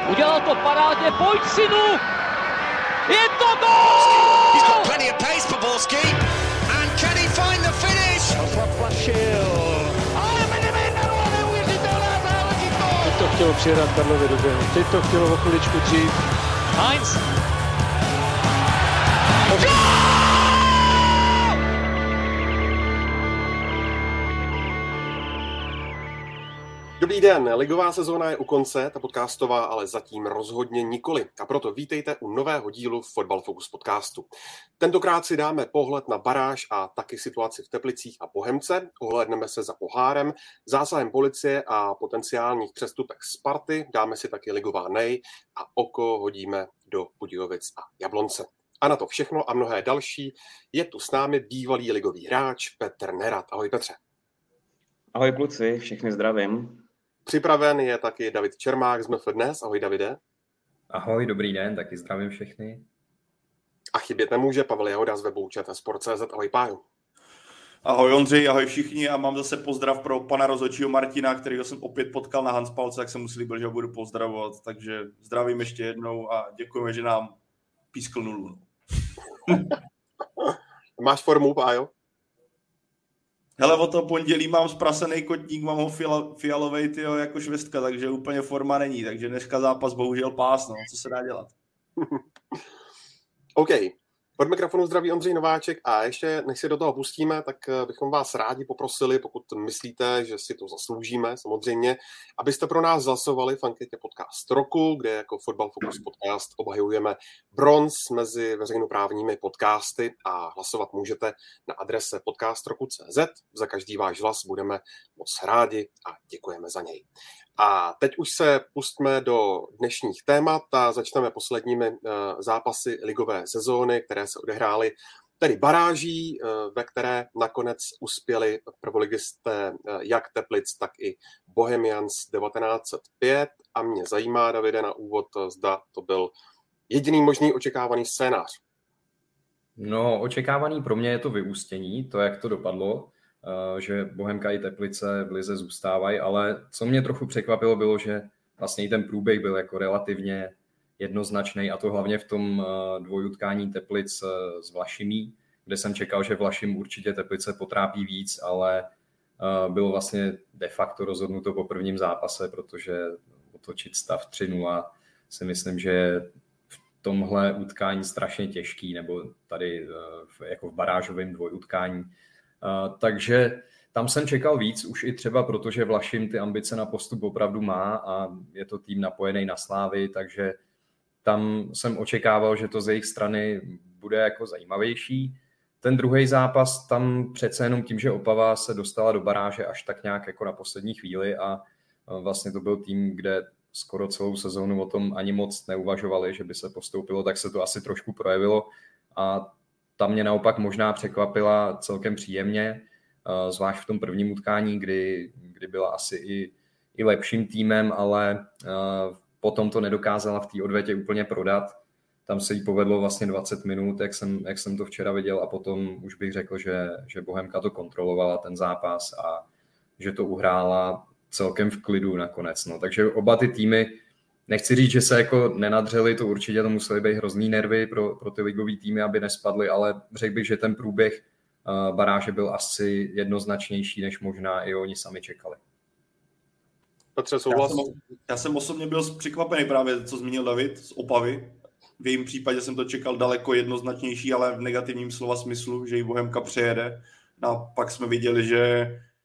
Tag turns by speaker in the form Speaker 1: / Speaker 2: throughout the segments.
Speaker 1: Udělal to parádně, pojď synu! Je to gól!
Speaker 2: He's got plenty of pace for Borski. And can he find the finish?
Speaker 1: Ale Medvedev, neuvěřitelná záležitost!
Speaker 3: Teď to chtělo přijedat Karlovi do běhu, teď to chtělo o chviličku dřív.
Speaker 1: Heinz!
Speaker 4: Dobrý den, ligová sezóna je u konce, ta podcastová ale zatím rozhodně nikoli. A proto vítejte u nového dílu Fotbal Focus podcastu. Tentokrát si dáme pohled na baráž a taky situaci v Teplicích a Bohemce. Ohlédneme se za pohárem, zásahem policie a potenciálních přestupech Sparty. Dáme si taky ligová nej a oko hodíme do Budějovic a Jablonce. A na to všechno a mnohé další je tu s námi bývalý ligový hráč Petr Nerad. Ahoj Petře.
Speaker 5: Ahoj kluci, všechny zdravím.
Speaker 4: Připraven je taky David Čermák z MF Dnes. Ahoj Davide.
Speaker 6: Ahoj, dobrý den, taky zdravím všechny.
Speaker 4: A chybět nemůže Pavel Jahoda z webu ČT-sport.cz. Ahoj Pájo.
Speaker 7: Ahoj Ondřej, ahoj všichni a mám zase pozdrav pro pana rozhodčího Martina, kterýho jsem opět potkal na Hanspalce, tak jsem mu slíbil, že ho budu pozdravovat, takže zdravím ještě jednou a děkujeme, že nám pískl 0.
Speaker 4: Máš formu, Pájo?
Speaker 7: Hele, o to pondělí mám zprasený kotník, mám ho fialovej, tyjo, jako švestka, takže úplně forma není, takže dneska zápas bohužel pás, no, co se dá dělat.
Speaker 4: OK. Od mikrofonu zdraví Ondřej Nováček a ještě, než se do toho pustíme, tak bychom vás rádi poprosili, pokud myslíte, že si to zasloužíme, samozřejmě, abyste pro nás hlasovali v anketě Podcast roku, kde jako Fotbal Focus podcast obhajujeme bronz mezi veřejnoprávními podcasty a hlasovat můžete na adrese podcastroku.cz. Za každý váš hlas budeme moc rádi a děkujeme za něj. A teď už se pustíme do dnešních témat a začneme posledními zápasy ligové sezóny, které se odehrály, tedy baráží, ve které nakonec uspěli prvoligisté jak Teplic, tak i Bohemians 1905. A mě zajímá, Davide, na úvod, zda to byl jediný možný očekávaný scénář.
Speaker 6: No, očekávaný pro mě je to vyústění, to, jak to dopadlo, že Bohemka i Teplice v lize zůstávají, ale co mě trochu překvapilo bylo, že vlastně i ten průběh byl jako relativně jednoznačný a to hlavně v tom dvojutkání Teplic s Vlašimí, kde jsem čekal, že Vlašim určitě Teplice potrápí víc, ale bylo vlastně de facto rozhodnuto po prvním zápase, protože otočit stav 3-0 si myslím, že je v tomhle utkání strašně těžký, nebo tady jako v barážovém dvojutkání. Takže tam jsem čekal víc, už i třeba protože Vlašim ty ambice na postup opravdu má a je to tým napojený na Slávy, takže tam jsem očekával, že to z jejich strany bude jako zajímavější. Ten druhý zápas, tam přece jenom tím, že Opava se dostala do baráže až tak nějak jako na poslední chvíli a vlastně to byl tým, kde skoro celou sezónu o tom ani moc neuvažovali, že by se postoupilo, tak se to asi trošku projevilo a ta mě naopak možná překvapila celkem příjemně, zvlášť v tom prvním utkání, kdy byla asi i lepším týmem, ale potom to nedokázala v té odvetě úplně prodat. Tam se jí povedlo vlastně 20 minut, jak jsem to včera viděl a potom už bych řekl, že Bohemka to kontrolovala ten zápas a že to uhrála celkem v klidu nakonec. No. Takže oba ty týmy, nechci říct, že se jako nenadřeli, to určitě to musely být hrozný nervy pro ty ligový týmy, aby nespadly, ale řekl bych, že ten průběh baráže byl asi jednoznačnější, než možná i oni sami čekali.
Speaker 4: Petře, souhlas?
Speaker 7: Já jsem osobně byl překvapený právě, co zmínil David z Opavy. V jejím případě jsem to čekal daleko jednoznačnější, ale v negativním slova smyslu, že ji Bohemka přejede. A pak jsme viděli, že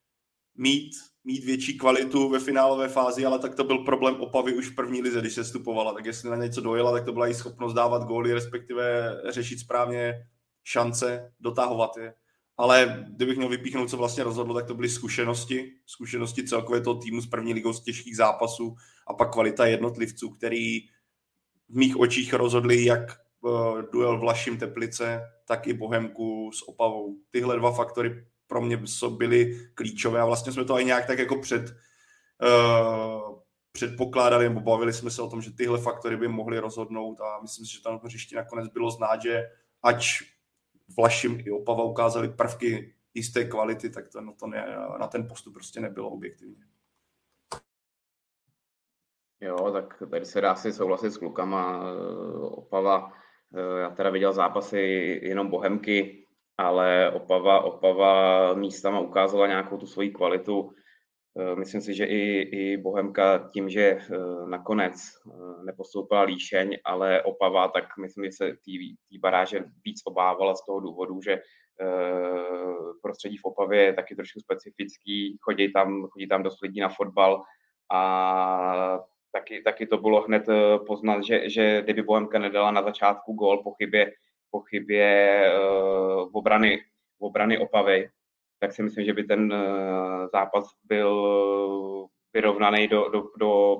Speaker 7: mít větší kvalitu ve finálové fázi, ale tak to byl problém Opavy už v první lize, když se vstupovala. Tak jestli na něco dojela, tak to byla i schopnost dávat góly, respektive řešit správně šance, dotahovat je. Ale kdybych měl vypíchnout, co vlastně rozhodlo, tak to byly zkušenosti celkově toho týmu z první ligou z těžkých zápasů a pak kvalita jednotlivců, který v mých očích rozhodli jak duel Vlašim Teplice, tak i Bohemku s Opavou. Tyhle dva faktory pro mě byly klíčové a vlastně jsme to i nějak tak jako předpokládali nebo bavili jsme se o tom, že tyhle faktory by mohly rozhodnout a myslím si, že tam na hřišti nakonec bylo znát, že ač Vlašim i Opava ukázali prvky jisté kvality, tak to na ten postup prostě nebylo objektivně.
Speaker 5: Jo, tak tady se dá si souhlasit s klukama. Opava, já teda viděl zápasy jenom Bohemky, ale Opava místama ukázala nějakou tu svoji kvalitu. Myslím si, že i Bohemka tím, že nakonec nepostoupila Líšeň, ale Opava, tak myslím, že se tý baráže víc obávala z toho důvodu, že prostředí v Opavě je taky trošku specifický, chodí tam dost lidí na fotbal a taky to bylo hned poznat, že kdyby Bohemka nedala na začátku gól po chybě obrany Opavy, tak si myslím, že by ten zápas byl vyrovnaný do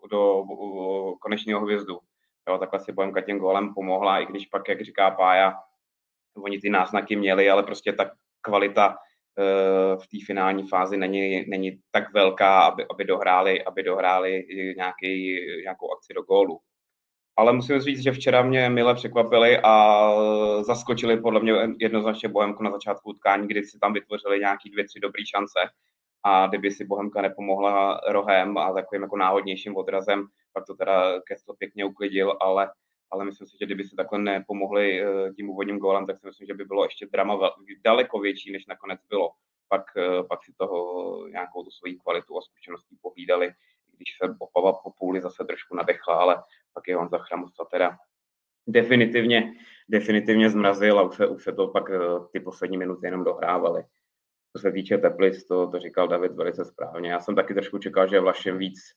Speaker 5: konečného hvězdu. Jo, takhle si Bohemka tím gólem pomohla, i když pak, jak říká Pája, oni ty náznaky měli, ale prostě ta kvalita v té finální fázi není tak velká, aby dohráli nějakou akci do gólu. Ale musím říct, že včera mě mile překvapili a zaskočili podle mě jednoznačně Bohemku na začátku utkání, kdy si tam vytvořili nějaký 2-3 dobrý šance. A kdyby si Bohemka nepomohla rohem a takovým jako náhodnějším odrazem, pak to teda Kessel pěkně uklidil, ale myslím si, že kdyby si takhle nepomohli tím úvodním gólem, tak si myslím, že by bylo ještě drama daleko větší, než nakonec bylo. Pak si toho nějakou tu svoji kvalitu a zkušeností pohlídali, když se Opava po půli zase trošku nadechla, ale pak je Honza Chramosta teda definitivně zmrazil a už se to pak ty poslední minuty jenom dohrávali. Co se týče Teplic, to říkal David velice správně. Já jsem taky trošku čekal, že Vlašem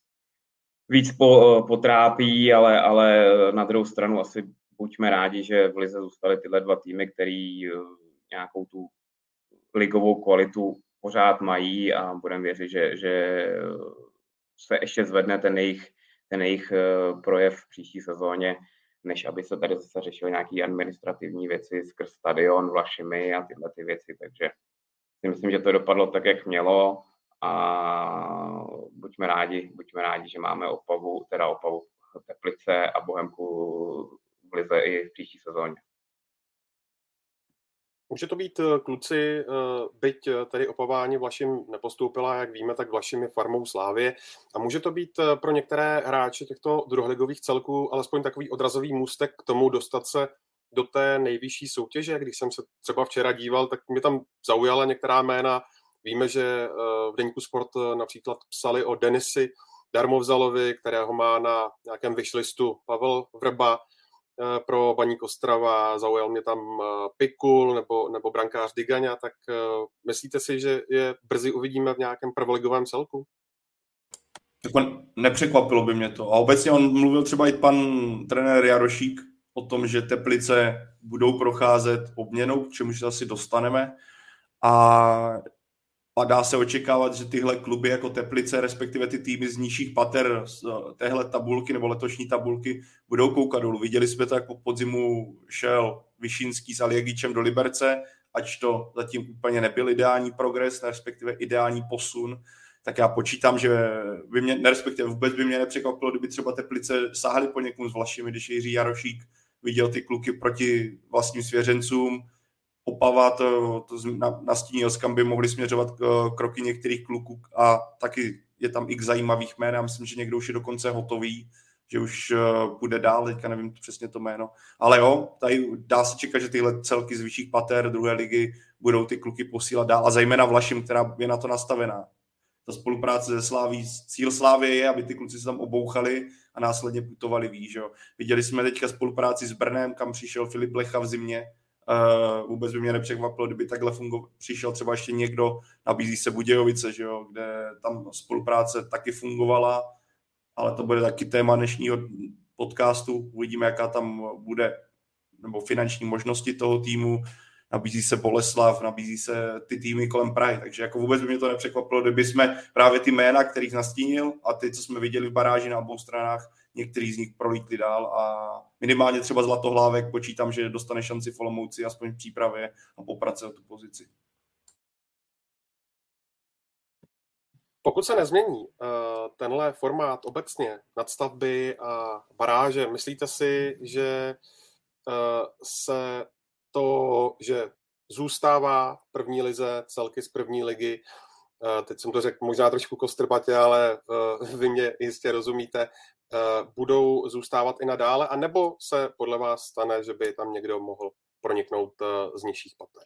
Speaker 5: víc potrápí, ale na druhou stranu asi buďme rádi, že v lize zůstaly tyhle dva týmy, který nějakou tu ligovou kvalitu pořád mají a budeme věřit, že se ještě zvedne ten jejich projev v příští sezóně, než aby se tady zase řešily nějaké administrativní věci skrz stadion, Vlašimi a tyhle ty věci, takže si myslím, že to dopadlo tak, jak mělo a buďme rádi, že máme Opavu Teplice a Bohemku v lize i v příští sezóně.
Speaker 4: Může to být, kluci, byť tady Opava ani Vlašim nepostoupila, jak víme, tak Vlašim je farmou Slávie. A může to být pro některé hráče těchto druholigových celků alespoň takový odrazový můstek k tomu dostat se do té nejvyšší soutěže. Když jsem se třeba včera díval, tak mě tam zaujala některá jména. Víme, že v Deníku Sport například psali o Denisi Darmovzalovi, kterého má na nějakém wishlistu Pavel Vrba pro Baník Ostrava, zaujal mě tam Pikul nebo brankář Digaňa, tak myslíte si, že je brzy uvidíme v nějakém prvoligovém celku?
Speaker 7: Nepřekvapilo by mě to. A obecně on mluvil třeba i pan trenér Jarošík o tom, že Teplice budou procházet obměnou, k čemu se asi dostaneme. A dá se očekávat, že tyhle kluby jako Teplice, respektive ty týmy z nižších pater z téhle tabulky nebo letošní tabulky budou koukat dolů. Viděli jsme to, jak po podzimu šel Vyšinský s Aliegičem do Liberce, ač to zatím úplně nebyl ideální progres, respektive ideální posun, tak já počítám, že vůbec by mě nepřekvapilo, kdyby třeba Teplice sáhly po někom s Vlašimi, když Jiří Jarošík viděl ty kluky proti vlastním svěřencům. Opava to nastínil, kam by mohli směřovat kroky některých kluků a taky je tam x zajímavých jmén. Já myslím, že někdo už je dokonce hotový, že už půjde dál, teďka nevím přesně to jméno. Ale jo, tady dá se čekat, že tyhle celky z vyšších pater druhé ligy budou ty kluky posílat dál a zejména Vlašim, která je na to nastavená. Ta spolupráce se Sláví, cíl Slávie je, aby ty kluci se tam obouchali a následně putovali výš. Jo. Viděli jsme teďka spolupráci s Brnem, kam přišel Filip Lecha v zimě. Vůbec by mě nepřekvapilo, kdyby takhle přišel třeba ještě někdo, nabízí se Budějovice, že jo, kde tam spolupráce taky fungovala, ale to bude taky téma dnešního podcastu. Uvidíme, jaká tam bude, nebo finanční možnosti toho týmu. Nabízí se Boleslav, nabízí se ty týmy kolem Prahy, takže jako vůbec by mě to nepřekvapilo, kdyby jsme právě ty jména, kterých nastínil a ty, co jsme viděli v baráži na obou stranách, některý z nich prolítli dál a minimálně třeba Zlatohlávek počítám, že dostane šanci v Olomouci aspoň v přípravě a popracuje o tu pozici.
Speaker 4: Pokud se nezmění tenhle formát obecně nadstavby a baráže, myslíte si, že se to, že zůstává v první lize celky z první ligy, teď jsem to řekl možná trošku kostrbatě, ale vy mě jistě rozumíte, budou zůstávat i nadále, anebo se podle vás stane, že by tam někdo mohl proniknout z nižších pater?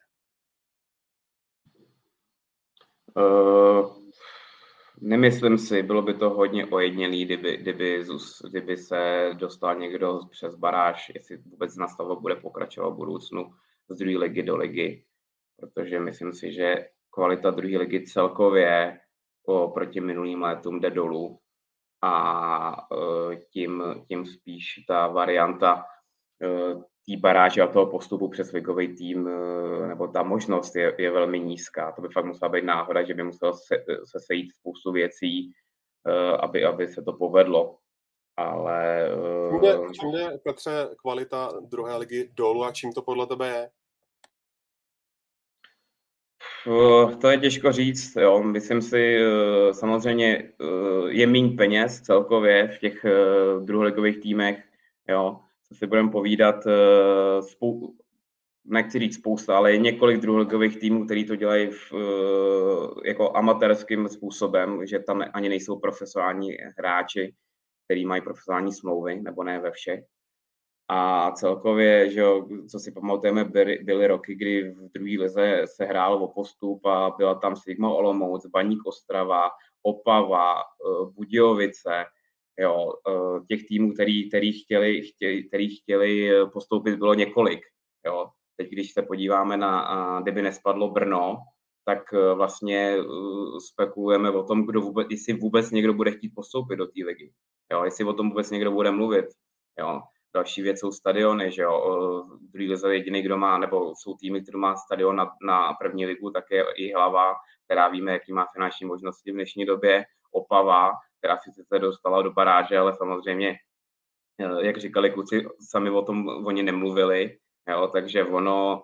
Speaker 5: Nemyslím si, bylo by to hodně ojedinělý, kdyby se dostal někdo přes baráž, jestli vůbec nastavba bude pokračovat v budoucnu z druhé ligy do ligy, protože myslím si, že kvalita druhé ligy celkově oproti minulým letům jde dolů a tím spíš ta varianta té baráže a toho postupu přes ligový tým, nebo ta možnost je velmi nízká. To by fakt musela být náhoda, že by musel se sejít spoustu věcí, aby se to povedlo. Ale...
Speaker 4: Čím jde, Petře, kvalita druhé ligy dolů a čím to podle tebe je?
Speaker 5: To je těžko říct. Jo. Myslím si, samozřejmě je méně peněz celkově v těch druholigových týmech. Jo. Co si budeme povídat, nechci říct spousta, ale je několik druholigových týmů, který to dělají jako amatérským způsobem, že tam ani nejsou profesionální hráči, který mají profesionální smlouvy, nebo ne ve všech. A celkově, že jo, co si pamatujeme, byly roky, kdy v druhé lize se hrál o postup a byla tam Sigma Olomouc, Baník Ostrava, Opava, Budějovice, jo, těch týmů, který chtěli postoupit, bylo několik. Jo. Teď, když se podíváme kdyby nespadlo Brno, tak vlastně spekulujeme o tom, jestli vůbec někdo bude chtít postoupit do té ligy. Jo, jestli o tom vůbec někdo bude mluvit. Jo. Další věc jsou stadiony, že jo. V druhé lize jediný, kdo má, nebo jsou týmy, kdo má stadion na první ligu, tak je i Hlava, která víme, jaký má finanční možnosti v dnešní době. Opava, která si sice dostala do baráže, ale samozřejmě, jak říkali kluci, sami o tom oni nemluvili, jo, takže ono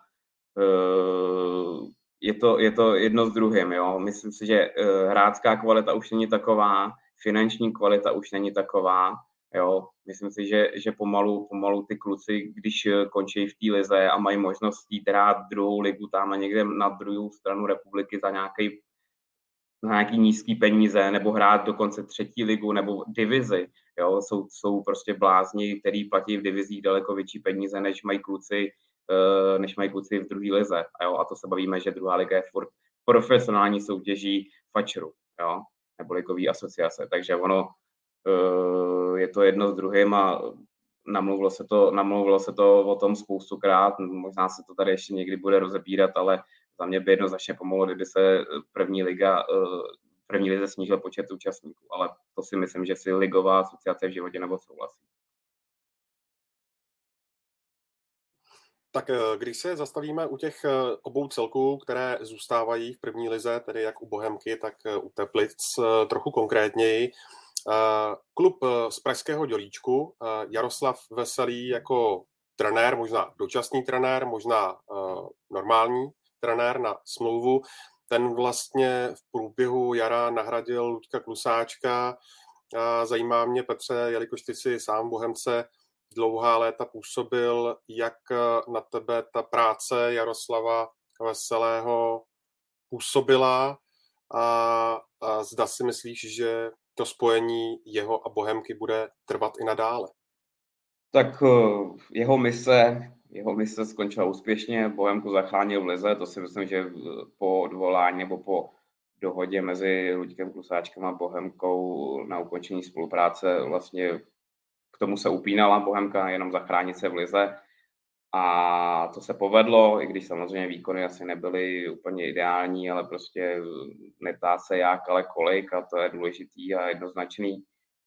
Speaker 5: je to jedno s druhým, jo. Myslím si, že hráčská kvalita už není taková, finanční kvalita už není taková, jo. Myslím si, že pomalu ty kluci, když končí v té lize a mají možnost jít hrát druhou ligu tam a někde na druhou stranu republiky za nějaký nízký peníze, nebo hrát dokonce třetí ligu nebo divizi. Jo? Jsou prostě blázni, který platí v divizích daleko větší peníze, než mají kluci v druhé lize. A to se bavíme, že druhá liga je furt profesionální soutěží fačru, jo? Nebo ligový asociace. Takže ono je to jedno s druhým a namluvilo se to o tom spoustukrát. Možná se to tady ještě někdy bude rozebírat, ale za mě by jednoznačně pomohlo, kdyby se první lize snížil počet účastníků, ale to si myslím, že si ligová asociace v životě neodsouhlasí.
Speaker 4: Tak když se zastavíme u těch obou celků, které zůstávají v první lize, tedy jak u Bohemky, tak u Teplic, trochu konkrétněji. Klub z pražského Dělíčku, Jaroslav Veselý jako trenér, možná dočasný trenér, možná normální trenér na smlouvu, ten vlastně v průběhu jara nahradil Luďka Klusáčka. Zajímá mě, Petře, jelikož ty si sám v Bohemce dlouhá léta působil, jak na tebe ta práce Jaroslava Veselého působila a zda si myslíš, že to spojení jeho a Bohemky bude trvat i nadále?
Speaker 5: Tak jeho mise skončila úspěšně, Bohemku zachránil v lize, to si myslím, že po odvolání nebo po dohodě mezi Luďkem Klusáčkem a Bohemkou na ukončení spolupráce vlastně k tomu se upínala Bohemka, jenom zachránit se v lize. A to se povedlo, i když samozřejmě výkony asi nebyly úplně ideální, ale prostě neptá se jak, ale kolik, a to je důležitý a jednoznačný.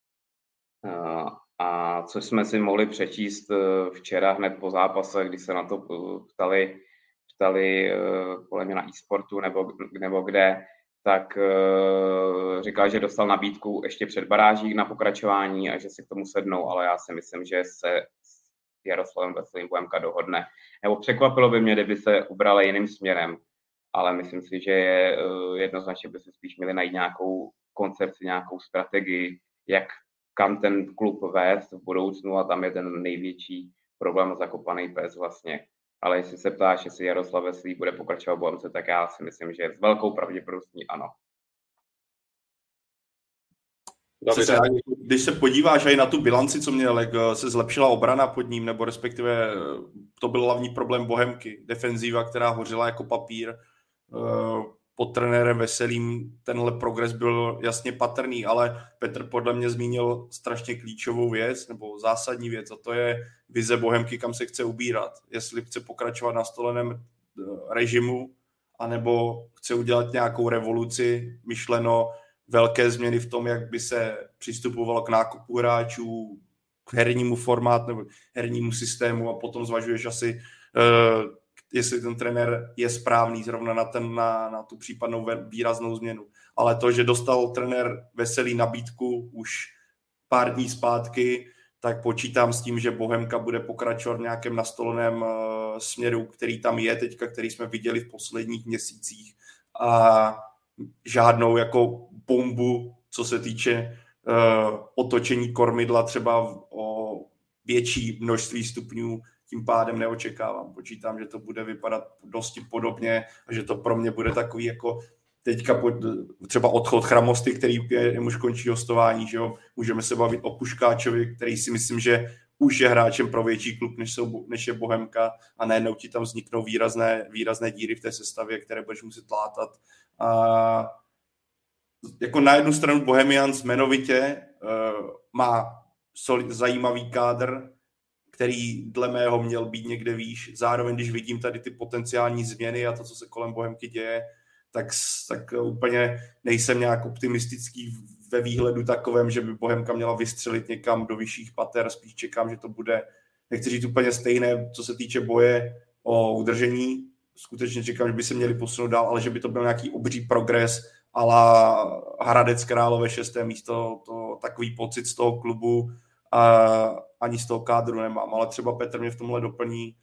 Speaker 5: A co jsme si mohli přečíst včera hned po zápase, když se na to ptali kolem mě na e-sportu nebo kde, tak říkal, že dostal nabídku ještě před baráží na pokračování a že si k tomu sednou, ale já si myslím, že se Jaroslavem Veselým Bohemka dohodne. Nebo překvapilo by mě, kdyby se ubrala jiným směrem, ale myslím si, že jednoznačně by se spíš měli najít nějakou koncepci, nějakou strategii, kam ten klub vést v budoucnu, a tam je ten největší problém zakopaný pes vlastně. Ale jestli se ptáš, jestli Jaroslav Veselý bude pokračovat v Bohemce, tak já si myslím, že s velkou pravděpodobností ano.
Speaker 7: Když se podíváš i na tu bilanci, co měl, jak se zlepšila obrana pod ním, nebo respektive to byl hlavní problém Bohemky. Defenzíva, která hořila jako papír. Pod trenérem Veselým tenhle progres byl jasně patrný, ale Petr podle mě zmínil strašně klíčovou věc, nebo zásadní věc, a to je vize Bohemky, kam se chce ubírat. Jestli chce pokračovat na nastoleném režimu, anebo chce udělat nějakou revoluci, myšleno velké změny v tom, jak by se přistupovalo k nákupu hráčů, k hernímu formátu nebo hernímu systému, a potom zvažuješ asi, jestli ten trenér je správný zrovna na tu případnou výraznou změnu. Ale to, že dostal trenér Veselý nabídku už pár dní zpátky, tak počítám s tím, že Bohemka bude pokračovat v nějakém nastoleném směru, který tam je teďka, který jsme viděli v posledních měsících, a žádnou jako bombu, co se týče otočení kormidla třeba o větší množství stupňů, tím pádem neočekávám. Počítám, že to bude vypadat dosti podobně a že to pro mě bude takový jako teďka třeba odchod Chramosty, který už končí hostování, že jo? Můžeme se bavit o Puškáčovi, který si myslím, že už je hráčem pro větší klub, než je Bohemka, a najednou ti tam vzniknou výrazné díry v té sestavě, které budeš muset látat. A jako na jednu stranu Bohemians jmenovitě má zajímavý kádr, který dle mého měl být někde výš. Zároveň, když vidím tady ty potenciální změny a to, co se kolem Bohemky děje, tak úplně nejsem nějak optimistický ve výhledu takovém, že by Bohemka měla vystřelit někam do vyšších pater. Spíš čekám, že to bude, nechci říct úplně stejné, co se týče boje o udržení. Skutečně čekám, že by se měli posunout dál, ale že by to byl nějaký obří progres a la Hradec Králové 6. místo, to takový pocit z toho klubu ani z toho kádru nemám. Ale třeba Petr mě v tomhle doplní,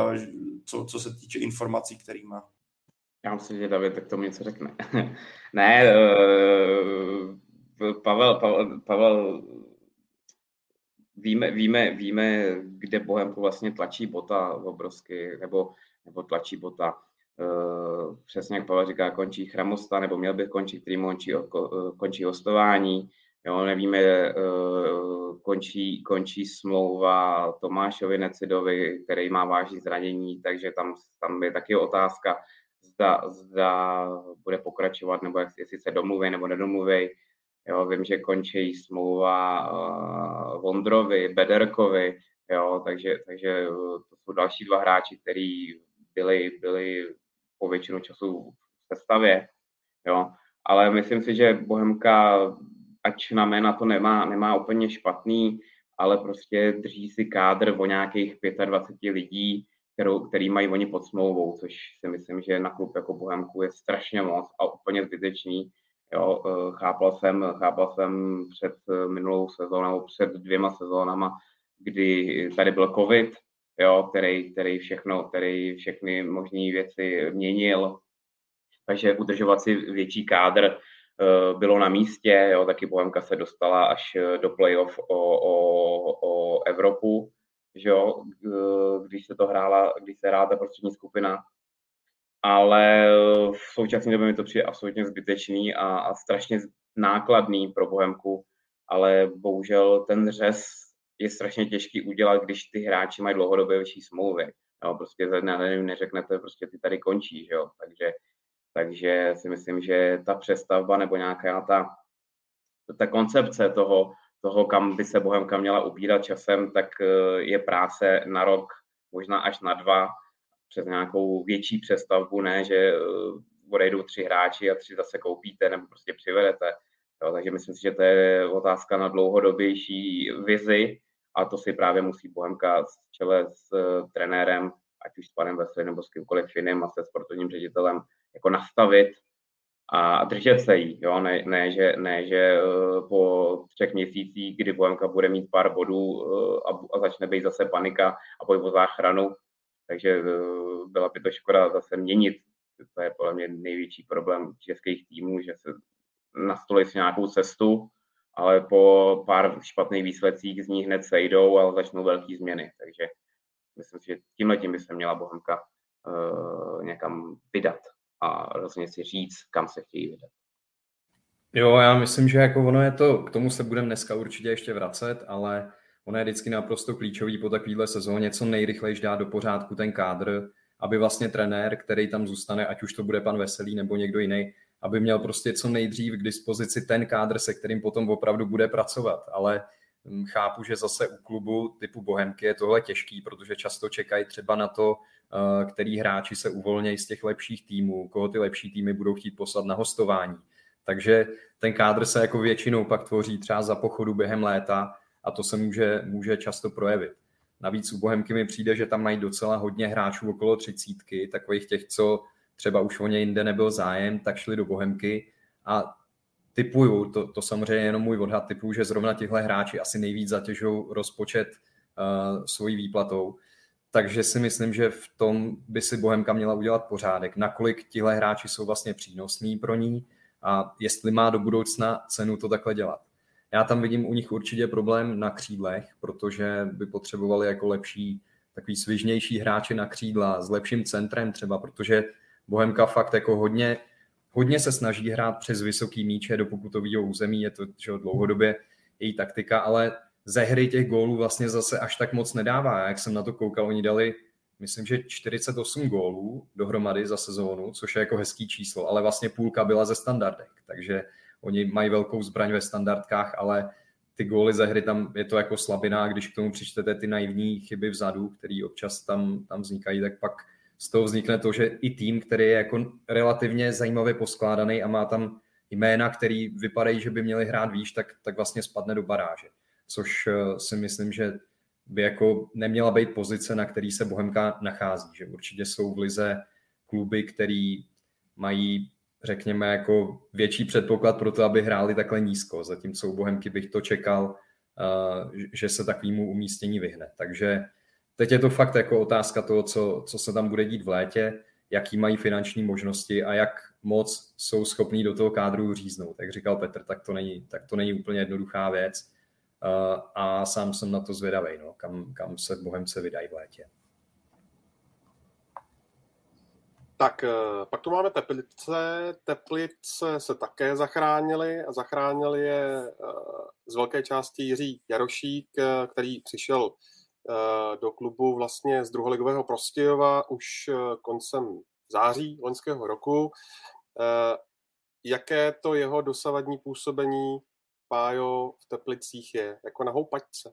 Speaker 7: co se týče informací, který má.
Speaker 5: Já myslím, že David k tomu něco řekne. Ne, Pavel, víme, kde Bohemku vlastně tlačí Bota obrovsky, nebo tlačí Bota. Přesně jak Pavel říká, končí Chramosta, nebo měl by končit, který mu končí hostování. Jo, nevíme, končí smlouva Tomášovi Necidovi, který má vážné zranění, takže tam je taky otázka, zda bude pokračovat, nebo jestli se domluví nebo nedomluví. Jo, vím, že končí smlouva Vondrovi, Bederkovi, jo, takže to jsou další dva hráči, kteří byli po většinu času v sestavě. Jo. Ale myslím si, že Bohemka, ač na jména to nemá úplně špatný, ale prostě drží si kádr o nějakých 25 lidí, který mají oni pod smlouvou, což si myslím, že na klub jako Bohemku je strašně moc a úplně zbytečný. Jo, chápal jsem před minulou sezónou, před 2 sezónama, kdy tady byl covid, jo, který všechny možné věci měnil, takže udržovat si větší kádr bylo na místě, jo, taky Bohemka se dostala až do playoff o Evropu, že jo, když se hrála ta prostřední skupina, ale v současné době mi to přijde absolutně zbytečný a strašně nákladný pro Bohemku, ale bohužel ten řez je strašně těžký udělat, když ty hráči mají dlouhodobě větší smlouvy. Jo, prostě ze dne neřeknete, prostě ty tady končí, jo, takže si myslím, že ta přestavba nebo nějaká ta koncepce toho, kam by se Bohemka měla ubírat časem, tak je práce na rok, možná až na 2, přes nějakou větší přestavbu, ne, že odejdou 3 hráči a 3 zase koupíte nebo prostě přivedete. Jo, takže myslím si, že to je otázka na dlouhodobější vizi a to si právě musí Bohemka v čele s trenérem, ať už s panem Veselým nebo s kýmkoliv jiným a se sportovním ředitelem, jako nastavit a držet se jí. Jo? Ne, že po 3 měsících, kdy Bohemka bude mít pár bodů a začne být zase panika a boj o záchranu, takže byla by to škoda zase měnit. To je podle mě největší problém českých týmů, že se nastolí si nějakou cestu, ale po pár špatných výsledcích z ní hned sejdou a začnou velké změny. Takže myslím si, že tímhletím by se měla Bohemka někam vydat a rozhodně si říct, kam se chtějí vydat.
Speaker 6: Jo, já myslím, že jako ono je to, k tomu se budeme dneska určitě ještě vracet, ale ono je vždycky naprosto klíčový po takovéhle sezóně co nejrychleji dát do pořádku ten kádr, aby vlastně trenér, který tam zůstane, ať už to bude pan Veselý nebo někdo jiný, aby měl prostě co nejdřív k dispozici ten kádr, se kterým potom opravdu bude pracovat. Ale chápu, že zase u klubu typu Bohemky je tohle těžký, protože často čekají třeba na to, který hráči se uvolnějí z těch lepších týmů, koho ty lepší týmy budou chtít poslat na hostování. Takže ten kádr se jako většinou pak tvoří třeba za pochodu během léta a to se může často projevit. Navíc u Bohemky mi přijde, že tam mají docela hodně hráčů okolo 30, takových těch, co třeba už o ně jinde nebyl zájem, tak šli do Bohemky a typuju, to samozřejmě jenom můj odhad, typuju, že zrovna tihle hráči asi nejvíc zatěžují rozpočet svojí výplatou. Takže si myslím, že v tom by si Bohemka měla udělat pořádek, nakolik tihle hráči jsou vlastně přínosní pro ní a jestli má do budoucna cenu to takhle dělat. Já tam vidím u nich určitě problém na křídlech, protože by potřebovali jako lepší, takový svižnější hráči na křídla s lepším centrem třeba, protože Bohemka fakt jako hodně se snaží hrát přes vysoký míče do pokutového území, je to že dlouhodobě její taktika, ale ze hry těch gólů vlastně zase až tak moc nedává. Jak jsem na to koukal, oni dali, myslím, že 48 gólů dohromady za sezónu, což je jako hezký číslo, ale vlastně půlka byla ze standardek, takže oni mají velkou zbraň ve standardkách, ale ty góly ze hry tam je to jako slabina, když k tomu přičtete ty naivní chyby vzadu, které občas tam vznikají, tak pak z toho vznikne to, že i tým, který je jako relativně zajímavě poskládaný a má tam jména, který vypadají, že by měli hrát výš, tak vlastně spadne do baráže. Což si myslím, že by jako neměla být pozice, na který se Bohemka nachází. Že určitě jsou v lize kluby, který mají, řekněme, jako větší předpoklad pro to, aby hráli takhle nízko. Zatímco u Bohemky bych to čekal, že se takovému umístění vyhne. Takže teď je to fakt jako otázka toho, co se tam bude dít v létě, jaký mají finanční možnosti a jak moc jsou schopní do toho kádru říznout. Jak říkal Petr, tak to není úplně jednoduchá věc. A sám jsem na to zvědavý, no, kam se Bohemce vydají v létě.
Speaker 4: Tak pak tu máme Teplice. Teplice se také zachránili a zachránili je z velké části Jiří Jarošík, který přišel do klubu vlastně z druholigového Prostějova už koncem září loňského roku. Jaké to jeho dosavadní působení, Pájo, v Teplicích je? Jako na houpačce?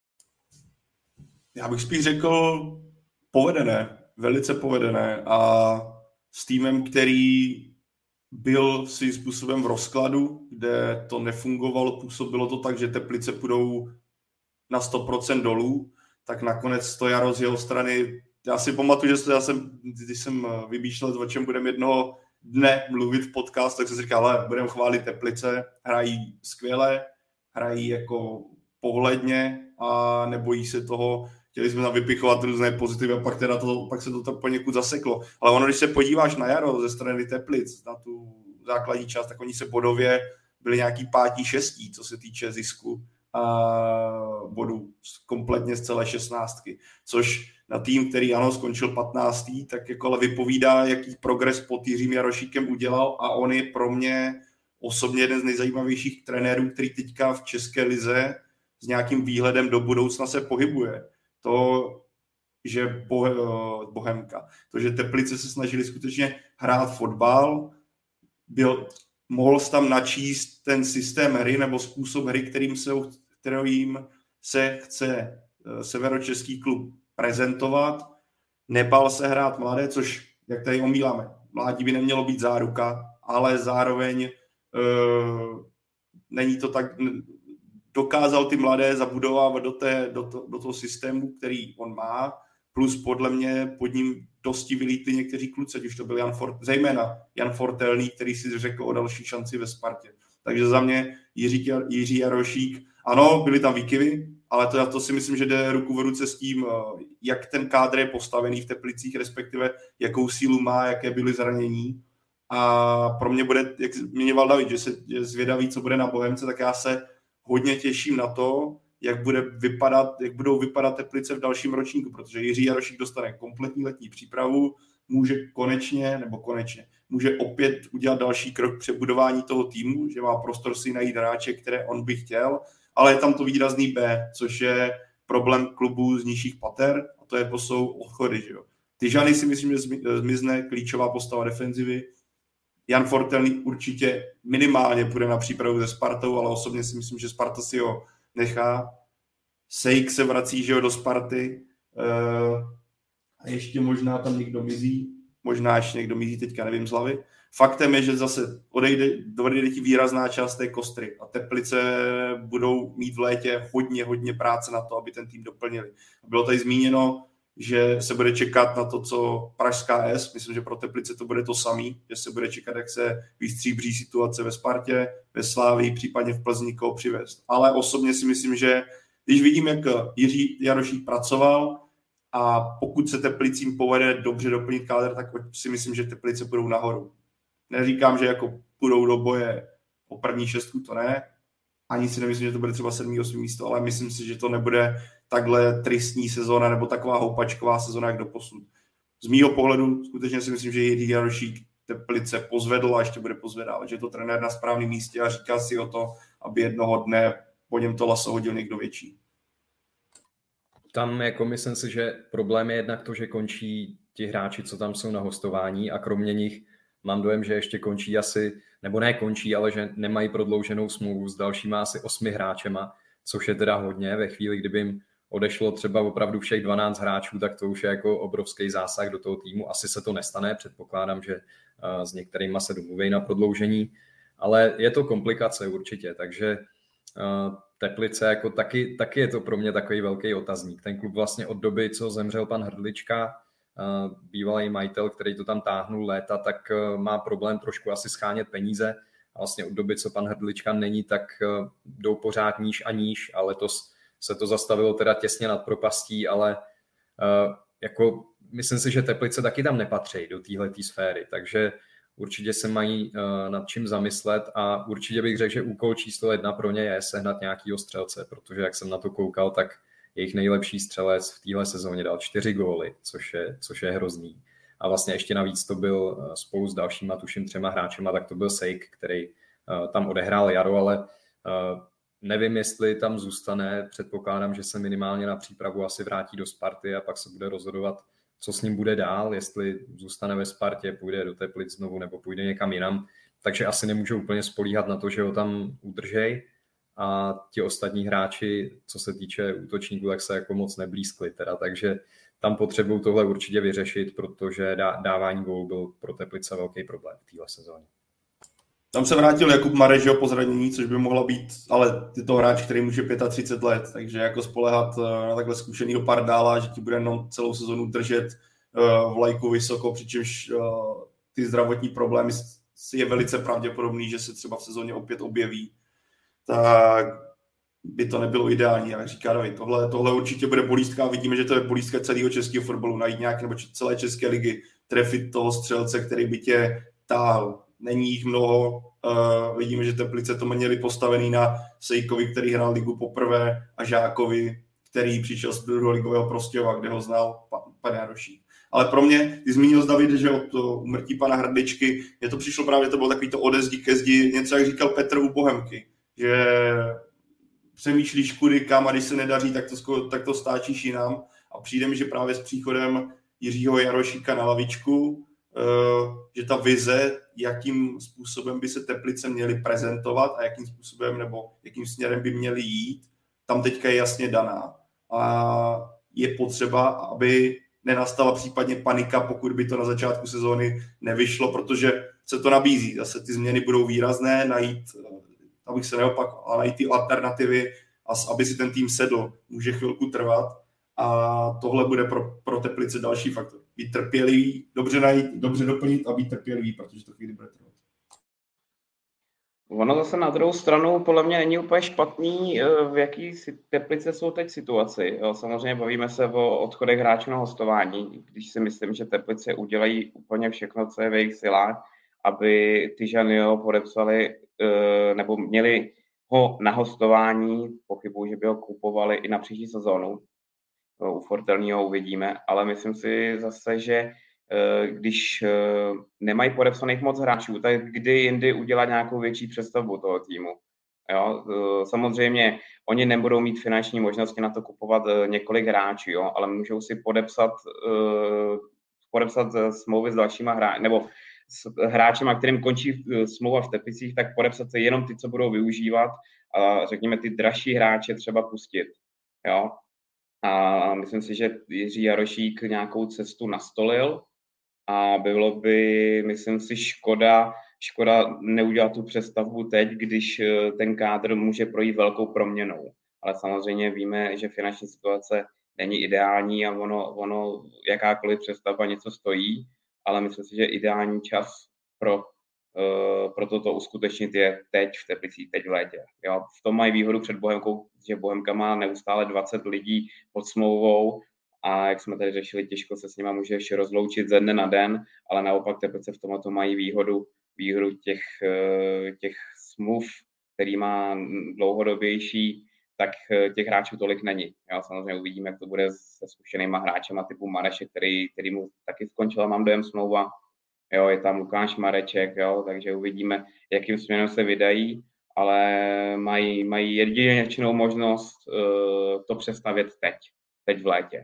Speaker 7: Já bych spíš řekl povedené, velice povedené a s týmem, který byl svým způsobem v rozkladu, kde to nefungovalo, působilo to tak, že Teplice půjdou na 100% dolů, tak nakonec to jaro z jeho strany, já si pamatuju, že když jsem vymýšlel, o čem budeme jednoho dne mluvit v podcastu, tak jsem si říkal, ale budeme chválit Teplice, hrají skvěle, hrají jako pohledně a nebojí se toho, chtěli jsme tam vypichovat různé pozitivy a pak se to poněkud zaseklo. Ale ono, když se podíváš na jaro ze strany Teplic, na tu základní část, tak oni se bodově byli nějaký 5., 6., co se týče zisku bodů kompletně z celé 16. Což na tým, který ano, skončil 15., tak jako ale vypovídá, jaký progres pod Jiřím Jarošíkem udělal a on je pro mě osobně jeden z nejzajímavějších trenérů, který teďka v české lize s nějakým výhledem do budoucna se pohybuje. To, že Bohemka, to, že Teplice se snažili skutečně hrát fotbal, mohl jsi tam načíst ten systém hry nebo způsob hry, kterým se chce severočeský klub prezentovat. Nebal se hrát mladé, což, jak tady omíláme, mládí by nemělo být záruka, ale zároveň není to tak, dokázal ty mladé zabudovávat do toho systému, který on má, plus podle mě pod ním dosti vylítli někteří kluci, ať už to byl zejména Jan Fortelný, který si řekl o další šanci ve Spartě. Takže za mě Jiří Jarošík, ano, byly tam výkyvy, ale to si myslím, že jde ruku v ruce s tím, jak ten kádr je postavený v Teplicích, respektive jakou sílu má, jaké byly zranění. A pro mě bude, jak zmiňoval David, že je zvědavý, co bude na Bohemce, tak já se hodně těším na to, jak budou vypadat Teplice v dalším ročníku, protože Jiří Jarošík dostane kompletní letní přípravu, může opět udělat další krok k přebudování toho týmu, že má prostor si najít hráče, které on by chtěl, ale je tam to výrazný B, což je problém klubů z nižších pater, a to jsou odchody. Že jo. Tijani si myslím, že zmizne, klíčová postava defenzivy. Jan Fortelný určitě minimálně půjde na přípravu se Spartou, ale osobně si myslím, že Sparta si ho nechá. Sejk se vrací, že jo, do Sparty. A ještě možná tam někdo mizí. Možná ještě někdo mizí, teďka nevím z hlavy. Faktem je, že zase odejde ti výrazná část té kostry a Teplice budou mít v létě hodně práce na to, aby ten tým doplnili. Bylo tady zmíněno, že se bude čekat na to, co pražská S, myslím, že pro Teplice to bude to samý, že se bude čekat, jak se vystříbří situace ve Spartě, ve Slávii, případně v Plzni koho přivést. Ale osobně si myslím, že když vidím, jak Jiří Jarošík pracoval, a pokud se Teplicím povede dobře doplnit kádr, tak si myslím, že Teplice půjdou nahoru. Neříkám, že jako půjdou do boje o první šestku, to ne. Ani si nemyslím, že to bude třeba 7. 8. místo, ale myslím si, že to nebude takhle tristní sezóna nebo taková houpačková sezóna, jak doposud. Z mýho pohledu skutečně si myslím, že Jiří Jarošík Teplice pozvedl a ještě bude pozvedávat, že je to trenér na správném místě a říká si o to, aby jednoho dne po něm to laso hodil někdo větší.
Speaker 6: Tam jako myslím si, že problém je jednak to, že končí ti hráči, co tam jsou na hostování, a kromě nich mám dojem, že ještě končí asi, nebo ne končí, ale že nemají prodlouženou smlouvu s dalšíma asi 8 hráčema, což je teda hodně. Ve chvíli, kdyby jim odešlo třeba opravdu všech 12 hráčů, tak to už je jako obrovský zásah do toho týmu. Asi se to nestane, předpokládám, že s některýma se domluví na prodloužení, ale je to komplikace určitě, takže Teplice jako taky je to pro mě takový velký otazník. Ten klub vlastně od doby, co zemřel pan Hrdlička, bývalý majitel, který to tam táhnul léta, tak má problém trošku asi schánět peníze. A vlastně od doby, co pan Hrdlička není, tak jdou pořád níž a níž, a letos se to zastavilo teda těsně nad propastí, ale jako myslím si, že Teplice taky tam nepatří do téhletý sféry, takže určitě se mají nad čím zamyslet a určitě bych řekl, že úkol číslo 1 pro ně je sehnat nějakýho střelce, protože jak jsem na to koukal, tak jejich nejlepší střelec v téhle sezóně dal 4 góly, což je hrozný. A vlastně ještě navíc to byl spolu s dalšíma, tuším 3 hráčema, tak to byl Sejk, který tam odehrál jaro, ale nevím, jestli tam zůstane. Předpokládám, že se minimálně na přípravu asi vrátí do Sparty a pak se bude rozhodovat, co s ním bude dál, jestli zůstane ve Spartě, půjde do Teplic znovu nebo půjde někam jinam. Takže asi nemůžu úplně spolíhat na to, že ho tam udržej. A ti ostatní hráči, co se týče útočníků, tak se jako moc neblízkli teda, takže tam potřebují tohle určitě vyřešit, protože dávání gólů byl pro Teplice velký problém v téhle sezóně.
Speaker 7: Tam se vrátil Jakub Mareš po zranění, což by mohla být, ale je to hráč, který může 35 let, takže jako spolehat na takhle zkušenýho pardála, že ti bude jenom celou sezonu držet vlajku vysoko, přičemž ty zdravotní problémy je velice pravděpodobný, že se třeba v sezóně opět objeví, tak by to nebylo ideální, jak říká David. Tohle určitě bude bolístka, vidíme, že to je bolístka celého českého fotbalu, najít nějak, nebo celé české ligy, trefit toho střelce, který by tě táhl. Není jich mnoho, vidíme, že Teplice to měli postavený na Sejkovi, který hrál ligu poprvé, a Žákovi, který přišel z druholigového Prostějova, kde ho znal pan Jarošík. Ale pro mě, ty zmínil David, že od úmrtí pana Hrdličky, je to přišlo právě, to bylo takový to ode zdi ke zdi, něco jak říkal Petr u Bohemky, že přemýšlíš kudy kam a když se nedaří, tak to stáčíš jinam. A přijde mi, že právě s příchodem Jiřího Jarošíka na lavičku, že ta vize, jakým způsobem by se Teplice měly prezentovat a jakým způsobem nebo jakým směrem by měly jít, tam teďka je jasně daná. A je potřeba, aby nenastala případně panika, pokud by to na začátku sezóny nevyšlo, protože se to nabízí. Zase ty změny budou výrazné, najít, abych se neopakoval, ale najít ty alternativy, a aby si ten tým sedl, může chvilku trvat. A tohle bude pro Teplice další faktor. Být trpělivý, dobře najít, dobře doplnit a být trpělivý, protože to chvíli bude trvat.
Speaker 5: Ono zase na druhou stranu podle mě není úplně špatný, v jaký Teplice jsou teď situaci. Samozřejmě bavíme se o odchodech hráčů na hostování, když si myslím, že Teplice udělají úplně všechno, co je v jejich silách, aby Tijanio podepsali nebo měli ho na hostování, pochybuji, že by ho kupovali i na příští sezónu. U Fortelního uvidíme, ale myslím si zase, že když nemají podepsaných moc hráčů, tak kdy jindy udělat nějakou větší přestavbu toho týmu. Jo? Samozřejmě oni nebudou mít finanční možnosti na to kupovat několik hráčů, jo? Ale můžou si podepsat smlouvy s dalšíma hráči, nebo s hráčema, kterým končí smlouva v Teplicích, tak podepsat se jenom ty, co budou využívat a řekněme ty dražší hráče třeba pustit. Jo? A myslím si, že Jiří Jarošík nějakou cestu nastolil a bylo by, myslím si, škoda neudělat tu přestavbu teď, když ten kádr může projít velkou proměnou. Ale samozřejmě víme, že finanční situace není ideální a ono jakákoliv přestavba něco stojí, ale myslím si, že ideální čas pro toto uskutečnit je teď v Teplicích, teď v létě. Jo? V tom mají výhodu před Bohemkou, že Bohemka má neustále 20 lidí pod smlouvou a jak jsme tady řešili, těžko se s nima může ještě rozloučit ze dne na den, ale naopak Teplice v tomto mají výhodu těch smluv, který má dlouhodobější, tak těch hráčů tolik není. Jo, samozřejmě uvidíme, jak to bude se zkušenýma hráčema typu Mareše, který mu taky skončila, mám dojem, smlouva. Jo, je tam Lukáš Mareček, jo, takže uvidíme, jakým směrem se vydají, ale mají jedinečnou možnost to přestavět teď v létě.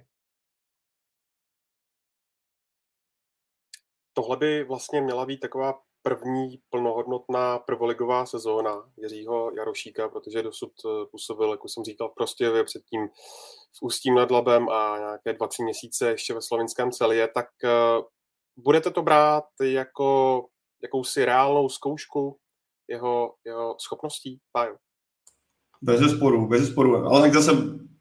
Speaker 4: Tohle by vlastně měla být taková první plnohodnotná prvoligová sezóna Jiřího Jarošíka, protože dosud působil, jak už jsem říkal, v Prostějově, předtím v Ústím nad Labem a nějaké 2-3 měsíce ještě ve slovinském Celje, tak budete to brát jako jakousi reálnou zkoušku jeho schopností, Pájo?
Speaker 7: Bez zesporu. Ale tak zase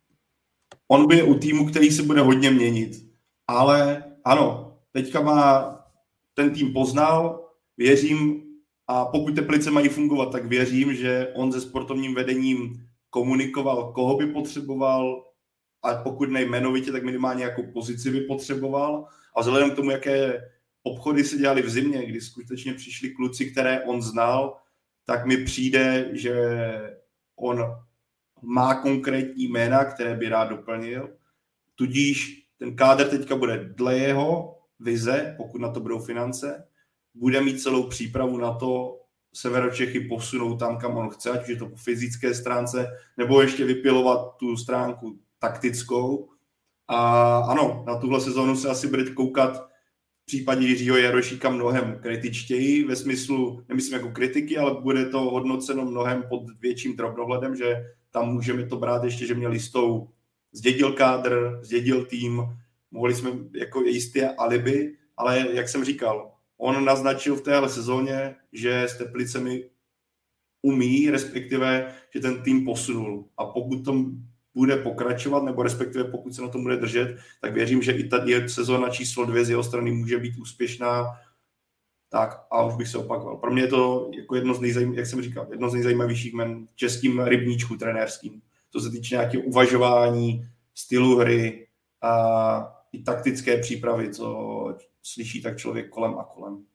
Speaker 7: on by u týmu, který se bude hodně měnit. Ale ano, teďka má ten tým poznal, věřím, a pokud Teplice mají fungovat, tak věřím, že on se sportovním vedením komunikoval, koho by potřeboval, a pokud nejmenovitě, tak minimálně jakou pozici by potřeboval. A vzhledem k tomu, jaké obchody se dělaly v zimě, kdy skutečně přišli kluci, které on znal, tak mi přijde, že on má konkrétní jména, které by rád doplnil. Tudíž ten kádr teďka bude dle jeho vize, pokud na to budou finance, bude mít celou přípravu na to Severočechy posunout tam, kam on chce, ať už je to po fyzické stránce, nebo ještě vypilovat tu stránku taktickou. A ano, na tuhle sezónu se asi budete koukat v případě Jiřího Jarošíka mnohem kritičtěji, ve smyslu, nemyslím jako kritiky, ale bude to hodnoceno mnohem pod větším drobnohledem, že tam můžeme to brát ještě, že měl jistou, zdědil kádr, zdědil tým, mohli jsme jako jisté alibi, ale jak jsem říkal, on naznačil v téhle sezóně, že s Teplicemi umí, respektive, že ten tým posunul. A pokud to bude pokračovat, nebo respektive pokud se na tom bude držet, tak věřím, že i ta sezóna číslo 2 z jeho strany může být úspěšná. Tak a už bych se opakoval. Pro mě je to jako jedno z nejzajímavějších men v českým rybníčku trenérským. To se týče nějakého uvažování, stylu hry a i taktické přípravy, co slyší tak člověk kolem a kolem.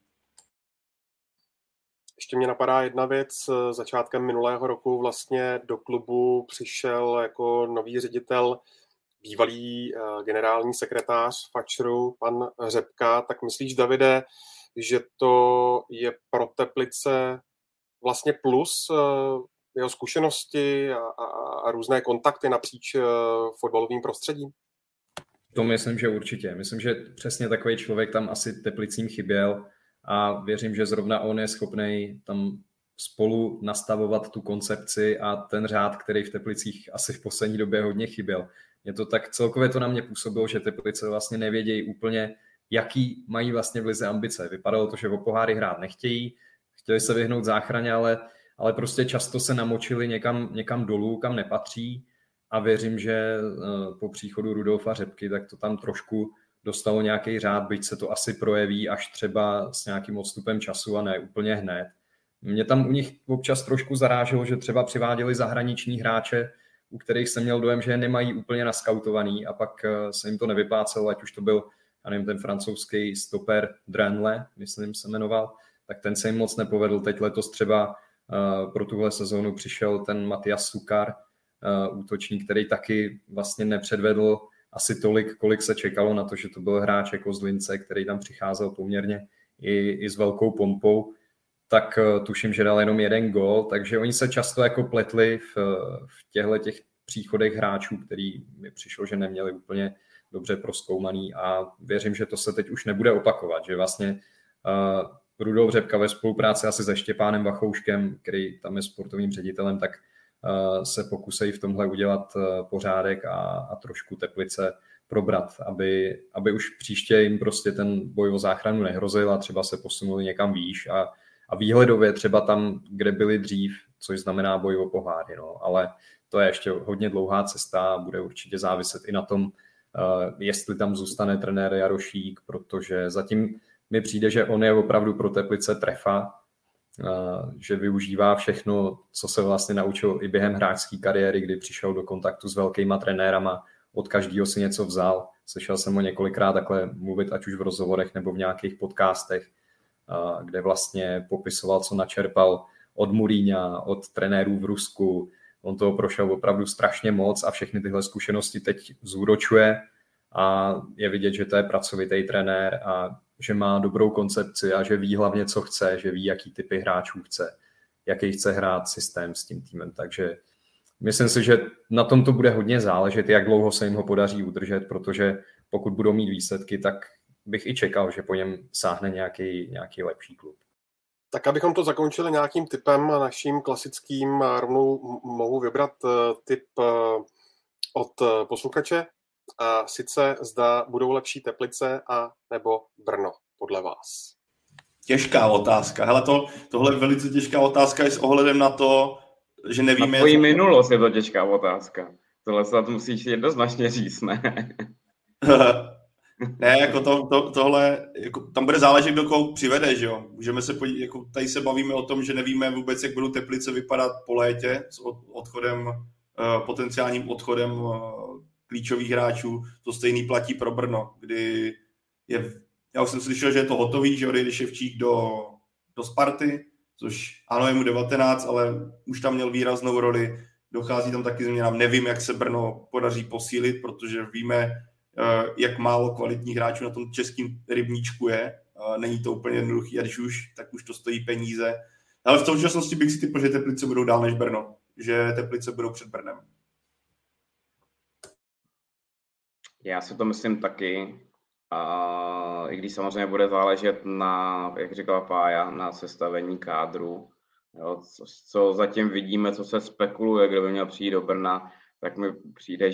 Speaker 4: Ještě mě napadá jedna věc. Začátkem minulého roku vlastně do klubu přišel jako nový ředitel bývalý generální sekretář Fatscheru, pan Řepka. Tak myslíš, Davide, že to je pro Teplice vlastně plus jeho zkušenosti a různé kontakty napříč fotbalovým prostředím?
Speaker 6: To myslím, že určitě. Myslím, že přesně takový člověk tam asi Teplicím chyběl a věřím, že zrovna on je schopný tam spolu nastavovat tu koncepci a ten řád, který v Teplicích asi v poslední době hodně chyběl. Je to tak, celkově to na mě působilo, že Teplice vlastně nevědějí úplně, jaký mají vlastně v lize ambice. Vypadalo to, že o poháry hrát nechtějí, chtěli se vyhnout záchraně, ale prostě často se namočili někam dolů, kam nepatří. A věřím, že po příchodu Rudolfa Řepky, tak to tam trošku dostalo nějaký řád, byť se to asi projeví až třeba s nějakým odstupem času a ne úplně hned. Mě tam u nich občas trošku zaráželo, že třeba přiváděli zahraniční hráče, u kterých jsem měl dojem, že je nemají úplně naskautovaný a pak se jim to nevyplácelo, ať už to byl, já nevím, ten francouzský stoper Drenle, myslím se jmenoval, tak ten se jim moc nepovedl. Teď letos třeba pro tuhle sezónu přišel ten Matias Sukar, útočník, který taky vlastně nepředvedl asi tolik, kolik se čekalo na to, že to byl hráč jako z Lince, který tam přicházel poměrně i s velkou pompou, tak tuším, že dal jenom 1 gól, takže oni se často jako pletli v těch příchodech hráčů, který mi přišlo, že neměli úplně dobře prozkoumaný a věřím, že to se teď už nebude opakovat, že vlastně Rudolf Řepka ve spolupráci asi se Štěpánem Vachouškem, který tam je sportovním ředitelem, tak se pokusejí v tomhle udělat pořádek a trošku Teplice probrat, aby už příště jim prostě ten boj o záchranu nehrozil a třeba se posunuli někam výš a výhledově třeba tam, kde byli dřív, což znamená boj o poháry, no, ale to je ještě hodně dlouhá cesta a bude určitě záviset i na tom, jestli tam zůstane trenér Jarošík, protože zatím mi přijde, že on je opravdu pro Teplice trefa, že využívá všechno, co se vlastně naučil i během hráčské kariéry, kdy přišel do kontaktu s velkýma trenérama, od každého si něco vzal. Slyšel jsem ho několikrát takhle mluvit, ať už v rozhovorech nebo v nějakých podcastech, kde vlastně popisoval, co načerpal od Mourinha, od trenérů v Rusku. On toho prošel opravdu strašně moc a všechny tyhle zkušenosti teď zúročuje a je vidět, že to je pracovitý trenér a že má dobrou koncepci a že ví hlavně, co chce, že ví, jaký typy hráčů chce, jaký chce hrát systém s tím týmem. Takže myslím si, že na tom to bude hodně záležet, jak dlouho se jim ho podaří udržet, protože pokud budou mít výsledky, tak bych i čekal, že po něm sáhne nějaký lepší klub.
Speaker 4: Tak abychom to zakončili nějakým tipem naším klasickým, rovnou mohu vybrat tip od posluchače. A sice zda budou lepší Teplice a nebo Brno, podle vás?
Speaker 7: Těžká otázka. Hele, tohle je velice těžká otázka i s ohledem na to, že nevíme...
Speaker 5: Na tvojí minulost je to těžká otázka. Tohle se to musíš jednoznačně říct, ne?
Speaker 7: Ne, jako tohle, jako, tam bude záležet, kdo koho přivede, že jo? Můžeme se podívat, jako tady se bavíme o tom, že nevíme vůbec, jak budou Teplice vypadat po létě s potenciálním odchodem klíčových hráčů. To stejný platí pro Brno, kdy já už jsem slyšel, že je to hotový, že odejde Ševčík do Sparty, což ano, je mu 19, ale už tam měl výraznou roli. Dochází tam taky změnám. Nevím, jak se Brno podaří posílit, protože víme, jak málo kvalitních hráčů na tom českém rybníčku je. Není to úplně jednoduchý a když už, tak už to stojí peníze. Ale v současnosti bych si typl, že Teplice budou dál než Brno. Že Teplice budou před Brnem.
Speaker 5: Já si to myslím taky. I když samozřejmě bude záležet na, jak říkala Pája, na sestavení kádru. Jo, co zatím vidíme, co se spekuluje, kdo by měl přijít do Brna, tak mi přijde,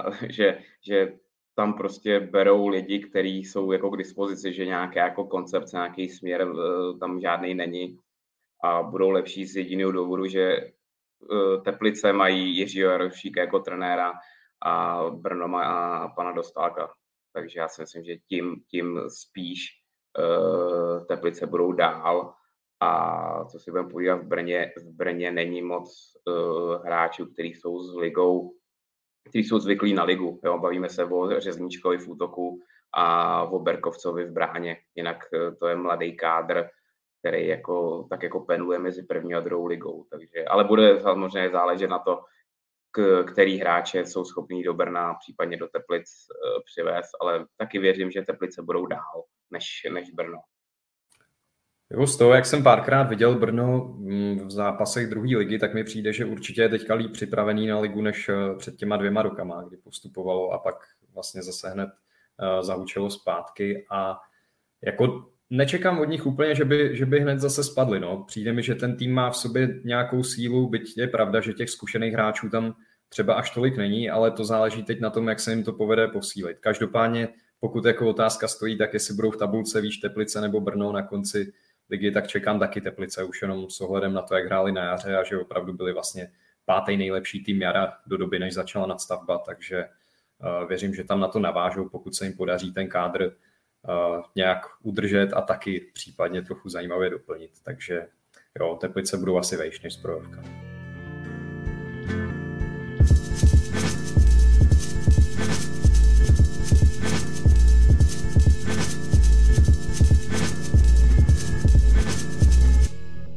Speaker 5: že tam prostě berou lidi, kteří jsou jako k dispozici, že nějaké jako koncepce, nějaký směr tam žádný není a budou lepší z jediného důvodu, že Teplice mají Jiřího Jarošíka jako trenéra a Brno má pana Dostálka. Takže já si myslím, že tím spíš Teplice budou dál. A co si budeme podívat v Brně není moc hráčů, kteří jsou zvyklí na ligu. Jo? Bavíme se o Řezníčkovi v útoku a o Berkovcovi v bráně. Jinak to je mladý kádr, který tak penuje mezi první a druhou ligou. Takže, ale bude samozřejmě záležet na to, který hráče jsou schopní do Brna, případně do Teplic přivést, ale taky věřím, že Teplice budou dál než Brno.
Speaker 6: Jo, z toho, jak jsem párkrát viděl Brno v zápasech druhé ligy, tak mi přijde, že určitě je teďka líp připravený na ligu než před těma 2 rokama, kdy postupovalo a pak vlastně zase hned zahučelo zpátky a jako nečekám od nich úplně, že by hned zase spadli. No. Přijde mi, že ten tým má v sobě nějakou sílu, byť je pravda, že těch zkušených hráčů tam třeba až tolik není, ale to záleží teď na tom, jak se jim to povede posílit. Každopádně, pokud jako otázka stojí, tak jestli budou v tabulce výš Teplice nebo Brno na konci ligy, tak čekám taky Teplice, už jenom s ohledem na to, jak hráli na jaře a že opravdu byli vlastně 5. nejlepší tým jara do doby, než začala nadstavba, takže věřím, že tam na to navážou, pokud se jim podaří ten kádr nějak udržet a taky případně trochu zajímavě doplnit. Takže jo, Teplice budou asi vejš než Zbrojovka.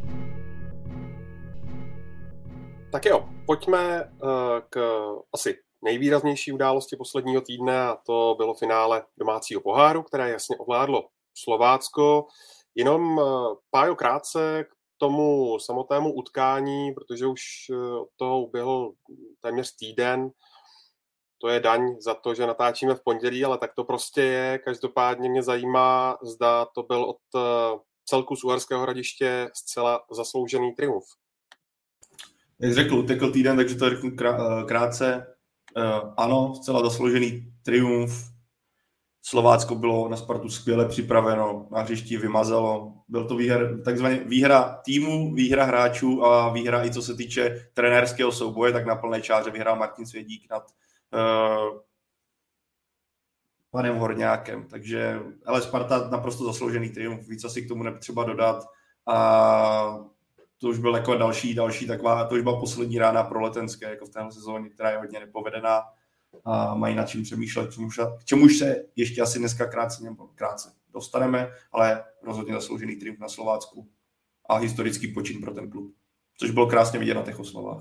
Speaker 4: Tak jo, pojďme k asi nejvýraznější události posledního týdne a to bylo finále domácího poháru, které jasně ovládlo Slovácko. Jenom Pájo krátce k tomu samotnému utkání, protože už od toho uběhl téměř týden. To je daň za to, že natáčíme v pondělí, ale tak to prostě je. Každopádně mě zajímá, zda to byl od celku z Uherského Hradiště zcela zasloužený triumf.
Speaker 7: Jak řekl, utekl týden, takže to řeknu krátce. Ano, zcela zasloužený triumf. Slovácko bylo na Spartu skvěle připraveno, na hřišti vymazalo. Byl to takzvaně výhra týmu, výhra hráčů a výhra i co se týče trenérského souboje, tak na plné čáře vyhrál Martin Svědík nad panem Horňákem. Takže, ale Sparta naprosto zasloužený triumf, víc asi k tomu nepotřeba dodat. A to už byl jako další taková, to už byla poslední rána pro Letenské, jako v téhle sezóně, která je hodně nepovedená a mají nad čím přemýšlet, k čemuž se ještě asi dneska krátce dostaneme, ale rozhodně zasloužený triumf na Slovácku a historický počin pro ten klub, což bylo krásně vidět na těch oslavách.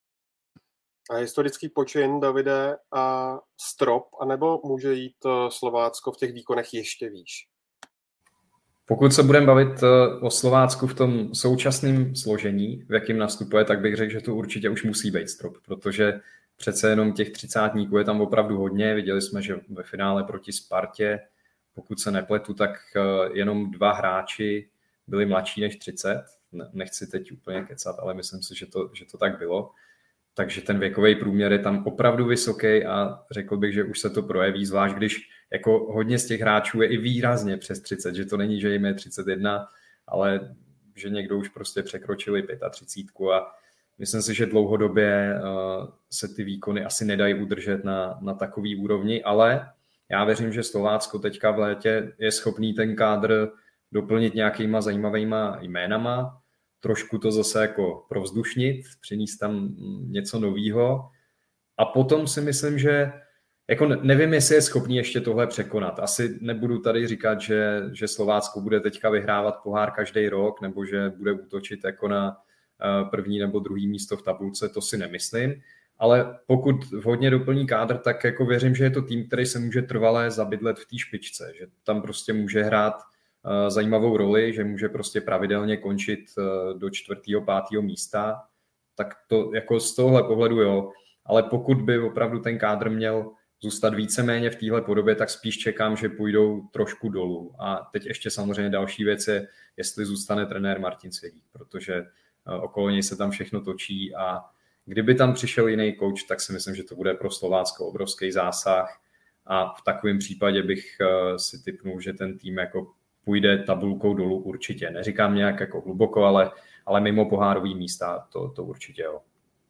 Speaker 4: A historický počin, Davide, a strop, anebo může jít Slovácko v těch výkonech ještě výš?
Speaker 6: Pokud se budeme bavit o Slovácku v tom současném složení, v jakém nastupuje, tak bych řekl, že to určitě už musí být strop, protože přece jenom těch 30níků je tam opravdu hodně. Viděli jsme, že ve finále proti Spartě, pokud se nepletu, tak jenom 2 hráči byli mladší než 30. Nechci teď úplně kecat, ale myslím si, že to tak bylo. Takže ten věkový průměr je tam opravdu vysoký a řekl bych, že už se to projeví, zvlášť když jako hodně z těch hráčů je i výrazně přes 30, že to není, že jim je 31, ale že někdo už prostě překročili 35 a myslím si, že dlouhodobě se ty výkony asi nedají udržet na takový úrovni, ale já věřím, že Slovácko teďka v létě je schopný ten kádr doplnit nějakýma zajímavýma jménama, trošku to zase jako provzdušnit, přinést tam něco novýho a potom si myslím, že jako nevím, jestli je schopný ještě tohle překonat. Asi nebudu tady říkat, že Slovácko bude teďka vyhrávat pohár každý rok nebo že bude útočit jako na první nebo druhý místo v tabulce, to si nemyslím, ale pokud vhodně doplní kádr, tak jako věřím, že je to tým, který se může trvale zabydlet v té špičce, že tam prostě může hrát zajímavou roli, že může prostě pravidelně končit do 4., 5. místa, tak to jako z tohohle pohledu jo, ale pokud by opravdu ten kádr měl zůstat víceméně v téhle podobě, tak spíš čekám, že půjdou trošku dolů. A teď ještě samozřejmě další věc je, jestli zůstane trenér Martin Svědík, protože okolo něj se tam všechno točí a kdyby tam přišel jiný coach, tak si myslím, že to bude pro Slovácko obrovský zásah a v takovém případě bych si tipnul, že ten tým jako půjde tabulkou dolů určitě. Neříkám nějak jako hluboko, ale mimo pohárový místa to určitě jo.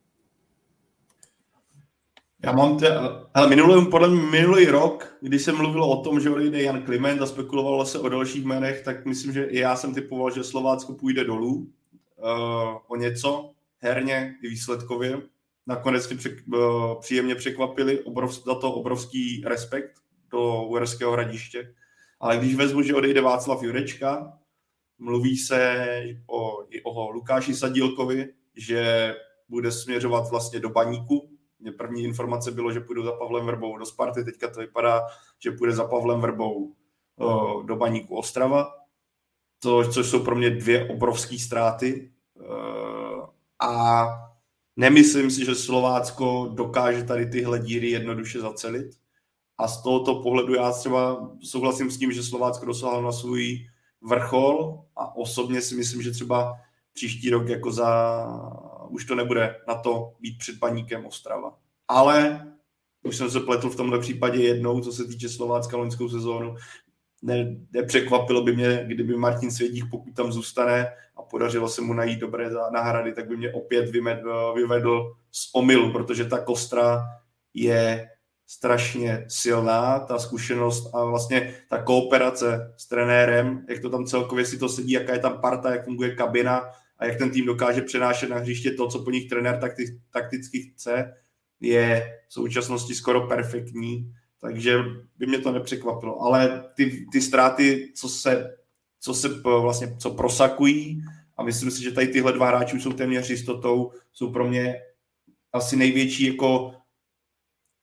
Speaker 7: Já mám podle mě minulý rok, když se mluvilo o tom, že odejde Jan Kliment a spekulovalo se o dalších jménech, tak myslím, že i já jsem typoval, že Slovácko půjde dolů o něco, herně i výsledkově. Nakonec mě příjemně překvapili, za to obrovský respekt do Uherského Hradiště. Ale když vezmu, že odejde Václav Jurečka, mluví se o Lukáši Sadílkovi, že bude směřovat vlastně do Baníku. Mě první informace bylo, že půjdu za Pavlem Vrbou do Sparty, teďka to vypadá, že půjde za Pavlem Vrbou do Baníku Ostrava, což jsou pro mě 2 obrovské ztráty. A nemyslím si, že Slovácko dokáže tady tyhle díry jednoduše zacelit. A z tohoto pohledu já třeba souhlasím s tím, že Slovácko dosáhlo na svůj vrchol a osobně si myslím, že třeba příští rok jako už to nebude na to být před Baníkem Ostrava. Ale už jsem se pletl v tomhle případě jednou, co se týče Slovácka loňskou sezónu. Nepřekvapilo by mě, kdyby Martin Svědík, pokud tam zůstane a podařilo se mu najít dobré náhrady, tak by mě opět vyvedl z omylu, protože ta kostra je strašně silná, ta zkušenost a vlastně ta kooperace s trenérem, jak to tam celkově si to sedí, jaká je tam parta, jak funguje kabina a jak ten tým dokáže přenášet na hřiště to, co po nich trenér takticky chce, je v současnosti skoro perfektní, takže by mě to nepřekvapilo. Ale ty ztráty, co prosakují, a myslím si, že tady tyhle 2 hráči jsou téměř jistotou, jsou pro mě asi největší jako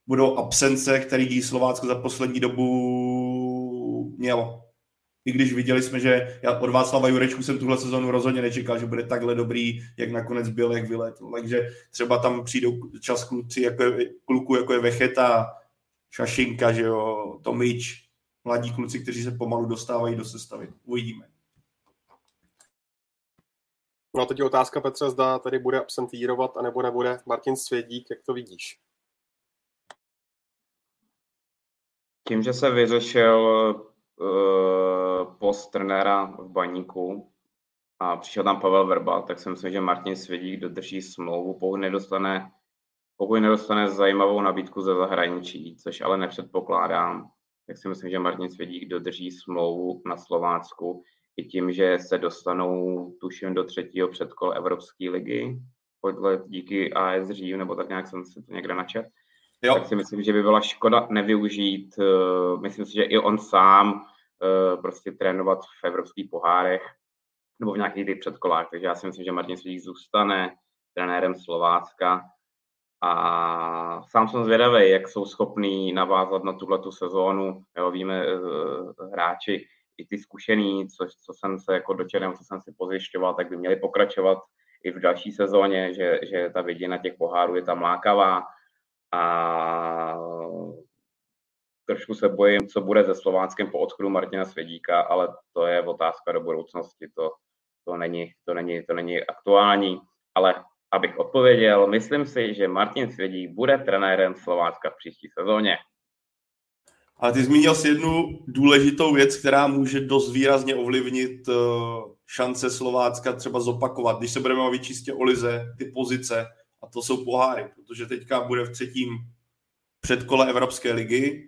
Speaker 7: budou absence, který Slovácko za poslední dobu mělo. I když viděli jsme, že já od Václava Jurečku jsem tuhle sezonu rozhodně nečekal, že bude takhle dobrý, jak nakonec byl, jak vyletl. Takže třeba tam přijdou čas kluků, jako je Vecheta, Šašinka, že jo, Tomič, mladí kluci, kteří se pomalu dostávají do sestavy. Uvidíme.
Speaker 4: No a teď je otázka, Petře, zda tady bude absentírovat, anebo nebude Martin Svědík, jak to vidíš?
Speaker 5: Tím, že se vyřešil post trenéra v Baníku a přišel tam Pavel Vrba, tak si myslím, že Martin Svědík dodrží smlouvu, pokud nedostane zajímavou nabídku ze zahraničí, což ale nepředpokládám, tak si myslím, že Martin Svědík dodrží smlouvu na Slovácku i tím, že se dostanou, tuším, do 3. předkola Evropské ligy, podle díky AS Řív, nebo tak nějak jsem si to někde načet. Jo. Tak si myslím, že by byla škoda nevyužít, myslím si, že i on sám prostě trénovat v evropských pohárech nebo v nějakých těch předkolách, takže já si myslím, že Martin Svědík zůstane trenérem Slovácka a sám jsem zvědavý, jak jsou schopní navázat na tuhletu sezónu, jo, víme hráči i ty zkušený, co jsem se jako dočetl, co jsem si pozjišťoval, tak by měli pokračovat i v další sezóně, že ta vidina těch pohárů je tam lákavá. A trošku se bojím, co bude se Slováckem po odchodu Martina Svědíka, ale to je otázka do budoucnosti, to není aktuální, ale abych odpověděl, myslím si, že Martin Svědík bude trenérem Slovácka v příští sezóně.
Speaker 7: A ty zmínil jsi jednu důležitou věc, která může dost výrazně ovlivnit šance Slovácka třeba zopakovat, když se budeme bavit čistě o lize, ty pozice, a to jsou poháry, protože teďka bude v 3. předkole Evropské ligy.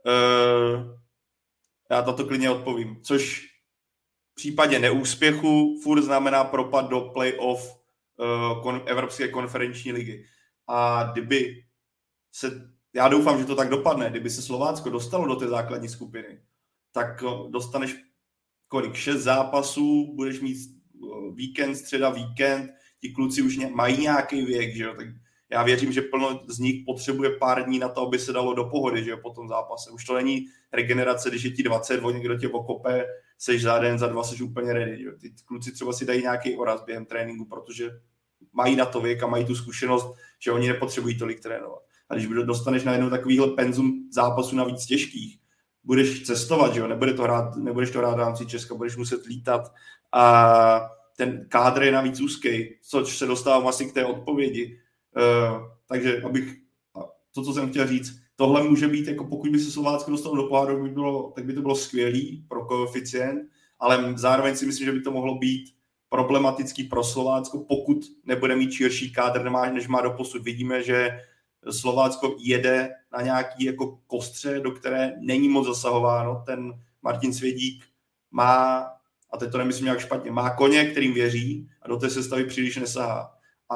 Speaker 7: Já tato klidně odpovím. Což v případě neúspěchu furt znamená propad do play-off Evropské konferenční ligy. A kdyby se, já doufám, že to tak dopadne, kdyby se Slovácko dostalo do té základní skupiny, tak dostaneš 6 zápasů, budeš mít víkend, středa, víkend, ti kluci už mají nějaký věk, že jo, tak já věřím, že plno z nich potřebuje pár dní na to, aby se dalo do pohody, že jo, po tom zápase. Už to není regenerace, když je ti 20, někdo tě okope, seš za den, za 2 seš úplně ready, že jo. Ty kluci třeba si dají nějaký oraz během tréninku, protože mají na to věk a mají tu zkušenost, že oni nepotřebují tolik trénovat. A když dostaneš najednou takovýhle penzum zápasů navíc těžkých, budeš cestovat, že jo, nebudeš to hrát v rámci Česka, budeš muset lítat a ten kádr je navíc úzký, což se dostávám asi k té odpovědi. Takže to, co jsem chtěl říct, tohle může být, jako pokud by se Slovácko dostalo do poháru, tak by to bylo skvělý pro koeficient, ale zároveň si myslím, že by to mohlo být problematický pro Slovácko, pokud nebude mít širší kádr, než má doposud. Vidíme, že Slovácko jede na nějaký jako kostře, do které není moc zasahováno. Ten Martin Svědík má, a teď to nemyslím nějak špatně, má koně, kterým věří a do té sestavy příliš nesahá.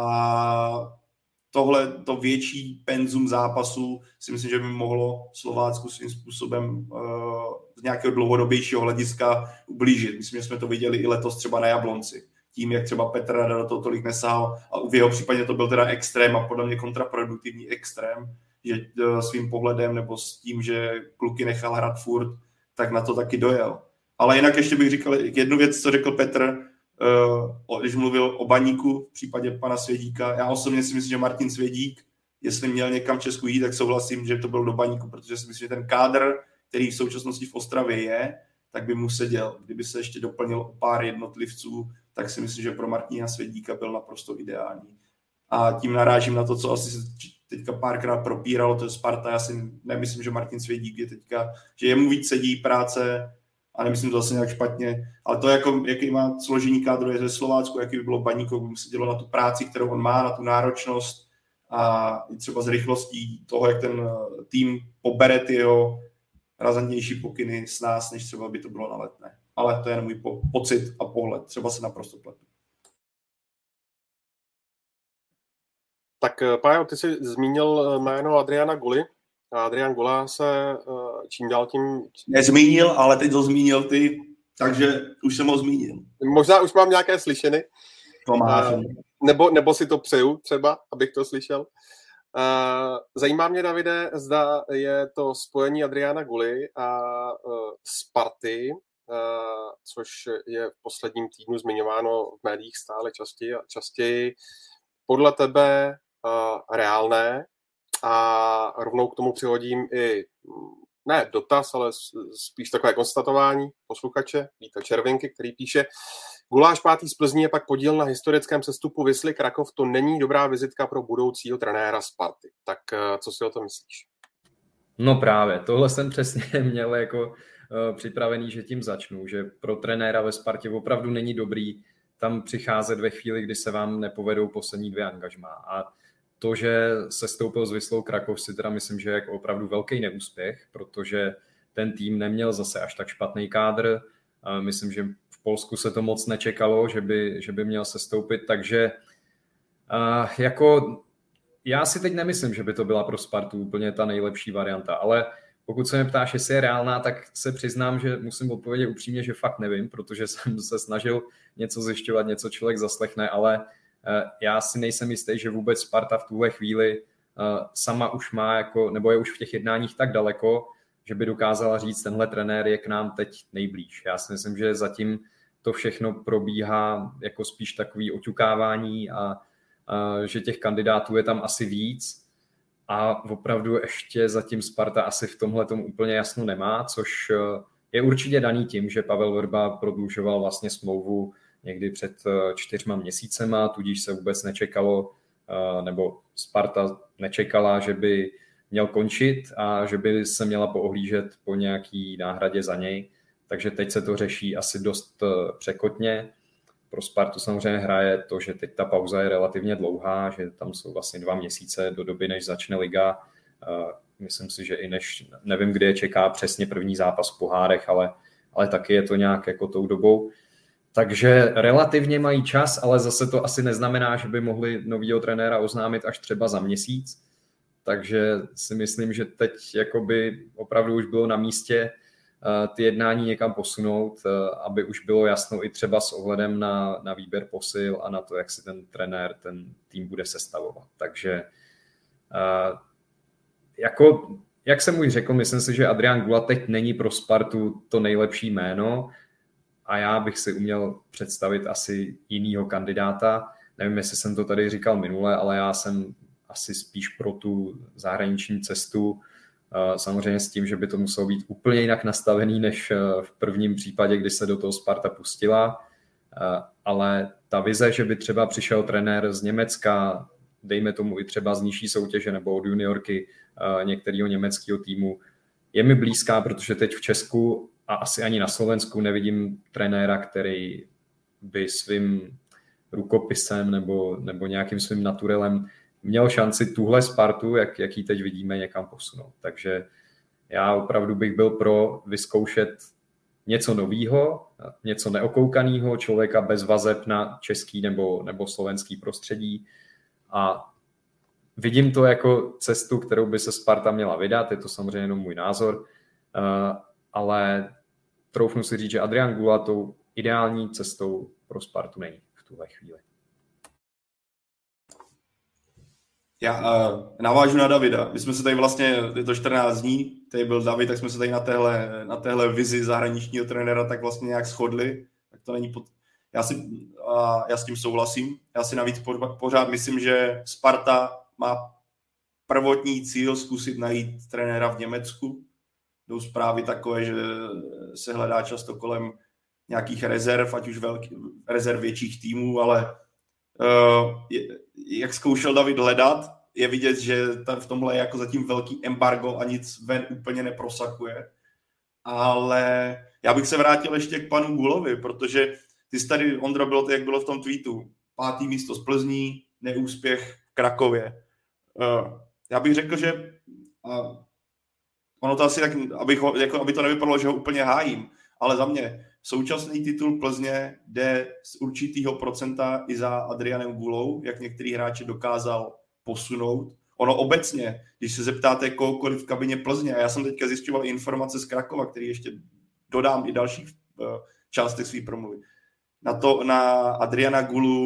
Speaker 7: A tohle, to větší penzum zápasů si myslím, že by mohlo Slovácku svým způsobem z nějakého dlouhodobějšího hlediska ublížit. Myslím, že jsme to viděli i letos třeba na Jablonci. Tím, jak třeba Petr Rada do toho tolik nesahal a v jeho případě to byl teda extrém a podle mě kontraproduktivní extrém, že svým pohledem nebo s tím, že kluky nechal hrát furt, tak na to taky dojel. Ale jinak ještě bych říkal jednu věc, co řekl Petr, když mluvil o Baníku v případě pana Svědíka. Já osobně si myslím, že Martin Svědík, jestli měl někam v Česku jít, tak souhlasím, že to byl do Baníku, protože si myslím, že ten kádr, který v současnosti v Ostravě je, tak by mu seděl. Kdyby se ještě doplnil o pár jednotlivců, tak si myslím, že pro Martina Svědíka byl naprosto ideální. A tím narážím na to, co asi se teďka párkrát propíralo, to je Sparta. Já si nemyslím, že Martin Svědík je teďka, že jemu víc sedí práce, a nemyslím to zase nějak špatně, ale to, jako, jaký má složení kádru je ze Slovácku, jaký by bylo Baníko, by mu se dělo na tu práci, kterou on má, na tu náročnost a i třeba z rychlostí toho, jak ten tým pobere ty jeho razantnější pokyny s nás, než třeba by to bylo na Letné. Ale to je můj pocit a pohled. Třeba se naprosto pletu.
Speaker 4: Tak Pájo, ty jsi zmínil jméno Adriana Guly. Adrian Gula se čím dál tím...
Speaker 7: Nezmínil, ale teď to zmínil ty, takže už jsem ho zmínil.
Speaker 4: Možná už mám nějaké slyšeny.
Speaker 7: To máš.
Speaker 4: Nebo si to přeju třeba, abych to slyšel. Zajímá mě, Davide, zda je to spojení Adriana Guly a Sparty, což je v posledním týdnu zmiňováno v médiích stále častěji. Podle tebe reálné? A rovnou k tomu přihodím i ne dotaz, ale spíš takové konstatování posluchače Víta Červinky, který píše: Guláš pátý z Plzní je pak podíl na historickém sestupu Wisly Krakov, to není dobrá vizitka pro budoucího trenéra Sparty. Tak co si o tom myslíš?
Speaker 6: No právě, tohle jsem přesně měl jako připravený, že tím začnu, že pro trenéra ve Spartě opravdu není dobrý tam přicházet ve chvíli, kdy se vám nepovedou poslední 2 angažmá. A to, že se stoupil s Wislou Krakov, si teda myslím, že je jako opravdu velký neúspěch, protože ten tým neměl zase až tak špatný kádr. Myslím, že v Polsku se to moc nečekalo, že by měl sestoupit, takže jako já si teď nemyslím, že by to byla pro Spartu úplně ta nejlepší varianta, ale pokud se mě ptáš, jestli je reálná, tak se přiznám, že musím odpovědět upřímně, že fakt nevím, protože jsem se snažil něco zjišťovat, něco člověk zaslechne, ale já si nejsem jistý, že vůbec Sparta v tuhle chvíli sama už má, jako, nebo je už v těch jednáních tak daleko, že by dokázala říct, tenhle trenér je k nám teď nejblíž. Já si myslím, že zatím to všechno probíhá jako spíš takový oťukávání a že těch kandidátů je tam asi víc a opravdu ještě zatím Sparta asi v tomhle tomu úplně jasno nemá, což je určitě daný tím, že Pavel Vrba prodlužoval vlastně smlouvu někdy před 4 měsícema, tudíž se vůbec nečekalo, nebo Sparta nečekala, že by měl končit a že by se měla poohlížet po nějaký náhradě za něj. Takže teď se to řeší asi dost překotně. Pro Spartu samozřejmě hraje to, že teď ta pauza je relativně dlouhá, že tam jsou vlastně 2 měsíce do doby, než začne liga. Myslím si, že i nevím, kdy je čeká přesně první zápas v pohárech, ale taky je to nějak jako tou dobou. Takže relativně mají čas, ale zase to asi neznamená, že by mohli novýho trenéra oznámit až třeba za měsíc. Takže si myslím, že teď jakoby opravdu už bylo na místě ty jednání někam posunout, aby už bylo jasno i třeba s ohledem na výběr posil a na to, jak si ten trenér ten tým bude sestavovat. Takže jako, jak jsem už řekl, myslím si, že Adrian Gula teď není pro Spartu to nejlepší jméno a já bych si uměl představit asi jinýho kandidáta. Nevím, jestli jsem to tady říkal minule, ale já jsem asi spíš pro tu zahraniční cestu. Samozřejmě s tím, že by to muselo být úplně jinak nastavený, než v prvním případě, kdy se do toho Sparta pustila. Ale ta vize, že by třeba přišel trenér z Německa, dejme tomu i třeba z nižší soutěže nebo od juniorky některého německého týmu, je mi blízká, protože teď v Česku a asi ani na Slovensku nevidím trenéra, který by svým rukopisem nebo nějakým svým naturelem měl šanci tuhle Spartu, jak ji teď vidíme, někam posunout. Takže já opravdu bych byl pro vyzkoušet něco novýho, něco neokoukaného, člověka bez vazeb na český nebo slovenský prostředí. A vidím to jako cestu, kterou by se Sparta měla vydat, je to samozřejmě jenom můj názor, ale troufnu si říct, že Adrian Gula tou ideální cestou pro Spartu není v tuhle chvíli.
Speaker 7: Já navážu na Davida. My jsme se tady vlastně, je to 14 dní, tady byl David, tak jsme se tady na téhle vizi zahraničního trenéra tak vlastně nějak shodli. Tak to není já s tím souhlasím. Já si navíc pořád myslím, že Sparta má prvotní cíl zkusit najít trenéra v Německu. Jdou zprávy takové, že se hledá často kolem nějakých rezerv, ať už rezerv větších týmů, ale jak zkoušel David hledat, je vidět, že v tomhle je jako zatím velký embargo a nic ven úplně neprosakuje. Ale já bych se vrátil ještě k panu Gulovi, protože ty jsi tady, Ondro, bylo to, jak bylo v tom tweetu. 5. místo z Plzní, neúspěch v Krakově. Já bych řekl, že ono to asi tak, aby to nevypadalo, že ho úplně hájím, ale za mě současný titul Plzně jde z určitýho procenta i za Adrianem Gulou, jak některý hráči dokázal posunout. Ono obecně, když se zeptáte kohokoliv v kabině Plzně, a já jsem teďka zjišťoval informace z Krakova, který ještě dodám i dalších částech svý promluvy, na Adriana Gulu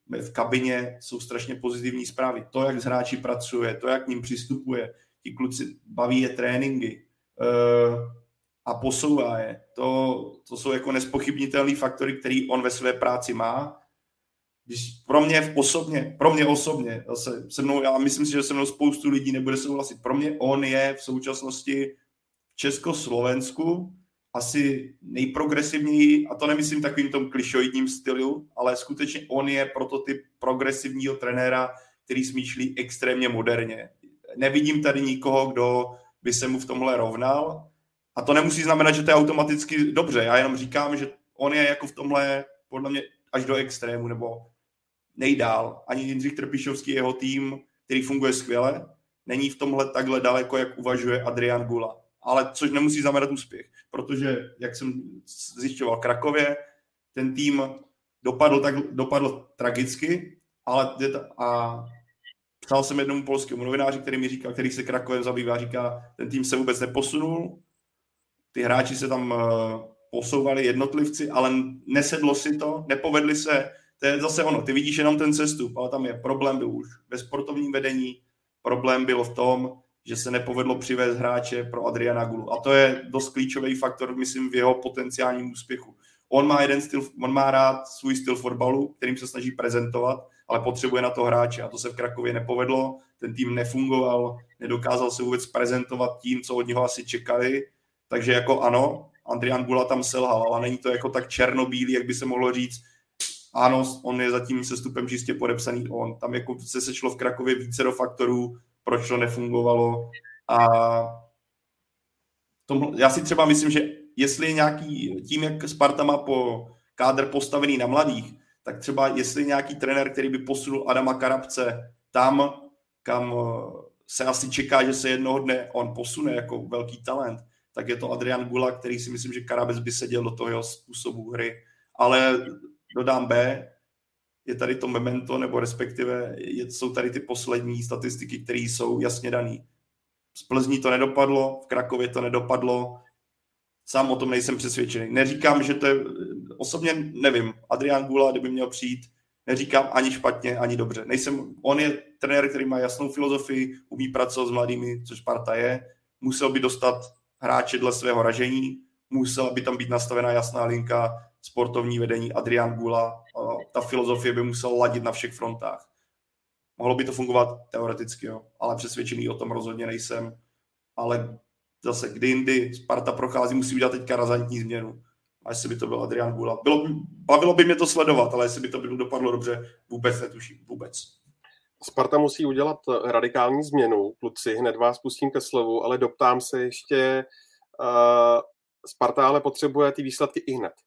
Speaker 7: v kabině jsou strašně pozitivní zprávy. To, jak s hráči pracuje, to, jak k ním přistupuje, ti kluci baví je tréninky a posouvá je. To jsou jako nespochybnitelný faktory, který on ve své práci má. Pro mě osobně, zase se mnou, já myslím si, že se mnou spoustu lidí nebude souhlasit. Pro mě on je v současnosti v Československu asi nejprogresivněji, a to nemyslím takovým tom klišoidním stylu, ale skutečně on je prototyp progresivního trenéra, který smýšlí extrémně moderně. Nevidím tady nikoho, kdo by se mu v tomhle rovnal, a to nemusí znamenat, že to je automaticky dobře. Já jenom říkám, že on je jako v tomhle podle mě až do extrému, nebo nejdál. Ani Jindřich Trpišovský, jeho tým, který funguje skvěle, není v tomhle takhle daleko, jak uvažuje Adrian Gula. Ale což nemusí znamenat úspěch, protože, jak jsem zjišťoval v Krakově, ten tým dopadl tragicky, ale a psal jsem jednomu polskému novináři, který mi říkal, který se Krakovem zabývá, říká, ten tým se vůbec neposunul, ty hráči se tam posouvali, jednotlivci, ale nesedlo si to, nepovedli se, to je zase ono, ty vidíš jenom ten sestup, ale tam je problém byl už ve sportovním vedení, problém byl v tom, že se nepovedlo přivést hráče pro Adriana Gulu. A to je dost klíčový faktor, myslím, v jeho potenciálním úspěchu. On má rád svůj styl fotbalu, kterým se snaží prezentovat, ale potřebuje na to hráče. A to se v Krakově nepovedlo, ten tým nefungoval, nedokázal se vůbec prezentovat tím, co od něho asi čekali. Takže jako ano, Adrian Gula tam selhal, ale není to jako tak černobílý, jak by se mohlo říct. Ano, on je zatím sestupem čistě podepsaný on. Tam jako se sešlo v Krakově více do faktorů, proč to nefungovalo. A já si třeba myslím, že jestli je nějaký, tím, jak Sparta má kádr postavený na mladých, tak třeba jestli nějaký trenér, který by posunul Adama Karabce tam, kam se asi čeká, že se jednoho dne on posune jako velký talent, tak je to Adrian Gula, který si myslím, že Karabec by seděl do toho jeho způsobu hry. Ale dodám B, je tady to memento, nebo respektive jsou tady ty poslední statistiky, které jsou jasně daný. Z Plzní to nedopadlo, v Krakově to nedopadlo, sám o tom nejsem přesvědčený. Neříkám, že to je, osobně nevím, Adrian Gula, kdyby měl přijít, neříkám ani špatně, ani dobře. On je trenér, který má jasnou filozofii, umí pracovat s mladými, což Sparta je, musel by dostat hráče dle svého ražení, musela by tam být nastavená jasná linka, sportovní vedení Adrian Gula, ta filozofie by musela ladit na všech frontách. Mohlo by to fungovat teoreticky, jo, ale přesvědčený o tom rozhodně nejsem. Ale zase, kdy jindy Sparta prochází, musí udělat teďka razantní změnu. A jestli by to byl Adrian Gula. Bavilo by mě to sledovat, ale jestli by to dopadlo dobře, vůbec netuším. Vůbec.
Speaker 4: Sparta musí udělat radikální změnu. Kluci, hned vás pustím ke slovu, ale doptám se ještě. Sparta ale potřebuje ty výsledky i hned.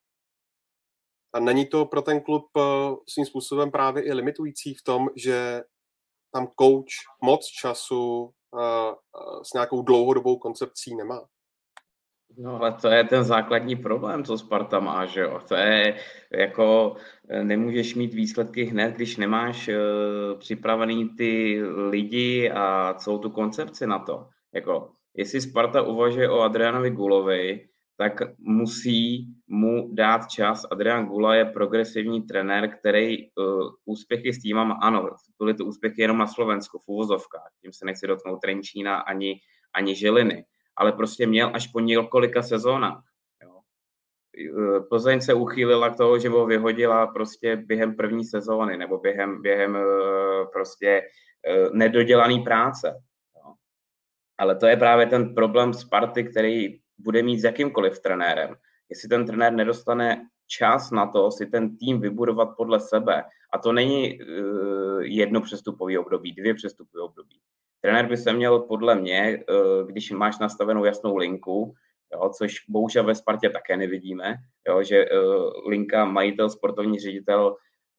Speaker 4: A není to pro ten klub svým způsobem právě i limitující v tom, že tam coach moc času s nějakou dlouhodobou koncepcí nemá?
Speaker 5: No ale to je ten základní problém, co Sparta má, že jo. To je jako, nemůžeš mít výsledky hned, když nemáš připravený ty lidi a celou tu koncepci na to. Jako, jestli Sparta uvažuje o Adrianovi Gulovi, tak musí mu dát čas. Adrian Gula je progresivní trenér, který úspěchy s týmama, ano, byly to úspěchy jenom na Slovensku, v uvozovkách, tím se nechci dotknout Trenčína ani Žiliny, ale prostě měl až po několika sezónách. Jo. Plzeň se uchýlila k toho, že ho vyhodila prostě během první sezóny nebo během prostě nedodělaný práce. Jo. Ale to je právě ten problém Sparty, který bude mít s jakýmkoliv trenérem. Jestli ten trenér nedostane čas na to si ten tým vybudovat podle sebe, a to není jedno přestupový období, 2 přestupové období. Trenér by se měl podle mě, když máš nastavenou jasnou linku, jo, což bohužel ve Spartě také nevidíme, jo, že linka majitel, sportovní ředitel,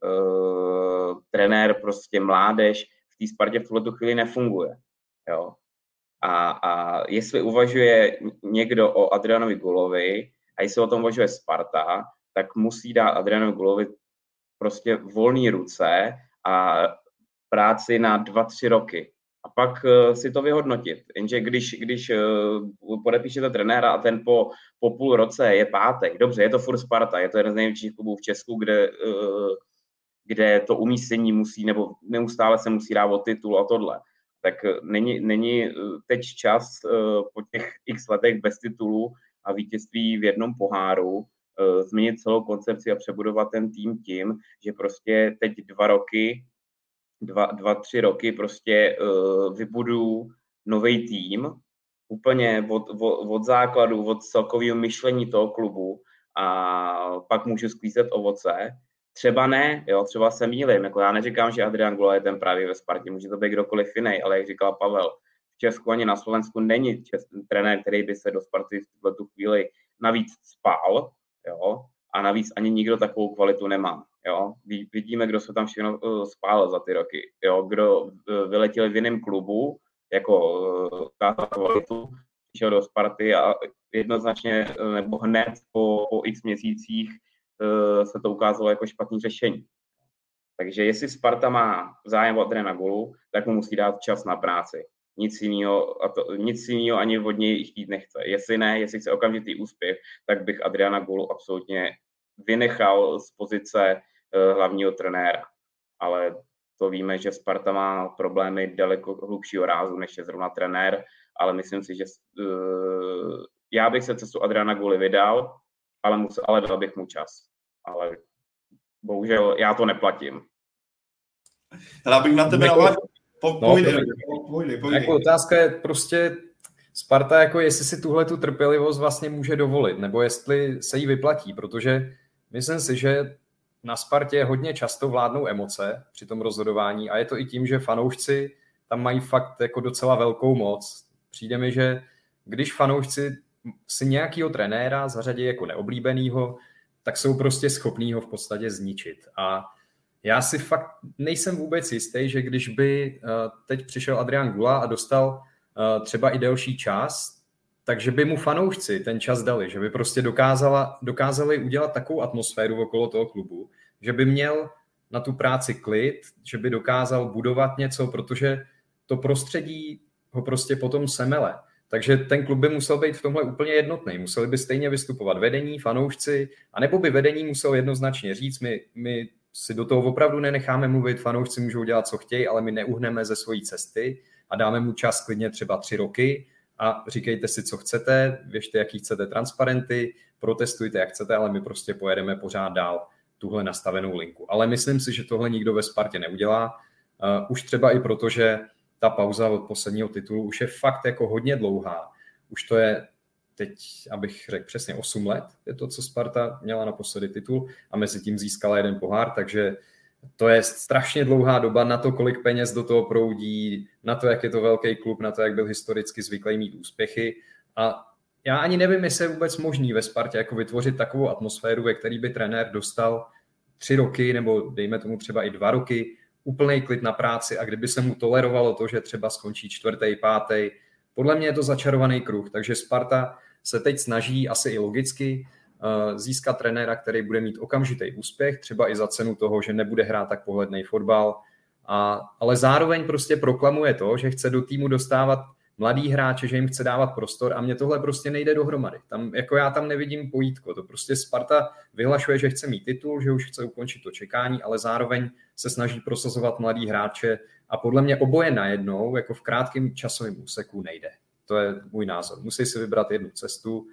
Speaker 5: trenér, prostě mládež v té Spartě v tuhle chvíli nefunguje. Jo. A jestli uvažuje někdo o Adrianovi Gulovi a jestli o tom uvažuje Sparta, tak musí dát Adrianovi Gulovi prostě volné ruce a práci na 2-3 roky. A pak si to vyhodnotit. Jenže když podepíšete trenéra a ten po půl roce je pátek, dobře, je to furt Sparta, je to jeden z největších klubů v Česku, kde kde to umístění musí, nebo neustále se musí dát o titul a tohle. Tak není teď čas po těch x letech bez titulu a vítězství v jednom poháru změnit celou koncepci a přebudovat ten tým tím, že prostě teď 2-3 roky prostě vybuduju nový tým, úplně od základu, od celkového myšlení toho klubu a pak můžu sklízet ovoce. Třeba ne, jo, třeba se mýlím, jako já neříkám, že Adrian Gula je ten právě ve Spartě, může to být kdokoliv jiný, ale jak říkal Pavel, v Česku ani na Slovensku není trenér, který by se do Sparty v tu chvíli navíc spál, jo, a navíc ani nikdo takovou kvalitu nemá, jo. Vidíme, kdo se tam všechno spál za ty roky, jo, kdo vyletěl v jiném klubu, jako kvalitu, přišel do Sparty a jednoznačně nebo hned po x měsících se to ukázalo jako špatné řešení. Takže jestli Sparta má zájem o Adriana Gulu, tak mu musí dát čas na práci. Nic jiného ani od něj chtít nechce. Jestli chce okamžitý úspěch, tak bych Adriana Gulu absolutně vynechal z pozice hlavního trenéra. Ale to víme, že Sparta má problémy daleko hlubšího rázu, než je zrovna trenér, ale myslím si, že já bych se cestu Adriana Guly vydal, ale dal bych mu čas. Ale bohužel já to neplatím.
Speaker 7: Já bych na tebe Pojdej.
Speaker 6: Jako otázka je prostě Sparta, jako jestli si tuhle tu trpělivost vlastně může dovolit, nebo jestli se jí vyplatí, protože myslím si, že na Spartě hodně často vládnou emoce při tom rozhodování a je to i tím, že fanoušci tam mají fakt jako docela velkou moc. Přijde mi, že když fanoušci si nějakýho trenéra zařadí jako neoblíbenýho, tak jsou prostě schopní ho v podstatě zničit. A já si fakt nejsem vůbec jistý, že když by teď přišel Adrian Gula a dostal třeba i delší čas, takže by mu fanoušci ten čas dali, že by prostě dokázali udělat takovou atmosféru okolo toho klubu, že by měl na tu práci klid, že by dokázal budovat něco, protože to prostředí ho prostě potom semele. Takže ten klub by musel být v tomhle úplně jednotný. Museli by stejně vystupovat vedení, fanoušci, anebo by vedení musel jednoznačně říct, my si do toho opravdu nenecháme mluvit, fanoušci můžou dělat, co chtějí, ale my neuhneme ze svojí cesty a dáme mu čas klidně třeba 3 roky a říkejte si, co chcete, věřte, jaký chcete transparenty, protestujte, jak chcete, ale my prostě pojedeme pořád dál tuhle nastavenou linku. Ale myslím si, že tohle nikdo ve Spartě neudělá. Už třeba i proto, že ta pauza od posledního titulu už je fakt jako hodně dlouhá. Už to je teď, abych řekl přesně 8 let, je to, co Sparta měla naposledy titul a mezi tím získala 1 pohár, takže to je strašně dlouhá doba na to, kolik peněz do toho proudí, na to, jak je to velký klub, na to, jak byl historicky zvyklý mít úspěchy. A já ani nevím, jestli je vůbec možný ve Spartě jako vytvořit takovou atmosféru, ve který by trenér dostal 3 roky nebo dejme tomu třeba i 2 roky úplný klid na práci a kdyby se mu tolerovalo to, že třeba skončí 4., 5. Podle mě je to začarovaný kruh, takže Sparta se teď snaží asi i logicky získat trenéra, který bude mít okamžitý úspěch, třeba i za cenu toho, že nebude hrát tak pohlednej fotbal, ale zároveň prostě proklamuje to, že chce do týmu dostávat mladý hráče, že jim chce dávat prostor a mně tohle prostě nejde dohromady. Jako já tam nevidím pojítko. To prostě Sparta vyhlašuje, že chce mít titul, že už chce ukončit to čekání, ale zároveň se snaží prosazovat mladý hráče a podle mě oboje najednou, jako v krátkém časovém úseku nejde. To je můj názor. Musí si vybrat jednu cestu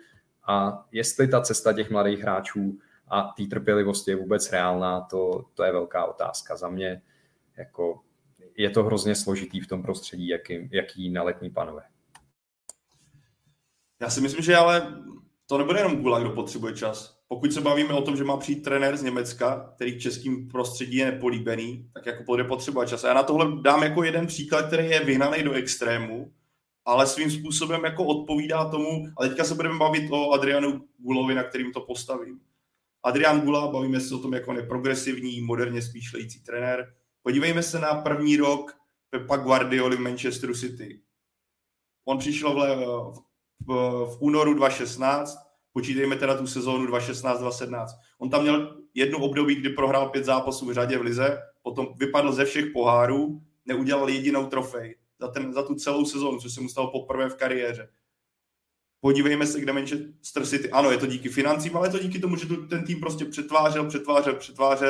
Speaker 6: a jestli ta cesta těch mladých hráčů a té trpělivosti je vůbec reálná, to je velká otázka. Za mě jako je to hrozně složitý v tom prostředí, jaký na Letní panuje.
Speaker 7: Já si myslím, že ale to nebude jenom Gula, kdo potřebuje čas. Pokud se bavíme o tom, že má přijít trenér z Německa, který v českém prostředí je nepolíbený, tak jako bude potřebovat čas. A já na tohle dám jako jeden příklad, který je vyhnaný do extrému, ale svým způsobem jako odpovídá tomu, a teďka se budeme bavit o Adrianu Gulovi, na kterým to postavím. Adrian Gula, bavíme se o tom jako neprogresivní, moderně smýšlející trenér. Podívejme se na první rok Pepa Guardioli v Manchesteru City. On přišel v únoru 2016, počítejme teda tu sezónu 2016-2017. On tam měl jedno období, kdy prohrál 5 zápasů v řadě v lize, potom vypadl ze všech pohárů, neudělal jedinou trofej za tu celou sezónu, což se mu stalo poprvé v kariéře. Podívejme se, kde Manchester City, ano, je to díky financím, ale je to díky tomu, že ten tým prostě přetvářel,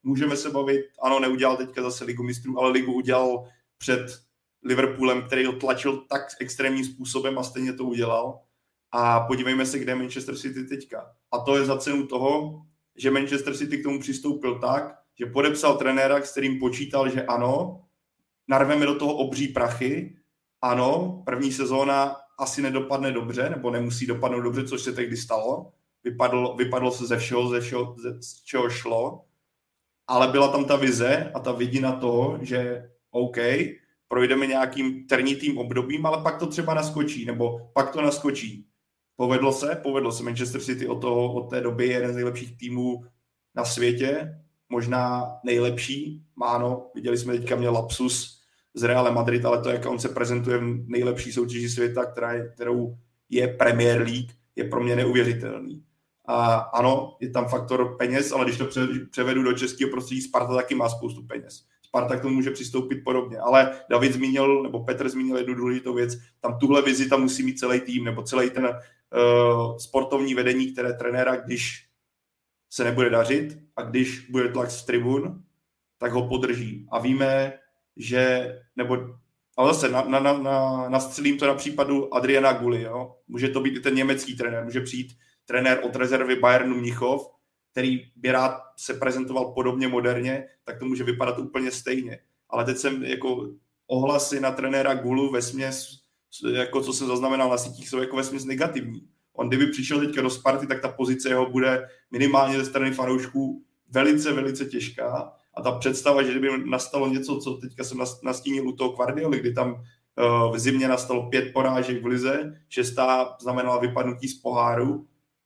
Speaker 7: můžeme se bavit, ano, neudělal teďka zase Ligu mistrů, ale Ligu udělal před Liverpoolem, který ho tlačil tak extrémním způsobem a stejně to udělal. A podívejme se, kde je Manchester City teďka. A to je za cenu toho, že Manchester City k tomu přistoupil tak, že podepsal trenéra, s kterým počítal, že ano, narveme do toho obří prachy, ano, první sezóna asi nedopadne dobře, nebo nemusí dopadnout dobře, což se tehdy stalo. Vypadlo se ze všeho, z čeho šlo, ale byla tam ta vize a ta vidina toho, že OK, projdeme nějakým trnitým obdobím, ale pak to třeba naskočí, nebo pak to naskočí. Povedlo se. Manchester City od té doby je jeden z nejlepších týmů na světě, možná nejlepší. Ano, viděli jsme teďka měl lapsus z Real Madrid, ale to, jak on se prezentuje v nejlepší soutěži světa, kterou je Premier League, je pro mě neuvěřitelný. A ano, je tam faktor peněz, ale když to převedu do českého prostředí, Sparta taky má spoustu peněz. Sparta k tomu může přistoupit podobně, ale David zmínil, nebo Petr zmínil jednu důležitou věc, tam tuhle vizi tam musí mít celý tým, nebo celý ten sportovní vedení, které trenéra, když se nebude dařit a když bude tlak z tribun, tak ho podrží. A víme, že, ale zase nastřelím to na případu Adriana Gully, jo? Může to být i ten německý trenér, může přijít trenér od rezervy Bayernu Mnichov, který by rád se prezentoval podobně moderně, tak to může vypadat úplně stejně. Ale teď jsem jako ohlasy na trenéra Gulu vesměs, jako co jsem zaznamenal na sítích, jsou jako vesměs negativní. On kdyby přišel teďka do Sparty, tak ta pozice jeho bude minimálně ze strany fanoušků velice, velice těžká. A ta představa, že kdyby nastalo něco, co teďka jsem nastínil u toho Guardioli, kdy tam v zimě nastalo 5 porážek v lize, 6. znamenala vypadnutí z poháru,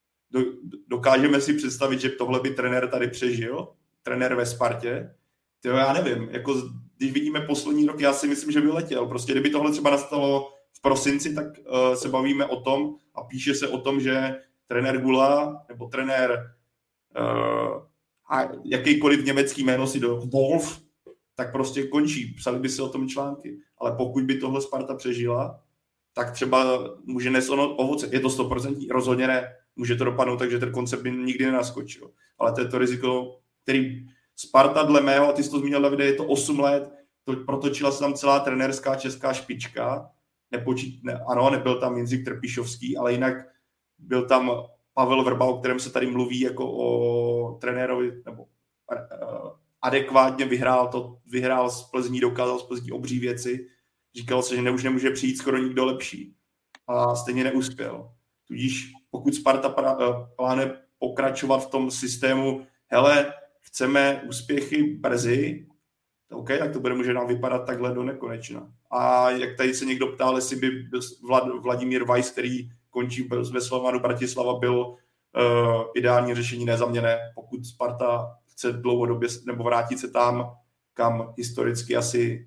Speaker 7: dokážeme si představit, že tohle by trenér tady přežil, trenér ve Spartě. Tyjo, já nevím, jako když vidíme poslední rok, já si myslím, že by letěl. Prostě kdyby tohle třeba nastalo v prosinci, tak se bavíme o tom a píše se o tom, že trenér Gula nebo trenér jakýkoliv německý jméno si do Wolf, tak prostě končí. Psali by se o tom články. Ale pokud by tohle Sparta přežila, tak třeba může nést ovoce. Je to 100%? Rozhodně ne. Může to dopadnout, takže ten koncept by nikdy nenaskočil. Ale to je to riziko, který Sparta dle mého, a ty jsi to zmínil, Davide, je to 8 let, protočila se tam celá trenérská česká špička. Ano, nebyl tam Jindřich Trpišovský, ale jinak byl tam Pavel Vrba, o kterém se tady mluví jako o trenérovi, nebo adekvátně vyhrál z Plzní, dokázal z Plzní obří věci. Říkalo se, že už nemůže přijít skoro nikdo lepší. A stejně neuspěl. Tudíž pokud Sparta plánuje pokračovat v tom systému, hele, chceme úspěchy brzy, OK, tak to bude možná vypadat takhle do nekonečna. A jak tady se někdo ptal, jestli by Vladimír Weiss, který končí ve Slovanu Bratislava, byl ideální řešení, ne za mě ne. Pokud Sparta chce dlouhodobě nebo vrátit se tam, kam historicky asi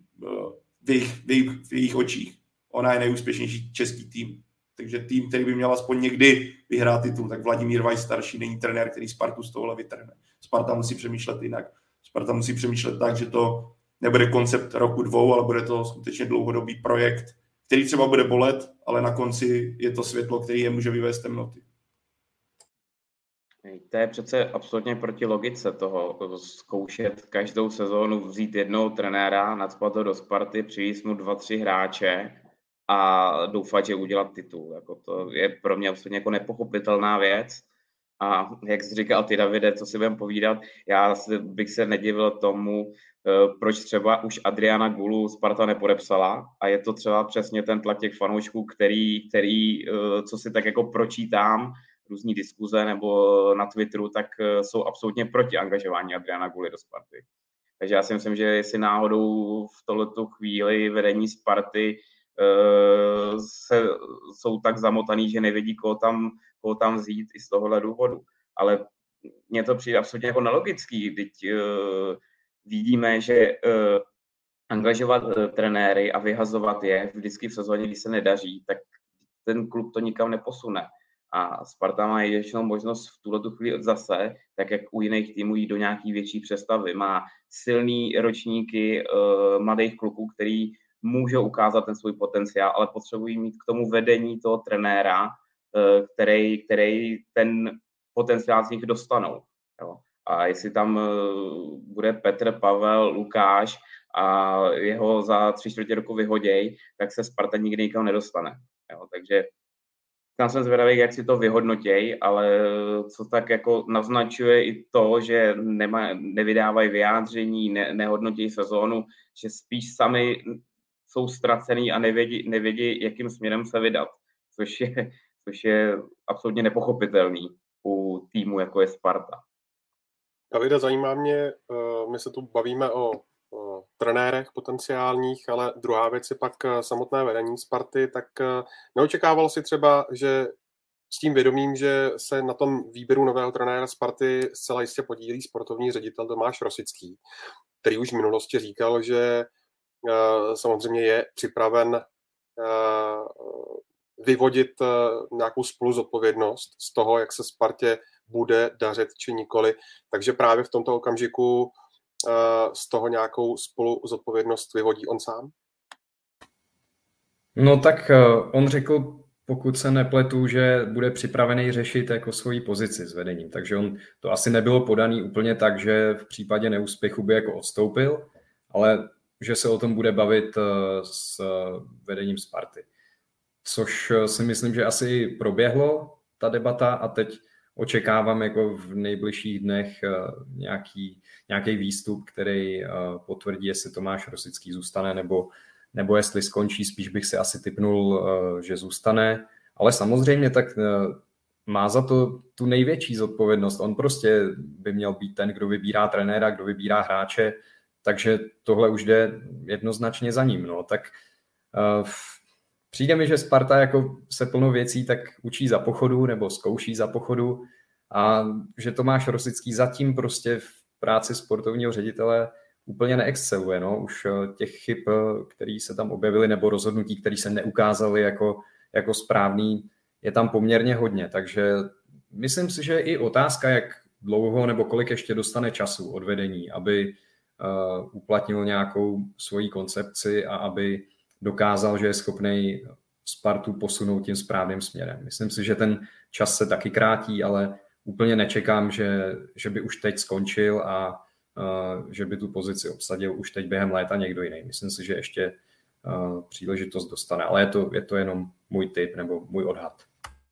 Speaker 7: v jejich očích. Ona je nejúspěšnější český tým. Takže tým, který by měl aspoň někdy vyhrát titul, tak Vladimír Weiss starší není trenér, který Spartu z tohohle vytrhne. Sparta musí přemýšlet jinak. Sparta musí přemýšlet tak, že to nebude koncept roku 2, ale bude to skutečně dlouhodobý projekt, který třeba bude bolet, ale na konci je to světlo, který je může vyvést temnoty.
Speaker 5: To je přece absolutně proti logice toho zkoušet každou sezónu, vzít jednoho trenéra, nacpat ho do Sparty, přivést mu 2-3 hráče a doufat, že udělat titul. Jako to je pro mě absolutně jako nepochopitelná věc. A jak jsi říkal ty, Davide, co si budeme povídat, já bych se nedivil tomu, proč třeba už Adriana Gulu Sparta nepodepsala, a je to třeba přesně ten tlak těch fanoušků, který co si tak jako pročítám, různý diskuze nebo na Twitteru, tak jsou absolutně proti angažování Adriana Guly do Sparty. Takže já si myslím, že jestli náhodou v tohleto chvíli vedení Sparty jsou tak zamotaný, že nevědí, koho tam vzít i z tohohle důvodu. Ale mně to přijde absolutně jako nelogický. Teď vidíme, že angažovat trenéry a vyhazovat je vždycky v sezóně, když se nedaří, tak ten klub to nikam neposune. A Sparta má jedinečnou možnost v tuhletu chvíli zase, tak jak u jiných týmů, jít do nějaký větší přestavy. Má silný ročníky mladých kluků, který můžou ukázat ten svůj potenciál, ale potřebují mít k tomu vedení toho trenéra, který ten potenciál z nich dostanou. Jo. A jestli tam bude Petr, Pavel, Lukáš a jeho za 3/4 roku vyhoděj, tak se Sparta nikdy nikam nedostane. Jo, takže tam jsem zvědavý, jak si to vyhodnotěj, ale co tak jako naznačuje i to, že nevydávají vyjádření, nehodnotí sezónu, že spíš sami jsou ztracený a nevědí, jakým směrem se vydat, což je absolutně nepochopitelný u týmu, jako je Sparta.
Speaker 4: Davide, zajímá mě, my se tu bavíme o trenérech potenciálních, ale druhá věc je pak samotné vedení Sparty, tak neočekával si třeba, že s tím vědomím, že se na tom výběru nového trenéra Sparty zcela jistě podílí sportovní ředitel Tomáš Rosický, který už v minulosti říkal, že samozřejmě je připraven vyvodit nějakou spoluzodpovědnost z toho, jak se Spartě bude dařit či nikoli. Takže právě v tomto okamžiku z toho nějakou spoluzodpovědnost vyvodí on sám?
Speaker 6: No tak on řekl, pokud se nepletu, že bude připravený řešit jako svoji pozici s vedením. Takže on to asi nebylo podaný úplně tak, že v případě neúspěchu by jako odstoupil, ale že se o tom bude bavit s vedením Sparty. Což si myslím, že asi proběhlo ta debata a teď očekávám jako v nejbližších dnech nějaký výstup, který potvrdí, jestli Tomáš Rosický zůstane nebo jestli skončí. Spíš bych si asi tipnul, že zůstane. Ale samozřejmě tak má za to tu největší zodpovědnost. On prostě by měl být ten, kdo vybírá trenéra, kdo vybírá hráče, takže tohle už jde jednoznačně za ním. No. Tak přijde mi, že Sparta jako se plno věcí tak učí za pochodu nebo zkouší za pochodu a že Tomáš Rosický zatím prostě v práci sportovního ředitele úplně neexceluje. No. Už těch chyb, které se tam objevily, nebo rozhodnutí, které se neukázaly jako správný, je tam poměrně hodně. Takže myslím si, že i otázka, jak dlouho nebo kolik ještě dostane času od vedení, aby uplatnil nějakou svoji koncepci a aby dokázal, že je schopný Spartu posunout tím správným směrem. Myslím si, že ten čas se taky krátí, ale úplně nečekám, že by už teď skončil a že by tu pozici obsadil už teď během léta někdo jiný. Myslím si, že ještě příležitost dostane, ale je to jenom můj tip nebo můj odhad.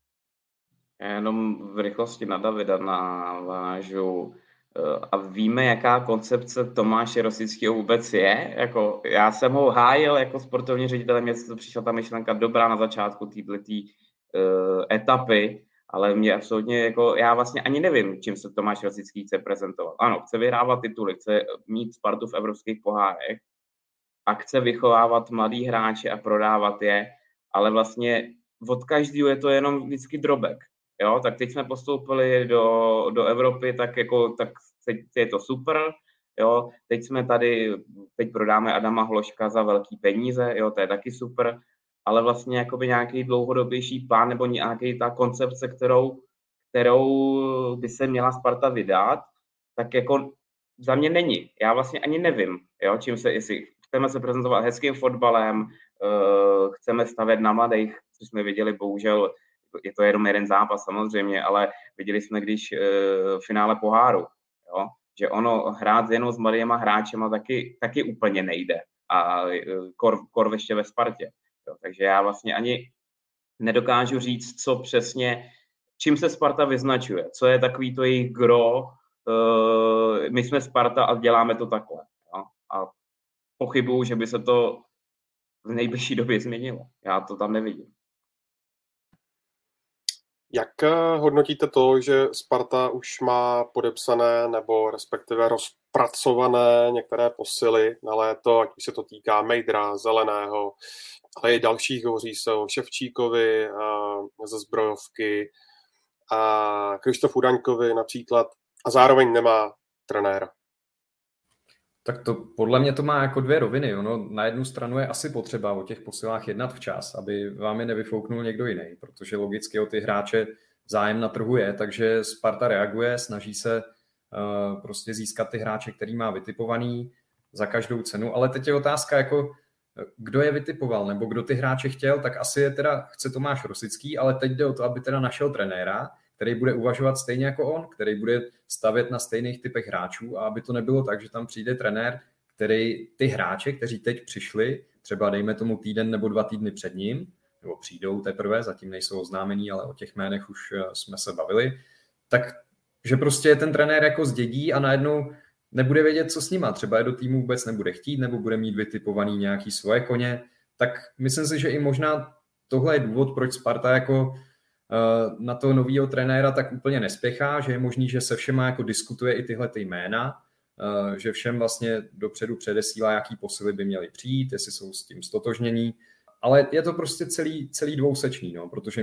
Speaker 5: Já jenom v rychlosti na Davida navážu. A víme, jaká koncepce Tomáše Rosického vůbec je? Jako, já jsem ho hájil jako sportovní ředitel, mně to přišla ta myšlenka dobrá na začátku této etapy, ale mě absolutně, jako, já vlastně ani nevím, čím se Tomáš Rosický chce prezentovat. Ano, chce vyhrávat tituly, chce mít Spartu v evropských pohárech a chce vychovávat mladý hráče a prodávat je, ale vlastně od každého je to jenom vždycky drobek. Jo, tak teď jsme postoupili do Evropy, tak je to super. Jo, teď prodáme Adama Hloška za velký peníze, jo, to je taky super, ale vlastně jakoby nějaký dlouhodobější plán nebo nějaký ta koncepce, kterou by se měla Sparta vydat, tak jako za mě není. Já vlastně ani nevím, jo, jestli chceme se prezentovat hezkým fotbalem, chceme stavět na mladých, což jsme viděli, bohužel, je to jenom jeden zápas samozřejmě, ale viděli jsme, když v finále poháru, jo, že ono hrát jenom s mladýma hráčema taky úplně nejde a kor ještě ve Spartě. Jo, takže já vlastně ani nedokážu říct, co přesně, čím se Sparta vyznačuje, co je takový to jejich gro, my jsme Sparta a děláme to takhle. Jo, a pochybuju, že by se to v nejbližší době změnilo. Já to tam nevidím.
Speaker 4: Jak hodnotíte to, že Sparta už má podepsané nebo respektive rozpracované některé posily na léto, ať už se to týká Mejdra, Zeleného, ale i dalších, hovoří se o Ševčíkovi ze Zbrojovky a Krištofu Daňkovi například, a zároveň nemá trenéra?
Speaker 6: Tak to podle mě to má jako dvě roviny. Ono na jednu stranu je asi potřeba o těch posilách jednat včas, aby vám je nevyfouknul někdo jiný, protože logicky o ty hráče zájem na trhu je, takže Sparta reaguje, snaží se prostě získat ty hráče, který má vytipovaný za každou cenu, ale teď je otázka, jako kdo je vytipoval, nebo kdo ty hráče chtěl, tak asi je teda chce Tomáš Rosický, ale teď jde o to, aby teda našel trenéra, který bude uvažovat stejně jako on, který bude stavět na stejných typech hráčů a aby to nebylo tak, že tam přijde trenér, který ty hráče, kteří teď přišli, třeba dejme tomu týden nebo 2 týdny před ním, nebo přijdou teprve, zatím nejsou oznámení, ale o těch jménech už jsme se bavili, tak že prostě ten trenér jako zdědí a najednou nebude vědět, co s nima. Třeba je do týmu vůbec nebude chtít, nebo bude mít vytipovaný nějaký svoje koně. Tak myslím si, že i možná tohle je důvod, proč Sparta jako na toho nového trenéra tak úplně nespěchá, že je možný, že se všema jako diskutuje i tyhle ty jména, že všem vlastně dopředu předesílá, jaký posily by měly přijít, jestli jsou s tím stotožnění. Ale je to prostě celý dvousečný, no, protože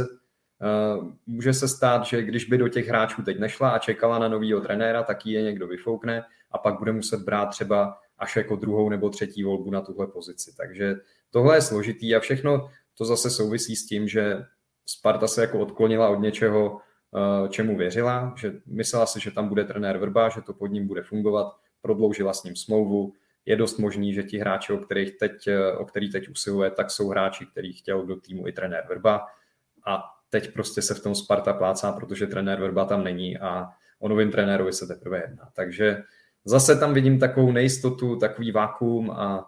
Speaker 6: může se stát, že když by do těch hráčů teď nešla a čekala na novýho trenéra, tak ji je někdo vyfoukne a pak bude muset brát třeba až jako 2. nebo 3. volbu na tuhle pozici. Takže tohle je složitý a všechno to zase souvisí s tím, že Sparta se jako odklonila od něčeho, čemu věřila, že myslela si, že tam bude trenér Vrba, že to pod ním bude fungovat, prodloužila s ním smlouvu. Je dost možný, že ti hráči, o který teď usiluje, tak jsou hráči, který chtěl do týmu i trenér Vrba a teď prostě se v tom Sparta plácá, protože trenér Vrba tam není a o novém trenérovi se teprve jedná. Takže zase tam vidím takovou nejistotu, takový vákuum a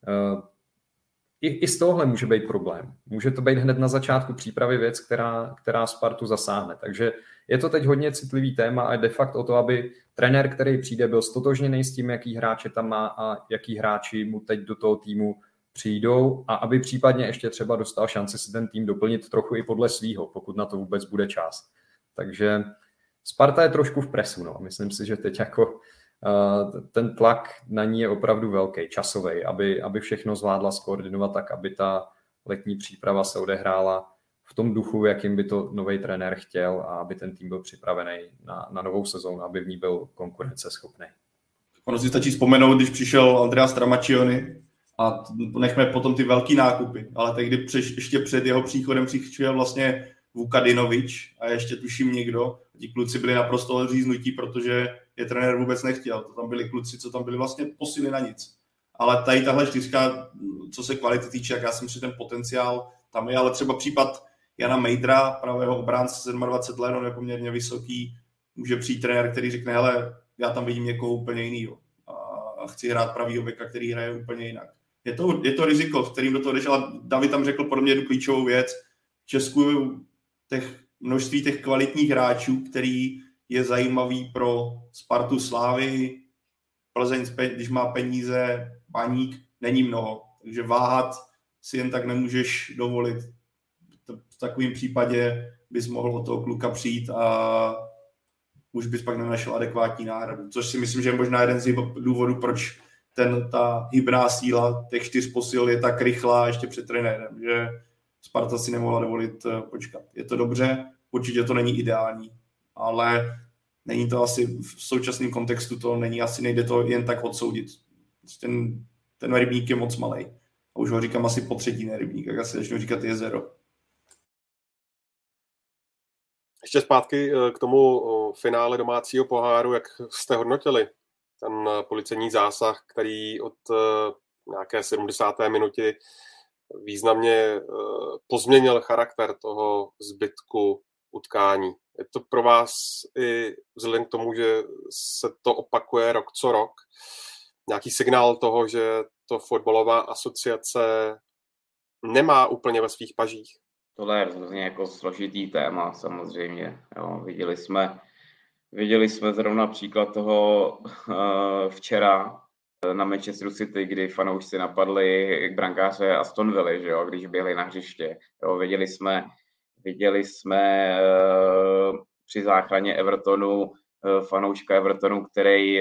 Speaker 6: i z tohohle může být problém. Může to být hned na začátku přípravy věc, která Spartu zasáhne. Takže je to teď hodně citlivý téma a je de facto o to, aby trenér, který přijde, byl stotožněný s tím, jaký hráče tam má a jaký hráči mu teď do toho týmu přijdou a aby případně ještě třeba dostal šanci si ten tým doplnit trochu i podle svýho, pokud na to vůbec bude čas. Takže Sparta je trošku v presu, no. Myslím si, že teď jako ten tlak na ní je opravdu velký, časový, aby všechno zvládla skoordinovat tak, aby ta letní příprava se odehrála v tom duchu, jakým by to nový trenér chtěl a aby ten tým byl připravený na novou sezónu, aby v ní byl konkurenceschopný.
Speaker 7: Ono si stačí vzpomenout, když přišel Andrea Stramaccioni a nechme potom ty velký nákupy, ale tehdy ještě před jeho příchodem přišel vlastně Vukadinovič a ještě tuším někdo. Ti kluci byli naprosto odříznutí, protože je trenér vůbec nechtěl. To tam byli kluci, co tam byli vlastně posily na nic. Ale tady tahle 4, co se kvality týče, jak já jsem si ten potenciál tam je, ale třeba případ Jana Mejdra, pravého obránce 27 let, on je poměrně vysoký, může přijít trenér, který řekne, hele, já tam vidím někoho úplně jinýho a chci hrát pravýho beka, který hraje úplně jinak. Je to riziko, v kterým do toho jdeš, ale David tam řekl podobně jednu klíčovou věc. V Česku množství těch kvalitních hráčů, který je zajímavý pro Spartu, Slávy, Plzeň, když má peníze, Baník, není mnoho. Takže váhat si jen tak nemůžeš dovolit. V takovém případě bys mohl od toho kluka přijít a už bys pak nenašel adekvátní náhradu. Což si myslím, že je možná jeden z důvodů, proč ta hybná síla těch 4 posil je tak rychlá ještě před trenérem, že Sparta si nemohla dovolit počkat. Je to dobře, určitě to není ideální, ale není to asi v současném kontextu, nejde to jen tak odsoudit. Ten rybník je moc malej. A už ho říkám asi po 3. rybník, jak asi začnu říkat jezero.
Speaker 4: Ještě zpátky k tomu finále domácího poháru, jak jste hodnotili ten policejní zásah, který od nějaké 70. minuty významně pozměnil charakter toho zbytku utkání. Je to pro vás i vzhledem k tomu, že se to opakuje rok co rok, nějaký signál toho, že to fotbalová asociace nemá úplně ve svých pažích?
Speaker 5: Tohle je hrozně jako složitý téma samozřejmě. Jo. Viděli jsme zrovna příklad toho včera na Manchesteru City, kdy fanoušci napadli brankáře Aston Villa, že jo, když běhli na hřiště. Jo. Viděli jsme při záchraně Evertonu fanouška Evertonu, který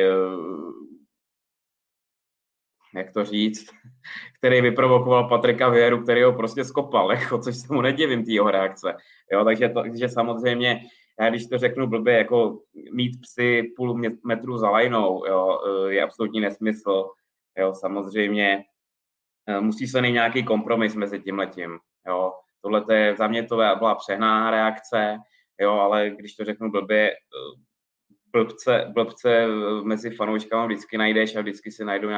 Speaker 5: jak to říct, který vyprovokoval Patrika Vieru, který ho prostě skopal, jako, což se mu nedivím té jeho reakce. Jo, takže samozřejmě, já když to řeknu blbě, jako mít psy půl metru za lajnou, jo, je absolutní nesmysl. Jo, samozřejmě musí se najít nějaký kompromis mezi tímhletím. Jo. Tohle za mě to byla přehnaná reakce, jo, ale když to řeknu blbě, blbce mezi fanouškami vždycky najdeš a vždycky si najdou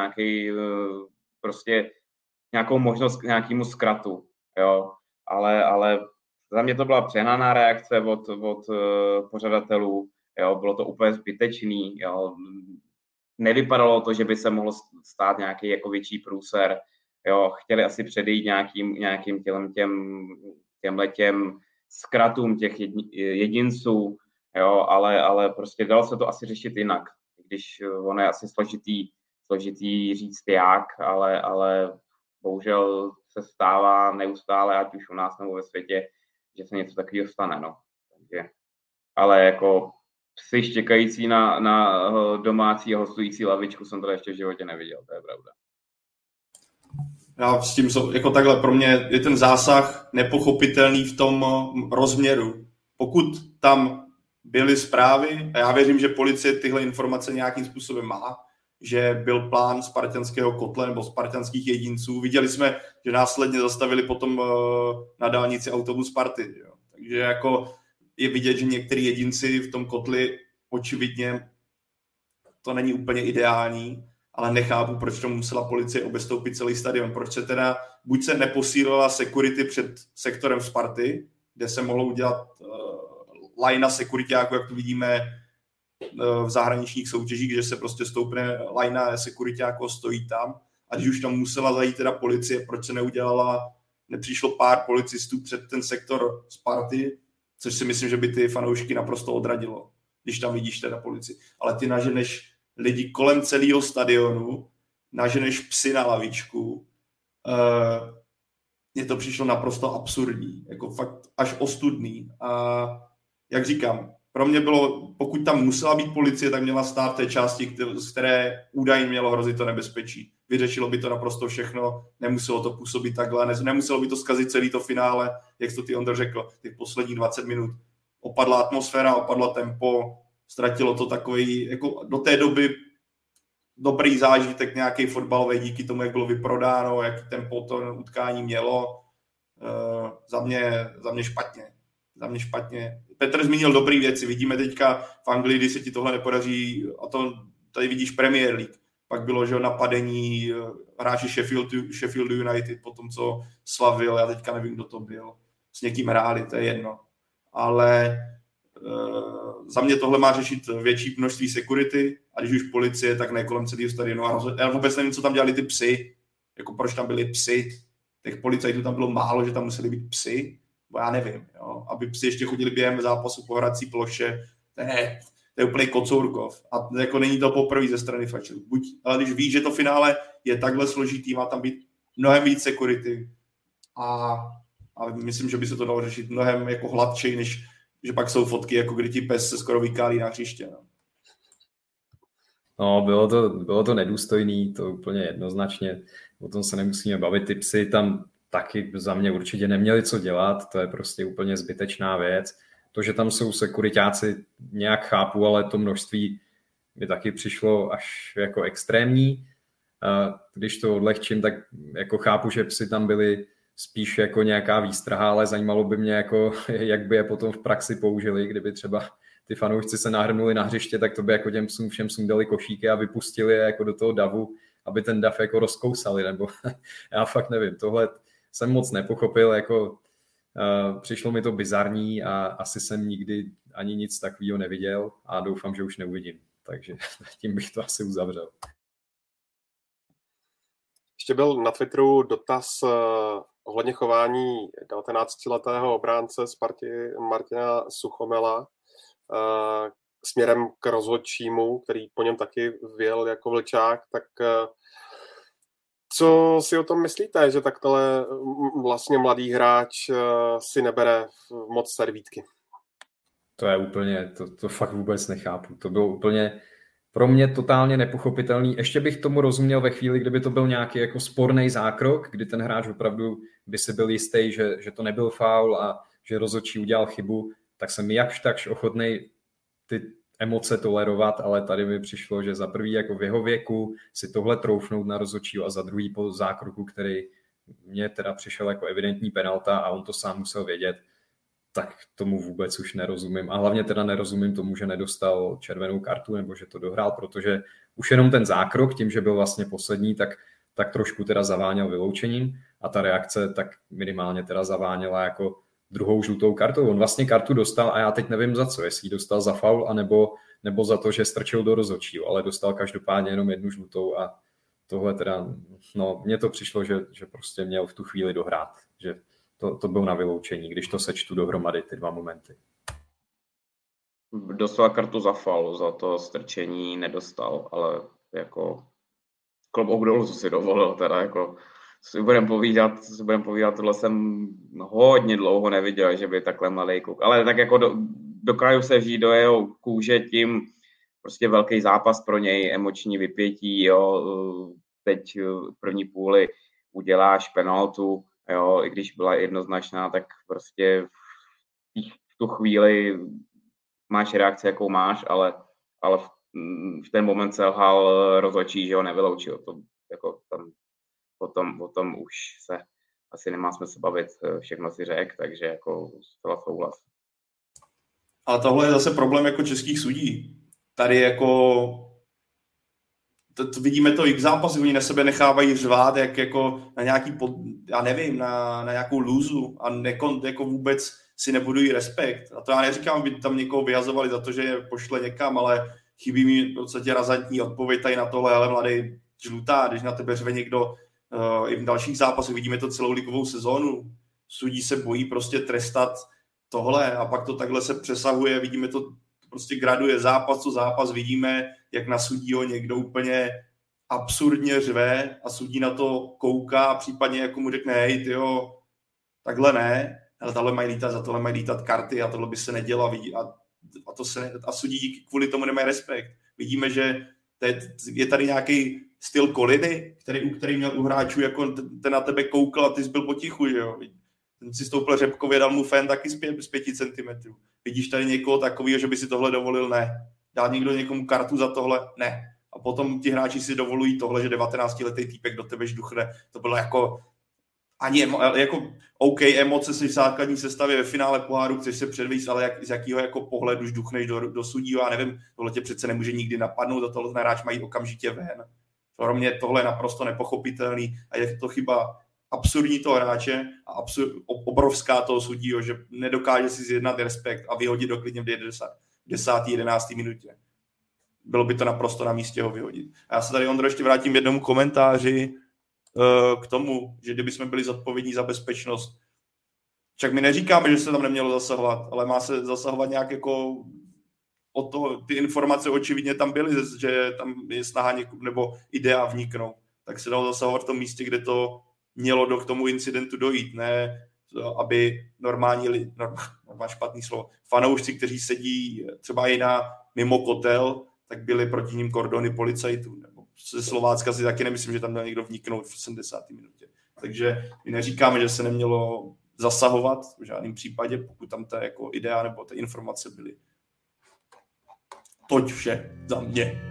Speaker 5: nějakou možnost k nějakému zkratu, jo, ale za mě to byla přehnaná reakce od pořadatelů, jo, bylo to úplně zbytečný, jo. Nevypadalo to, že by se mohlo stát nějaký jako větší průser, jo, chtěli asi předejít nějakým těmhletěm zkratům těch jedinců, jo, ale prostě dalo se to asi řešit jinak, když ono je asi složitý říct jak, ale bohužel se stává neustále, ať už u nás nebo ve světě, že se něco takového stane, no. Takže, ale jako psy štěkající na domácí a hostující lavičku jsem to ještě v životě neviděl, to je pravda.
Speaker 7: Já s tím, jako takhle, pro mě je ten zásah nepochopitelný v tom rozměru. Pokud tam byly zprávy, a já věřím, že policie tyhle informace nějakým způsobem má, že byl plán spartanského kotle nebo spartanských jedinců. Viděli jsme, že následně zastavili potom na dálnici autobus Sparty. Jo. Takže jako je vidět, že některý jedinci v tom kotli očividně to není úplně ideální, ale nechápu, proč to musela policie obestoupit celý stadion. Proč se teda, buď se neposílila security před sektorem Sparty, kde se mohlo udělat line securityáku, jak to vidíme v zahraničních soutěžích, že se prostě stoupne line securityáku a stojí tam. A když už tam musela zajít teda policie, proč se nepřišlo pár policistů před ten sektor Sparty, což si myslím, že by ty fanoušky naprosto odradilo, když tam vidíš teda policii. Ale ty naženeš lidi kolem celého stadionu, naženeš psy na lavičku. Mně to přišlo naprosto absurdní, jako fakt až ostudný. A jak říkám, pro mě bylo, pokud tam musela být policie, tak měla stát v té části, z které údajně mělo hrozit to nebezpečí. Vyřešilo by to naprosto všechno, nemuselo to působit takhle, nemuselo by to zkazit celý to finále, jak to ty Ondro řekl, těch posledních 20 minut. Opadla atmosféra, opadlo tempo, ztratilo to takový, jako do té doby dobrý zážitek nějaký fotbalový díky tomu, jak bylo vyprodáno, jak tempo to utkání mělo. Za mě špatně. Petr zmínil dobrý věci. Vidíme teďka v Anglii, když se ti tohle nepodaří, a to tady vidíš Premier League. Pak bylo, že napadení hráči Sheffield United po tom, co slavil, já teďka nevím, kdo to byl. S někým hráli, to je jedno. Ale za mě tohle má řešit větší množství security a když už policie, tak ne kolem celého stadionu. Já vůbec nevím, co tam dělali ty psy. Jako proč tam byli psy. Těch policajtů tam bylo málo, že tam museli být psy. Bo já nevím, jo. Aby psi ještě chodili během zápasu po hrací ploše, to je úplný kocourkov. A jako není to poprvé ze strany fačerů. Ale když víš, že to finále je takhle složitý, má tam být mnohem víc security a myslím, že by se to dalo řešit mnohem jako hladčej, než že pak jsou fotky, jako kdy ti pes se skoro vykálí na hřiště.
Speaker 6: No, bylo to nedůstojný, to úplně jednoznačně. O tom se nemusíme bavit. Ty psy tam taky za mě určitě neměli co dělat, to je prostě úplně zbytečná věc. To, že tam jsou sekuritáci, nějak chápu, ale to množství mi taky přišlo až jako extrémní. Když to odlehčím, tak jako chápu, že psy tam byli spíš jako nějaká výstraha, ale zajímalo by mě, jako, jak by je potom v praxi použili, kdyby třeba ty fanoušci se nahrnuli na hřiště, tak to by jako těm psům všem sundali košíky a vypustili je jako do toho davu, aby ten dav jako rozkousali, nebo já fakt nevím, tohle jsem moc nepochopil, jako přišlo mi to bizarní a asi jsem nikdy ani nic takového neviděl a doufám, že už neuvidím, takže tím bych to asi uzavřel.
Speaker 4: Ještě byl na Twitteru dotaz ohledně chování 19letého obránce Sparty Martina Suchomela směrem k rozhodčímu, který po něm taky vyjel jako vlčák, tak co si o tom myslíte, že takhle vlastně mladý hráč si nebere moc servítky?
Speaker 6: To je úplně, to fakt vůbec nechápu. To bylo úplně pro mě totálně nepochopitelný. Ještě bych tomu rozuměl ve chvíli, kdyby to byl nějaký jako sporný zákrok, kdy ten hráč opravdu by si byl jistý, že to nebyl faul a že rozhodčí udělal chybu, tak jsem jakž takž ochotnej ty emoce tolerovat, ale tady mi přišlo, že za prvý jako v jeho věku si tohle troufnout na rozhodčího a za druhý po zákroku, který mně teda přišel jako evidentní penalta a on to sám musel vědět, tak tomu vůbec už nerozumím. A hlavně teda nerozumím tomu, že nedostal červenou kartu nebo že to dohrál, protože už jenom ten zákrok, tím, že byl vlastně poslední, tak trošku teda zaváněl vyloučením a ta reakce tak minimálně teda zaváněla jako druhou žlutou kartou. On vlastně kartu dostal a já teď nevím za co, jestli ji dostal za faul, nebo za to, že strčil do rozhodčího, ale dostal každopádně jenom jednu žlutou a tohle teda, no, mně to přišlo, že prostě měl v tu chvíli dohrát, že to bylo na vyloučení, když to sečtu dohromady, ty dva momenty.
Speaker 5: Dostal kartu za faul, za to strčení nedostal, ale jako klobouk dolů, co si dovolil, teda jako si budem povídat, tohle jsem hodně dlouho neviděl, že by takhle malej kluk, ale tak jako dokážu se vžít do jeho kůže tím, prostě velký zápas pro něj, emoční vypětí, jo, teď v první půli uděláš penaltu, jo, i když byla jednoznačná, tak prostě v tu chvíli máš reakci, jakou máš, ale v ten moment selhal rozhodčí, že ho nevyloučil. To, jako tam, o tom už se asi nemá smysl bavit, všechno si řekl, takže jako zcela souhlas.
Speaker 7: Ale tohle je zase problém jako českých sudí. Tady jako vidíme to i k zápasu, oni na sebe nechávají řvát, jak jako na nějaký, já nevím, na nějakou lůzu a jako vůbec si nebudují respekt. A to já neříkám, aby tam někoho vyhazovali za to, že je pošle někam, ale chybí mi v podstatě razantní odpověď tady na tohle, ale mladý žlutá, když na tebe řve někdo i v dalších zápasech, vidíme to celou ligovou sezónu, sudí se bojí prostě trestat tohle a pak to takhle se přesahuje, vidíme to, prostě graduje zápas co zápas, vidíme, jak na sudího někdo úplně absurdně řve a sudí na to kouká, případně jako mu řekne, hej, tyjo, takhle ne, ale tohle mají lítat, za tohle mají lítat karty a tohle by se nedělo a sudí kvůli tomu nemají respekt. Vidíme, že je tady nějaký styl Koliny, který měl u hráčů, jako ten na tebe koukal a ty jsi byl potichu, že jo. Ten si stoupil Řepkově, dal mu fén taky z 5 cm. Vidíš tady někoho takového, že by si tohle dovolil? Ne. Dá někdo někomu kartu za tohle? Ne. A potom ti hráči si dovolují tohle, že 19letý týpek do tebe žduchne. To bylo jako jako OK, emoce si v základní sestavě ve finále poháru, chceš se předvíst, ale z jakého jako pohledu žduchneš do sudího, já nevím, tohle tě přece nemůže nikdy napadnout, a tohle hráč mají okamžitě ven. Pro mě tohle je naprosto nepochopitelný a je to chyba absurdní toho hráče a obrovská toho sudího, že nedokáže si zjednat respekt a vyhodit do klidně v 10. 11. minutě. Bylo by to naprosto na místě ho vyhodit. A já se tady, Ondro, ještě vrátím jednomu komentáři k tomu, že kdyby jsme byli zodpovědní za bezpečnost, však my neříkáme, že se tam nemělo zasahovat, ale má se zasahovat nějak jako o to, ty informace očividně tam byly, že tam je snaha nebo idea vniknout, tak se dalo zasahovat v tom místě, kde to mělo k tomu incidentu dojít, ne aby normální špatný slovo, fanoušci, kteří sedí třeba i mimo kotel, tak byli proti ním kordony policajtů, nebo ze Slovácka si taky nemyslím, že tam měl někdo vniknout v 70. minutě. Takže my neříkáme, že se nemělo zasahovat v žádném případě, pokud tam ta jako idea nebo ty informace byly. Toť vše za mě.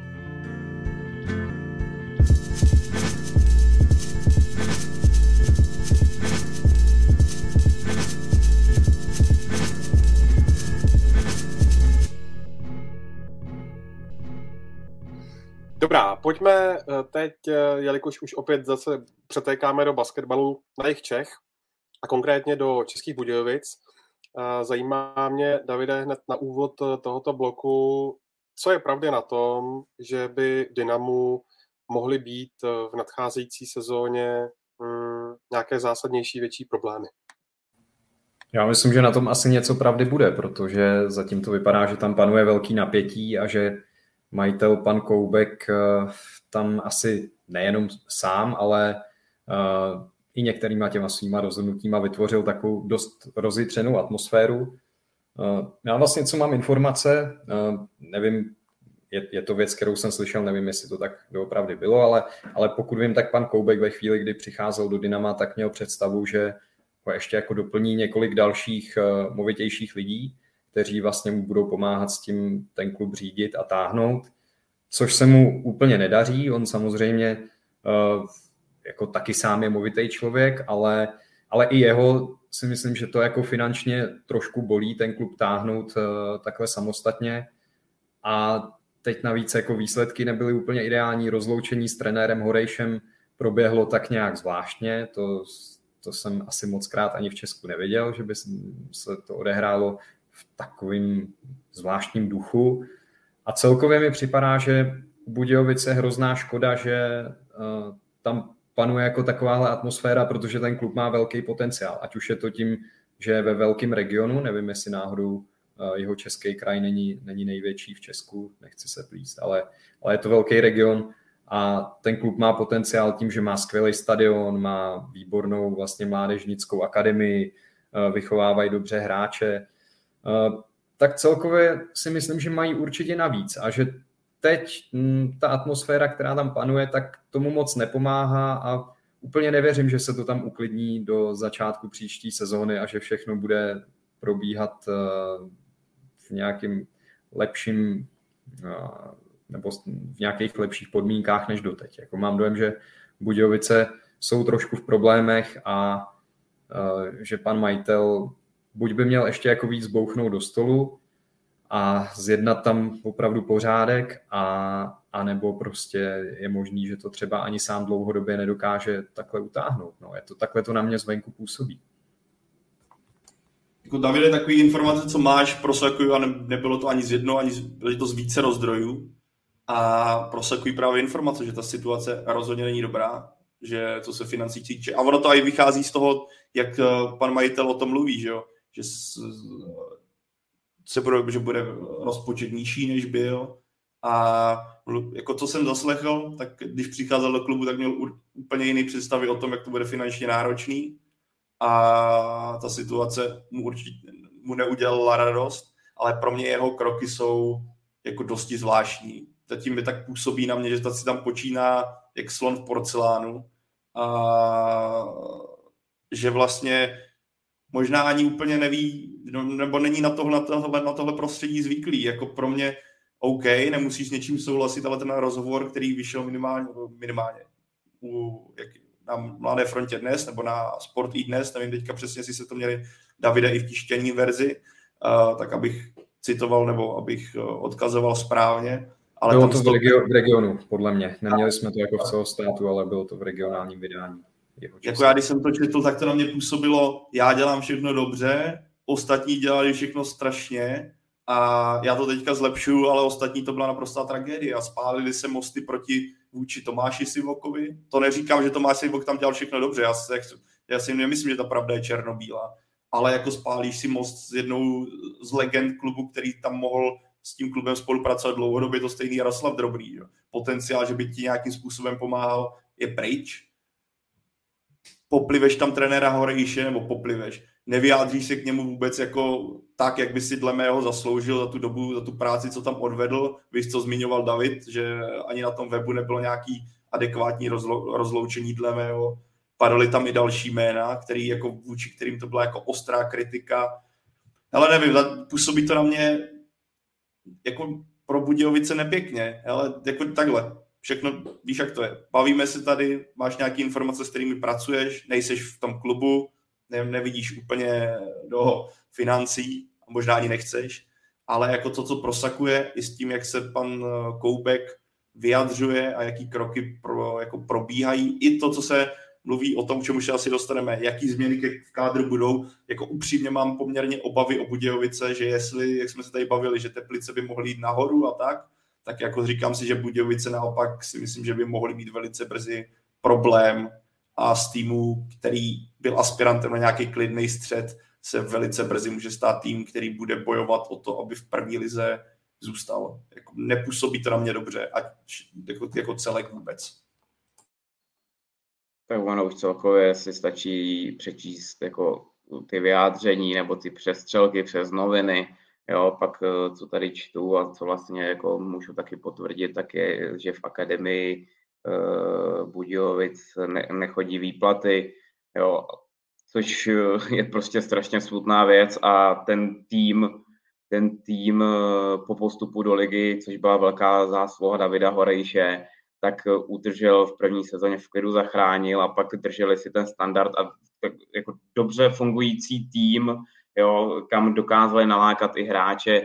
Speaker 4: Dobrá, pojďme teď, jelikož už opět zase přetékáme do basketbalu na jih Čech a konkrétně do Českých Budějovic. Zajímá mě, Davide, hned na úvod tohoto bloku, co je pravdy na tom, že by Dynamu mohly být v nadcházející sezóně nějaké zásadnější, větší problémy?
Speaker 6: Já myslím, že na tom asi něco pravdy bude, protože zatím to vypadá, že tam panuje velký napětí a že majitel pan Koubek tam asi nejenom sám, ale i některýma těma svýma rozhodnutíma vytvořil takovou dost rozjitřenou atmosféru. Já vlastně, co mám informace, nevím, je to věc, kterou jsem slyšel, nevím, jestli to tak doopravdy bylo, ale pokud vím, tak pan Koubek ve chvíli, kdy přicházel do Dynama, tak měl představu, že ho ještě jako doplní několik dalších movitějších lidí, kteří vlastně mu budou pomáhat s tím ten klub řídit a táhnout, což se mu úplně nedaří. On samozřejmě jako taky sám je movitý člověk, ale i jeho si myslím, že to jako finančně trošku bolí ten klub táhnout takhle samostatně. A teď navíc jako výsledky nebyly úplně ideální. Rozloučení s trenérem Horejšem proběhlo tak nějak zvláštně. To to jsem asi mockrát ani v Česku nevěděl, že by se to odehrálo v takovým zvláštním duchu. A celkově mi připadá, že u Budějovic je hrozná škoda, že tam panuje jako takováhle atmosféra, protože ten klub má velký potenciál. Ať už je to tím, že je ve velkém regionu, nevím, jestli náhodou jeho český kraj není největší v Česku, nechci se plíst, ale je to velký region a ten klub má potenciál tím, že má skvělý stadion, má výbornou vlastně mládežnickou akademii, vychovávají dobře hráče, tak celkově si myslím, že mají určitě navíc a že teď ta atmosféra, která tam panuje, tak tomu moc nepomáhá a úplně nevěřím, že se to tam uklidní do začátku příští sezóny a že všechno bude probíhat v nějakým lepším nebo v nějakých lepších podmínkách než doteď. Jako mám dojem, že Budějovice jsou trošku v problémech a že pan majitel buď by měl ještě jako víc bouchnout do stolu a zjednat tam opravdu pořádek a nebo prostě je možný, že to třeba ani sám dlouhodobě nedokáže takhle utáhnout. No, takhle to na mě zvenku působí.
Speaker 7: Jako Davide, takový informace, co máš, prosakuju, a nebylo to ani z jednoho, ani bylo to z více rozdrojů a prosakují právě informace, že ta situace rozhodně není dobrá, že co se financí týče. A ono to i vychází z toho, jak pan majitel o tom mluví, že jo? Že bude rozpočet nižší, než byl. A jako co jsem zaslechl, tak když přicházel do klubu, tak měl úplně jiný představy o tom, jak to bude finančně náročný. A ta situace mu neudělala radost, ale pro mě jeho kroky jsou jako dosti zvláštní. Zatím mi tak působí na mě, že si tam počíná jak slon v porcelánu a že vlastně možná ani úplně neví, nebo není na tohle prostředí zvyklý. Jako pro mě OK, nemusíš s něčím souhlasit, ale ten rozhovor, který vyšel minimálně na Mladé frontě dnes, nebo na Sport i dnes, nevím teďka přesně, jestli se to měli Davide i v tištění verzi, tak abych citoval nebo abych odkazoval správně. Ale
Speaker 6: bylo to v regionu, podle mě. Neměli jsme to jako v celostátu, ale bylo to v regionálním vydání.
Speaker 7: Jako já, když jsem to četl, tak to na mě působilo, já dělám všechno dobře, ostatní dělali všechno strašně a já to teďka zlepšuju, ale ostatní to byla naprostá tragédie a spálili se mosty vůči Tomáši Sivokovi. To neříkám, že Tomáš Sivok tam dělal všechno dobře, já si nemyslím, že ta pravda je černobílá, ale jako spálíš si most s jednou z legend klubu, který tam mohl s tím klubem spolupracovat dlouhodobě, to stejný Jaroslav Drobný. Jo. Potenciál, že by ti nějakým způsobem pomáhal, je pryč. Popliveš tam trenéra Horejše, nebo nevyjádříš se k němu vůbec jako tak, jak by si dle mého zasloužil za tu dobu, za tu práci, co tam odvedl. Víš, co zmiňoval David, že ani na tom webu nebylo nějaký adekvátní rozloučení dle mého. Padaly tam i další jména, vůči kterým to byla jako ostrá kritika. Ale nevím, působí to na mě jako pro Budějovice nepěkně, ale jako takhle. Všechno, víš, jak to je. Bavíme se tady, máš nějaké informace, s kterými pracuješ, nejseš v tom klubu, nevidíš úplně do financí, možná ani nechceš, ale jako to, co prosakuje, i s tím, jak se pan Koubek vyjadřuje a jaký kroky probíhají, i to, co se mluví o tom, k čemu se asi dostaneme, jaký změny v kádru budou, jako upřímně mám poměrně obavy o Budějovice, že jestli, jak jsme se tady bavili, že Teplice by mohly jít nahoru a tak jako říkám si, že Budějovice naopak si myslím, že by mohly mít velice brzy problém a z týmu, který byl aspirantem na nějaký klidný střed, se velice brzy může stát tým, který bude bojovat o to, aby v první lize zůstal. Jako nepůsobí to na mě dobře, ať jako celek vůbec.
Speaker 5: Tak ono už celkově si stačí přečíst jako ty vyjádření nebo ty přestřelky přes noviny. Jo, pak co tady čtu a co vlastně jako můžu taky potvrdit, tak je, že v akademii Budějovic nechodí výplaty, jo, což je prostě strašně smutná věc a ten tým po postupu do ligy, což byla velká zásluha Davida Horejše, tak udržel v první sezóně, v klidu zachránil a pak drželi si ten standard a tak jako dobře fungující tým, jo, kam dokázali nalákat i hráče,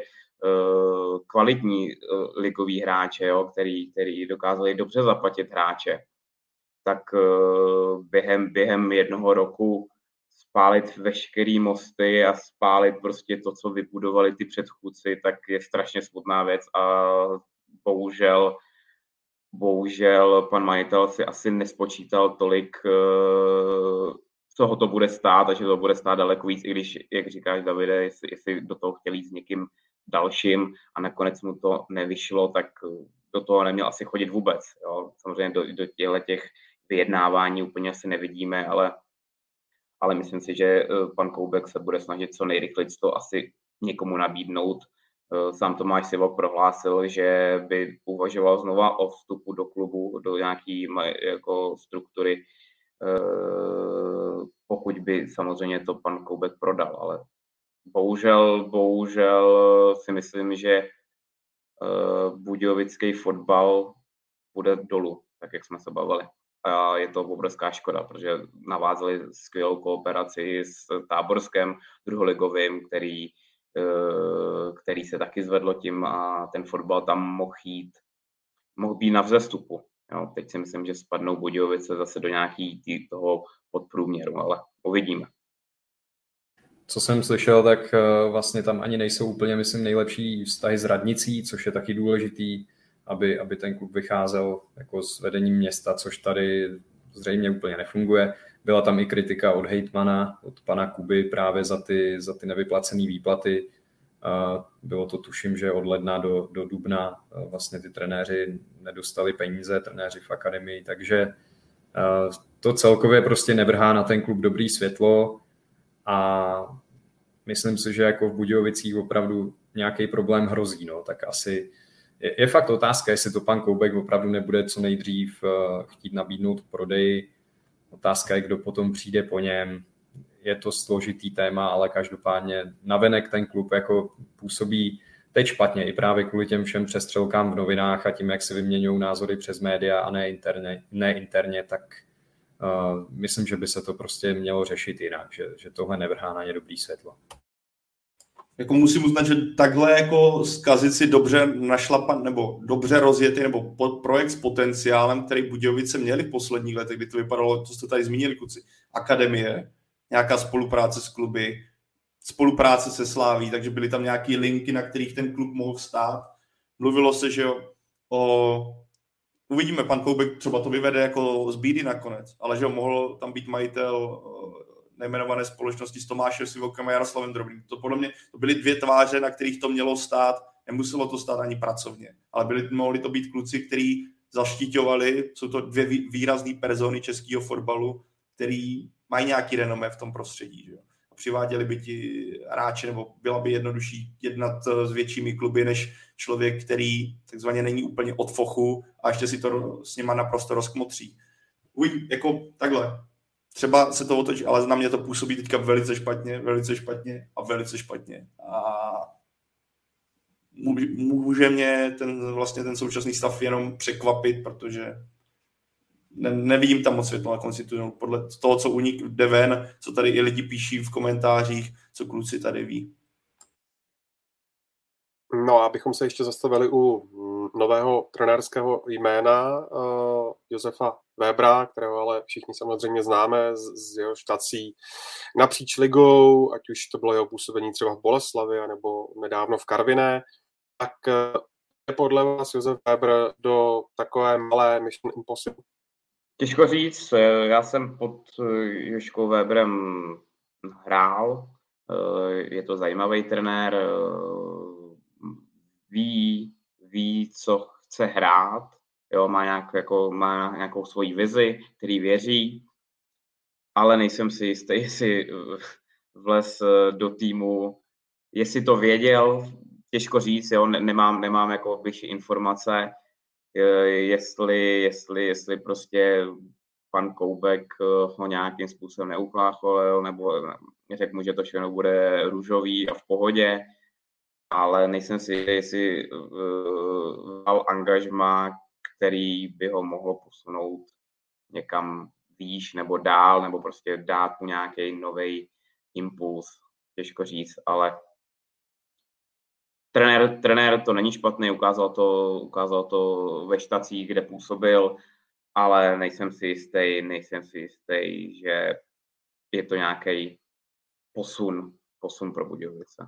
Speaker 5: kvalitní ligoví hráče, jo, který dokázali dobře zaplatit hráče. tak během jednoho roku spálit veškerý mosty a spálit prostě to, co vybudovali ty předchůdci, tak je strašně smutná věc a bohužel pan majitel si asi nespočítal tolik, co ho to bude stát a že to bude stát daleko víc, i když, jak říkáš, Davide, jestli do toho chtěl jít s někým dalším a nakonec mu to nevyšlo, tak do toho neměl asi chodit vůbec. Jo. Samozřejmě do těch vyjednávání úplně asi nevidíme, ale myslím si, že pan Koubek se bude snažit co nejrychleji to asi někomu nabídnout. Sám Tomáš Sivok prohlásil, že by uvažoval znova o vstupu do klubu, do nějaké jako struktury, pokud by samozřejmě to pan Koubek prodal, ale bohužel si myslím, že budějovický fotbal bude dolů, tak jak jsme se bavili. A je to obrovská škoda, protože navázali skvělou kooperaci s Táborskem druholigovým, který se taky zvedlo tím a ten fotbal tam mohl být na vzestupu. Jo, teď si myslím, že spadnou Budějovice zase do nějaký toho podprůměru, ale uvidíme.
Speaker 6: Co jsem slyšel, tak vlastně tam ani nejsou úplně, myslím, nejlepší vztahy s radnicí, což je taky důležitý, aby ten klub vycházel jako s vedením města, což tady zřejmě úplně nefunguje. Byla tam i kritika od hejtmana, od pana Kuby právě za ty nevyplacené výplaty. Bylo to tuším, že od ledna do dubna vlastně ty trenéři nedostali peníze, trenéři v akademii, takže to celkově prostě nevrhá na ten klub dobrý světlo a myslím si, že jako v Budějovicích opravdu nějaký problém hrozí, no, tak asi je fakt otázka, jestli to pan Koubek opravdu nebude co nejdřív chtít nabídnout k prodeji. Otázka je, kdo potom přijde po něm. Je to složitý téma, ale každopádně navenek ten klub jako působí teď špatně i právě kvůli těm všem přestřelkám v novinách a tím, jak se vyměňují názory přes média a ne interně, tak myslím, že by se to prostě mělo řešit jinak, že tohle nevrhá na ně dobrý světlo.
Speaker 7: Jako musím uznat, že takhle jako zkazit si dobře našlapan nebo dobře rozjetý nebo projekt s potenciálem, který Budějovice měli v posledních letech, kdy to vypadalo, co jste tady zmínili, kluci, akademie, nějaká spolupráce s kluby, spolupráce se Sláví, takže byly tam nějaké linky, na kterých ten klub mohl stát. Mluvilo se, že uvidíme, pan Koubek třeba to vyvede jako z bídy nakonec, ale že mohl tam být majitel nejmenované společnosti s Tomášem Sivokem a Jaroslavem Drobným. To podle mě to byly dvě tváře, na kterých to mělo stát. Nemuselo to stát ani pracovně, ale mohli to být kluci, kteří zaštiťovali, jsou to dvě výrazné persony českého fotbalu, který mají nějaký renomé v tom prostředí. Že? A přiváděli by ti hráči, nebo byla by jednodušší jednat s většími kluby, než člověk, který takzvaně není úplně od fochu a ještě si to s nima naprosto rozkmotří. Jako takhle. Třeba se to otočí, ale na mě to působí teďka velice špatně. A může mě ten současný stav jenom překvapit, protože nevidím tam moc světlo na konci tunelu. Podle toho, co u nich jde ven, co tady i lidi píší v komentářích, co kluci tady ví.
Speaker 4: No a abychom se ještě zastavili u nového trenérského jména Josefa Webera, kterého ale všichni samozřejmě známe z jeho štací napříč ligou, ať už to bylo jeho působení třeba v Boleslavi nebo nedávno v Karviné, tak je podle vás Josef Weber do takové malé Mission Impossible?
Speaker 5: Těžko říct, já jsem pod Jožkou Weberem hrál, je to zajímavý trenér, ví, co chce hrát, jo, má nějakou svoji vizi, který věří, ale nejsem si jistý, jestli vlez do týmu, jestli to věděl, těžko říct, jo, nemám jako vyšší informace, jestli prostě pan Koubek ho nějakým způsobem neuchlácholil, nebo řekl mu, že to všechno bude růžový a v pohodě, ale nejsem si, jestli dal angažmá, který by ho mohlo posunout někam výš nebo dál, nebo prostě dát mu nějaký nový impuls, těžko říct, ale trenér to není špatný, ukázal to ve štacích, kde působil ale nejsem si jistý, že je to nějaký posun pro Budějovice.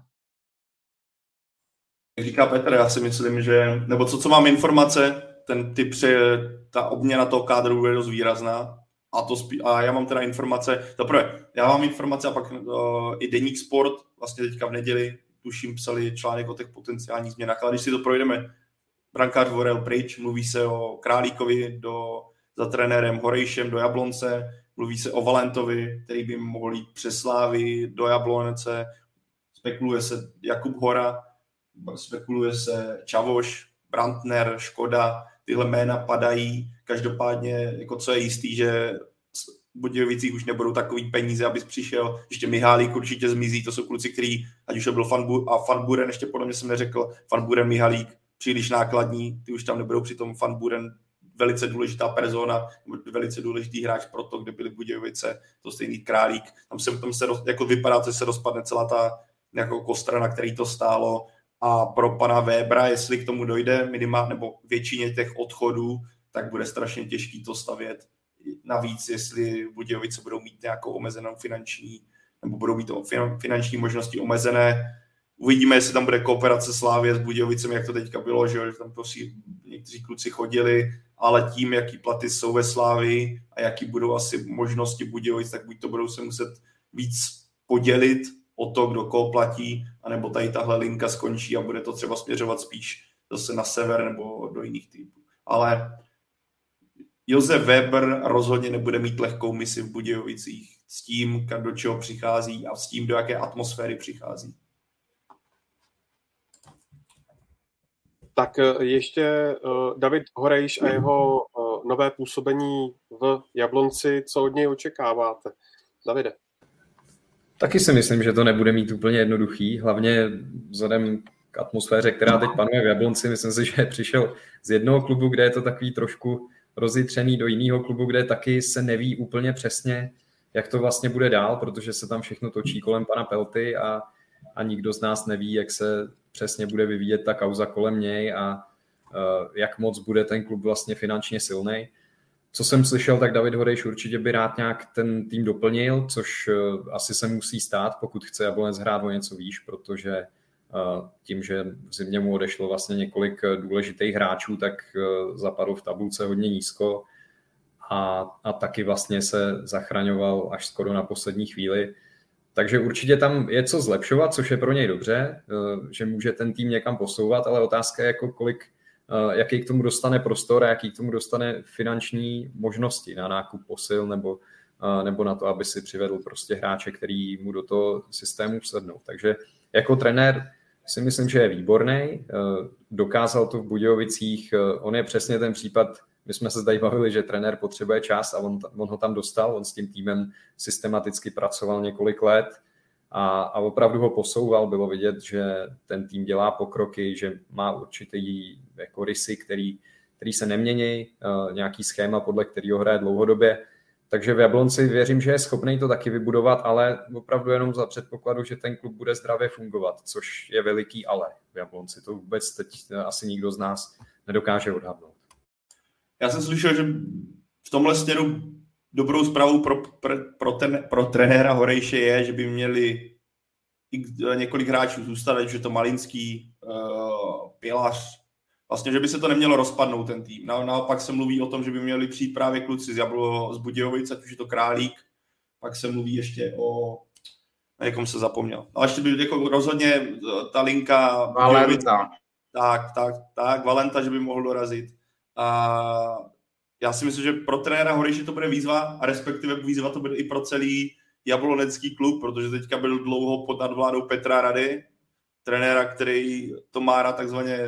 Speaker 5: Jak
Speaker 7: říká Petr, já si myslím, že, nebo co mám informace, ta obměna toho kádru bude dost výrazná a já mám teda informace, já mám informace a pak i Deník Sport, vlastně teďka v neděli, tuším, psali článek o těch potenciálních změnách, ale když si to projdeme, brankář Vorel pryč, mluví se o Králíkovi za trenérem Horejšem do Jablonce, mluví se o Valentovi, který by mohl jít přes Slávy do Jablonce, spekuluje se Jakub Hora, spekuluje se Čavoš, Brandner, Škoda, tyhle jména padají, každopádně, jako co je jistý, že v Budějovicích už nebudou takový peníze, abys přišel, ještě Mihálík určitě zmizí, to jsou kluci, který, ať už to byl Van Buren, ještě podle mě jsem neřekl, Van Buren, Mihálík, příliš nákladní, ty už tam nebudou, přitom Van Buren velice důležitá persona, velice důležitý hráč pro to, kde byly Budějovice, to stejný Králík, tam se jako vypadá, že se rozpadne celá ta jako kostra, na který to stálo, a pro pana Webera, jestli k tomu dojde minimálně, nebo většině těch odchodů, tak bude strašně těžký to stavět. Navíc, jestli Budějovice budou mít nějakou omezenou finanční, nebo budou mít finanční možnosti omezené. Uvidíme, jestli tam bude kooperace Slávie s Budějovicem, jak to teďka bylo, že tam prostě někteří kluci chodili, ale tím, jaký platy jsou ve Slávii a jaký budou asi možnosti Budějovic, tak buď to budou se muset víc podělit o to, kdo koho platí, anebo tady tahle linka skončí a bude to třeba směřovat spíš zase na sever nebo do jiných typů. Ale Josef Weber rozhodně nebude mít lehkou misi v Budějovicích s tím, do čeho přichází a s tím, do jaké atmosféry přichází.
Speaker 4: Tak ještě David Horejš a jeho nové působení v Jablonci, co od něj očekáváte? Davide.
Speaker 6: Taky si myslím, že to nebude mít úplně jednoduchý, hlavně vzhledem k atmosféře, která teď panuje v Jablonci. Myslím si, že přišel z jednoho klubu, kde je to takový trošku rozjitřený, do jiného klubu, kde taky se neví úplně přesně, jak to vlastně bude dál, protože se tam všechno točí kolem pana Pelty a nikdo z nás neví, jak se přesně bude vyvíjet ta kauza kolem něj a jak moc bude ten klub vlastně finančně silnej. Co jsem slyšel, tak David Horejš určitě by rád nějak ten tým doplnil, což asi se musí stát, pokud chce Jablonec hrát o něco výš, protože tím, že v zimě mu odešlo vlastně několik důležitých hráčů, tak zapadl v tabulce hodně nízko a taky vlastně se zachraňoval až skoro na poslední chvíli. Takže určitě tam je co zlepšovat, což je pro něj dobře, že může ten tým někam posouvat, ale otázka je, jako jaký k tomu dostane prostor a jaký k tomu dostane finanční možnosti na nákup posil nebo na to, aby si přivedl prostě hráče, který mu do toho systému vsednou. Takže jako trenér si myslím, že je výborný, dokázal to v Budějovicích, on je přesně ten případ, my jsme se tady bavili, že trenér potřebuje čas a on ho tam dostal, on s tím týmem systematicky pracoval několik let a opravdu ho posouval, bylo vidět, že ten tým dělá pokroky, že má určitý jako rysy, který se nemění, nějaký schéma, podle kterého hraje dlouhodobě. Takže v Jablonci věřím, že je schopný to taky vybudovat, ale opravdu jenom za předpokladu, že ten klub bude zdravě fungovat, což je veliký ale v Jablonci. To vůbec teď asi nikdo z nás nedokáže odhadnout.
Speaker 7: Já jsem slyšel, že v tomhle směru dobrou zprávou pro trenéra Horejše je, že by měli několik hráčů zůstat, že to Malinský, Pilař, vlastně, že by se to nemělo rozpadnout ten tým. Naopak se mluví o tom, že by měli přijít právě kluci z Budějovic, ať už je to Králík, pak se mluví ještě o, jakom se zapomněl. Ale ještě by jako rozhodně ta linka
Speaker 5: Valenta.
Speaker 7: Tak, Valenta, že by mohl dorazit. A já si myslím, že pro trenéra Horejše to bude výzva, a respektive výzva to bude i pro celý jablonecký klub, protože teďka byl dlouho pod nadvládou Petra Rady, trenéra, který to má rád takzvaně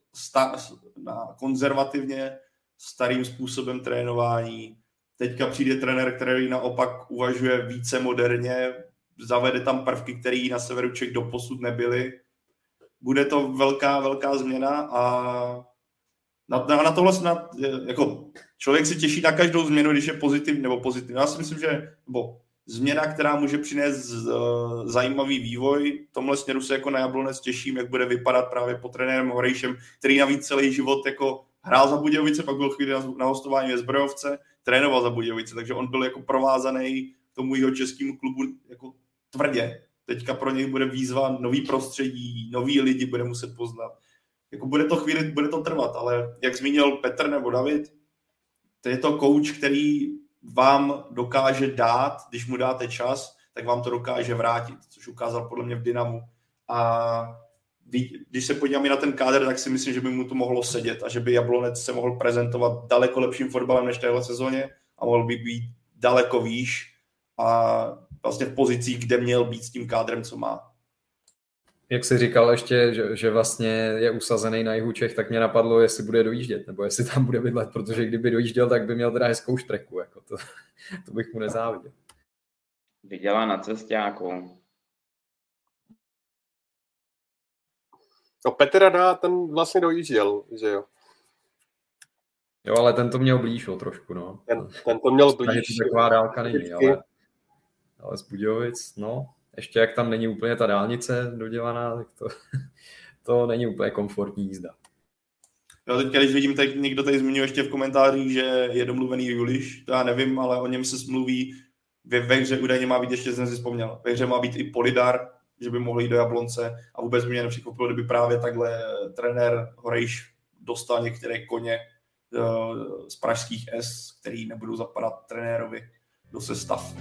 Speaker 7: konzervativně, starým způsobem trénování. Teďka přijde trenér, který naopak uvažuje více moderně, zavede tam prvky, které na severu Čech doposud nebyly. Bude to velká změna a na tohle snad, jako člověk se těší na každou změnu, když je pozitivní. Já si myslím, že změna, která může přinést zajímavý vývoj. V tomhle směru se jako na Jablonec těším, jak bude vypadat právě pod trenérem Horejšem, který navíc celý život jako hrál za Budějovice, pak byl chvíli na hostování ve Zbrojovce, trénoval za Budějovice, takže on byl jako provázaný tomu jeho českému klubu jako tvrdě. Teďka pro něj bude výzva, nový prostředí, noví lidi bude muset poznat. Jako bude to trvat, ale jak zmínil Petr nebo David, to je to coach, který vám dokáže dát, když mu dáte čas, tak vám to dokáže vrátit, což ukázal podle mě v Dynamu. A když se podíváme na ten kádr, tak si myslím, že by mu to mohlo sedět a že by Jablonec se mohl prezentovat daleko lepším fotbalem než téhle sezóně a mohl by být daleko výš a vlastně v pozicích, kde měl být s tím kádrem, co má.
Speaker 6: Jak jsi říkal ještě, že vlastně je usazený na jihu Čech, tak mě napadlo, jestli bude dojíždět, nebo jestli tam bude bydlet, protože kdyby dojížděl, tak by měl teda hezkou štreku. Jako to bych mu nezáviděl.
Speaker 5: Vydělá na cestáku.
Speaker 4: No Petr Rada, ten vlastně dojížděl, že jo?
Speaker 6: Jo, ale ten to měl blíž trošku, no.
Speaker 4: Ten to měl blíž.
Speaker 6: Takže to taková dálka není, ale z Budějovic, no. Ještě jak tam není úplně ta dálnice dodělaná, tak to není úplně komfortní jízda.
Speaker 7: Jo, teď když vidím, tak někdo tady zmiňuje ještě v komentářích, že je domluvený Juliš, to já nevím, ale o něm se mluví ve hře údajně má být, ještě jsem si vzpomněl, ve hře má být i Polidar, že by mohl jít do Jablonce a vůbec by mě nepřekvapilo, kdyby právě takhle trenér Horejš dostal některé koně z pražských S, který nebudou zapadat trenérovi do sestav.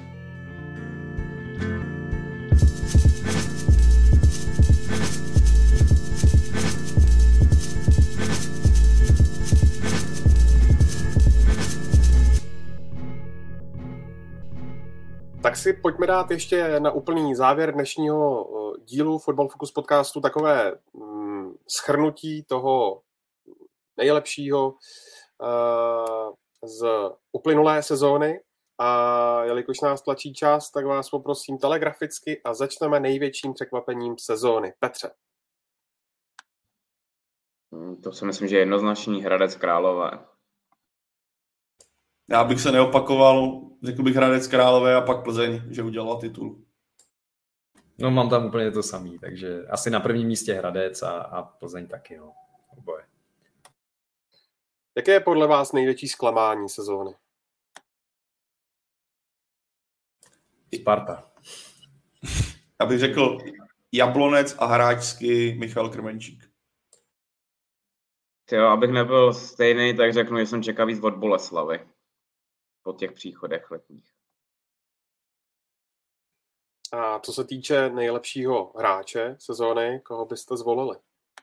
Speaker 4: Tak si pojďme dát ještě na úplný závěr dnešního dílu Football Focus podcastu takové shrnutí toho nejlepšího z uplynulé sezóny. A jelikož nás tlačí čas, tak vás poprosím telegraficky a začneme největším překvapením sezóny. Petře.
Speaker 5: To si myslím, že je jednoznačný Hradec Králové.
Speaker 7: Já bych se neopakoval, řekl bych Hradec Králové a pak Plzeň, že udělala titul.
Speaker 6: No mám tam úplně to samý, takže asi na prvním místě Hradec a Plzeň taky, no. Oboje.
Speaker 4: Jaké je podle vás největší zklamání sezóny?
Speaker 6: Sparta.
Speaker 7: Já bych řekl Jablonec a hráčsky Michal Krmenčík.
Speaker 5: Jo, abych nebyl stejný, tak řeknu, že jsem čekal víc od Boleslavy po těch příchodech letních.
Speaker 4: A co se týče nejlepšího hráče sezóny, koho byste zvolili?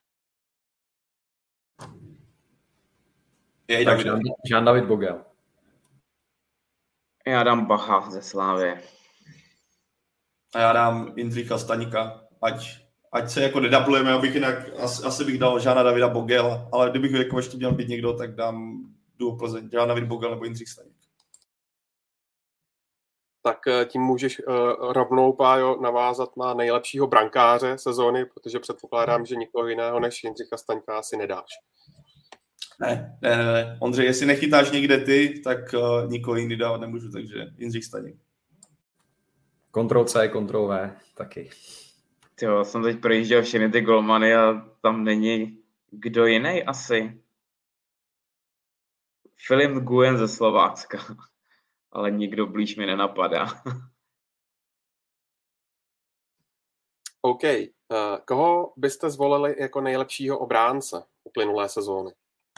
Speaker 6: Jean David Bogel.
Speaker 5: Já dám Bacha ze Slávy.
Speaker 7: A já dám Jindřicha Staňka, ať se jako nedablujeme, abych jinak, asi bych dal Žána Davida Bogela, ale kdybych jako ještě měl být někdo, tak dám duo Plzeň, Žán David Bogel nebo Jindřich Staněk.
Speaker 4: Tak tím můžeš rovnou, Pájo, navázat na nejlepšího brankáře sezóny, protože předpokládám, že nikoho jiného než Jindřicha Staňka asi nedáš.
Speaker 7: Ne. Ondřej, jestli nechytáš někde ty, tak nikoho jiný dávat nemůžu, takže Jindřich Staněk.
Speaker 6: Ctrl-C, Ctrl-V, taky.
Speaker 5: Jo, jsem teď projížděl všechny ty golmany a tam není kdo jiný asi. Filip Nguyen ze Slovácka, ale nikdo blíž mi nenapadá.
Speaker 4: OK. Koho byste zvolili jako nejlepšího obránce uplynulé sezóny?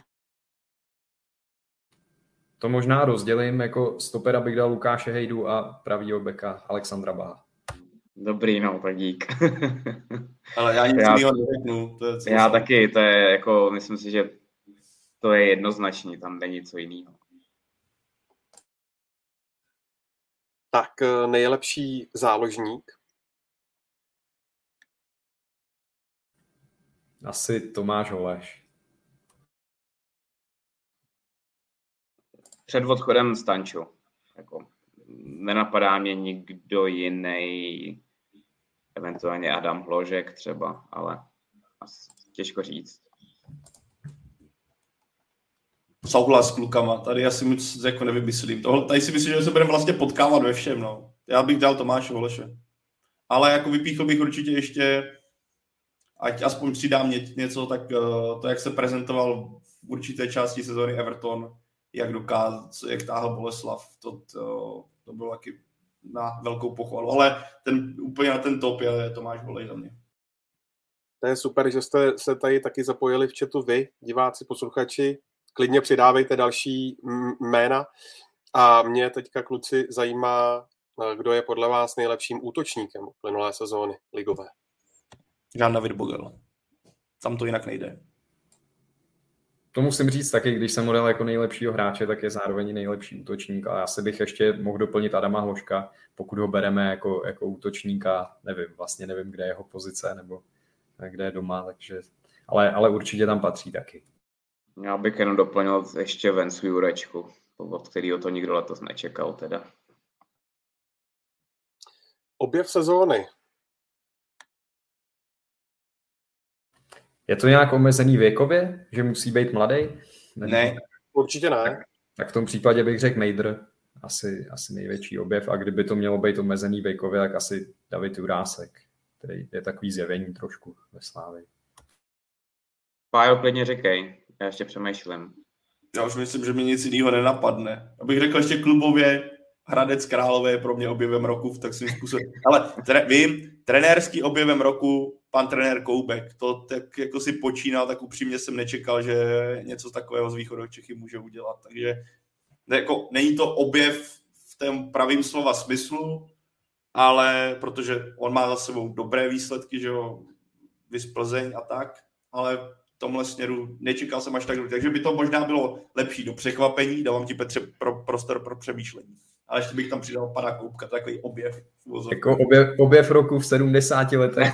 Speaker 6: To možná rozdělím, jako stopera bych dal Lukáše Hejdu a pravýho beka Alexandra Baha.
Speaker 5: Dobrý, no, tak dík.
Speaker 7: Ale já nic jiného neřeknu.
Speaker 5: Já taky, to je jako, myslím si, že to je jednoznačný, tam není něco jiného.
Speaker 4: Tak nejlepší záložník?
Speaker 6: Asi Tomáš Holeš.
Speaker 5: Před odchodem Stanču. Jako, nenapadá mě nikdo jiný, eventuálně Adam Hložek třeba, ale těžko říct.
Speaker 7: Souhlas s klukama, tady já si moc jako nevymyslím. Tady si myslím, že se budeme vlastně potkávat ve všem. No. Já bych dal Tomáše Holeše. Ale jako vypíchl bych určitě ještě, ať aspoň přidám něco, tak to, jak se prezentoval v určité části sezóny Everton, jak táhl Boleslav. To bylo taky na velkou pochvalu. Ale úplně na ten top je Tomáš Holej za mě.
Speaker 4: To je super, že jste se tady taky zapojili v chatu vy, diváci, posluchači. Klidně přidávejte další jména. A mě teďka, kluci, zajímá, kdo je podle vás nejlepším útočníkem uplynulé sezóny ligové.
Speaker 7: Jean-David Bogel. Tam to jinak nejde.
Speaker 6: To musím říct taky, když jsem model jako nejlepšího hráče, tak je zároveň nejlepší útočník. A já si bych ještě mohl doplnit Adama Hloška, pokud ho bereme jako útočníka. Nevím, kde je jeho pozice, nebo kde je doma, takže... Ale určitě tam patří taky.
Speaker 5: Já bych jenom doplnil ještě Vencu Jurečku, od kterého to nikdo letos nečekal teda.
Speaker 4: Objev sezóny.
Speaker 6: Je to nějak omezený věkově, že musí být mladý?
Speaker 7: Ne.
Speaker 4: Určitě ne.
Speaker 6: Tak v tom případě bych řekl Nejdr, asi největší objev, a kdyby to mělo být omezený věkově, tak asi David Jurásek, který je takový zjevení trošku ve Slávii.
Speaker 5: Pájo, klidně říkej, já ještě přemýšlím.
Speaker 7: Já už myslím, že mi nic jiného nenapadne. Abych řekl ještě klubově, Hradec Králové je pro mě objevem roku v takovým způsobem. Ale vím, trenérský objevem roku, pan trenér Koubek, to tak jako si počínal, tak upřímně jsem nečekal, že něco takového z východu Čechy může udělat. Takže jako, není to objev v tom pravým slova smyslu, ale protože on má za sebou dobré výsledky, že jo, Vis Plzeň a tak, ale v tomhle směru nečekal jsem až tak, takže by to možná bylo lepší do překvapení, dávám ti, Petře, prostor pro přemýšlení. Ale ještě bych tam přidal pana Koubka, takový objev.
Speaker 6: Jako objev roku v 70 letech.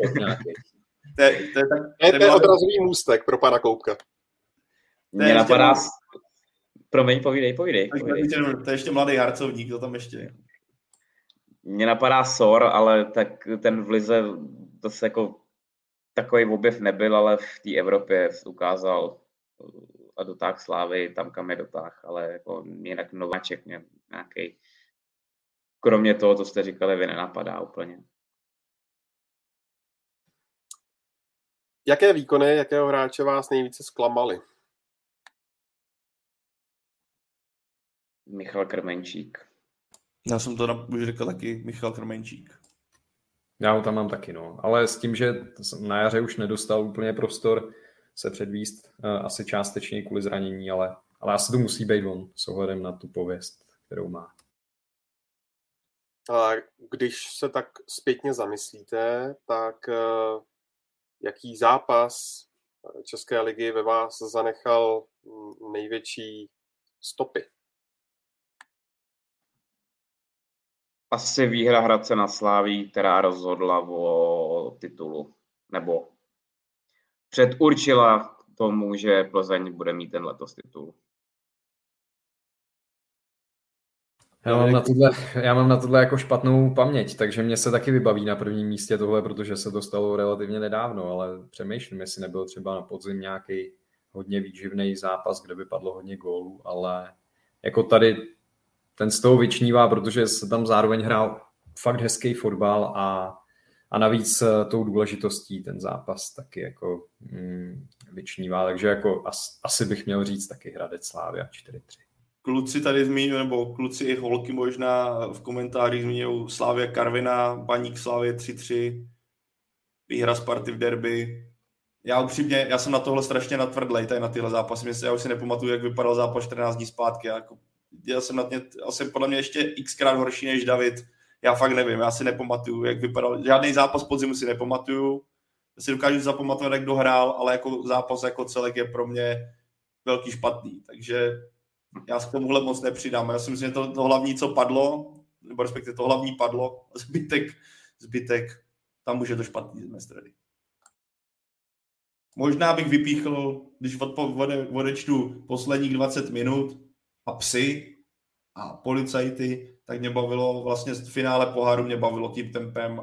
Speaker 4: To je odrazový můstek pro pana Koubka.
Speaker 5: Mně napadá... Promiň, povídej.
Speaker 7: To je ještě mladý harcovník, to tam ještě.
Speaker 5: Mně napadá Sor, ale tak ten v lize to se jako takový objev nebyl, ale v té Evropě ukázal a dotáh Slávy tam, kam je dotáh, ale jako jinak nováček mě nějaký. Kromě toho, co jste říkali, vy nenapadá úplně.
Speaker 4: Jaké výkony, jakého hráče vás nejvíce zklamaly?
Speaker 5: Michal Krmenčík.
Speaker 7: Já jsem to už řekl taky, Michal Krmenčík.
Speaker 6: Já ho tam mám taky, no. Ale s tím, že na jaře už nedostal úplně prostor se předvíst, asi částečně kvůli zranění, ale asi to musí být on s ohledem na tu pověst, kterou má.
Speaker 4: A když se tak zpětně zamyslíte, tak jaký zápas České ligy ve vás zanechal největší stopy?
Speaker 5: Asi výhra Hradce na Sláví, která rozhodla o titulu, nebo předurčila tomu, že Plzeň bude mít ten letos titul.
Speaker 6: Já mám na tohle jako špatnou paměť, takže mě se taky vybaví na prvním místě tohle, protože se to stalo relativně nedávno, ale přemýšlím, jestli nebyl třeba na podzim nějaký hodně výživný zápas, kde by padlo hodně gólů, ale jako tady ten z toho vyčnívá, protože se tam zároveň hrál fakt hezký fotbal a navíc tou důležitostí ten zápas taky jako vyčnívá, takže jako asi bych měl říct taky Hradec Slavia 4-3.
Speaker 7: Kluci tady zmíňují, nebo kluci i holky možná v komentářích zmíňují Slavia Karviná, Baník Slavie 3-3, výhra Sparty v derby. Já jsem na tohle strašně natvrdlej, tady na tyhle zápasy. Já už si nepamatuju, jak vypadal zápas 14 dní zpátky. Já jsem podle mě ještě xkrát horší než David. Já fakt nevím, já si nepamatuju, jak vypadal. Žádný zápas podzimu si nepamatuju. Já si dokážu zapamatovat, jak kdo hrál, ale jako zápas jako celek je pro mě velký špatný. Takže já s tomuhle moc nepřidám. Já si myslím, že to hlavní, co padlo, nebo respektive to hlavní padlo, zbytek, tam už je to špatný z mé strany. Možná bych vypíchl, když odečtu posledních 20 minut a psy a policajty, tak mě bavilo vlastně v finále poháru, mě bavilo tím tempem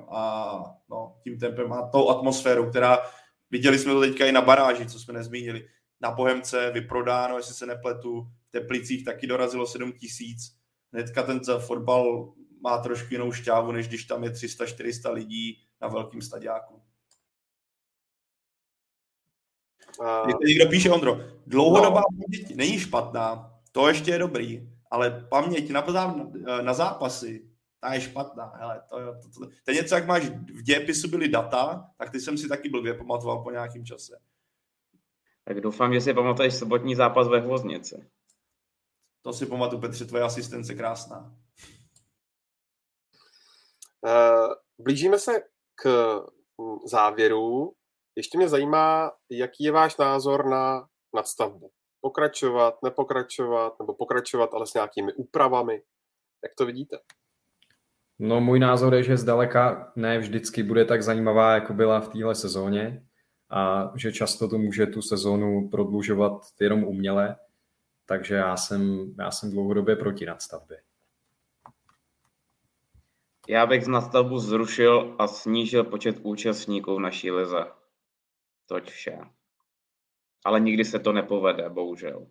Speaker 7: a tou atmosférou, která, viděli jsme to teďka i na baráži, co jsme nezmínili, na Bohemce vyprodáno, jestli se nepletu, v Teplicích taky dorazilo 7 000. Hnedka ten fotbal má trošku jinou šťávu, než když tam je 300-400 lidí na velkým stadiáku. Někdo píše, Ondro, dlouhodobá paměť není špatná, to ještě je dobrý, ale paměť na zápasy, ta je špatná. Hele, to je něco, jak máš v dějepisu byly data, tak ty jsem si taky blbě pamatoval po nějakým čase.
Speaker 5: Tak doufám, že si pamatuješ sobotní zápas ve Hvoznici.
Speaker 7: To si pamatuju, Petře, tvoje asistence krásná.
Speaker 4: Blížíme se k závěru. Ještě mě zajímá, jaký je váš názor na nadstavbu. Pokračovat, nepokračovat, nebo pokračovat, ale s nějakými úpravami. Jak to vidíte?
Speaker 6: No, můj názor je, že zdaleka ne vždycky bude tak zajímavá, jako byla v téhle sezóně a že často to může tu sezónu prodlužovat jenom uměle, takže já jsem dlouhodobě proti nadstavbě.
Speaker 5: Já bych z nadstavbu zrušil a snížil počet účastníků v naší lize. Toť vše. Ale nikdy se to nepovede, bohužel.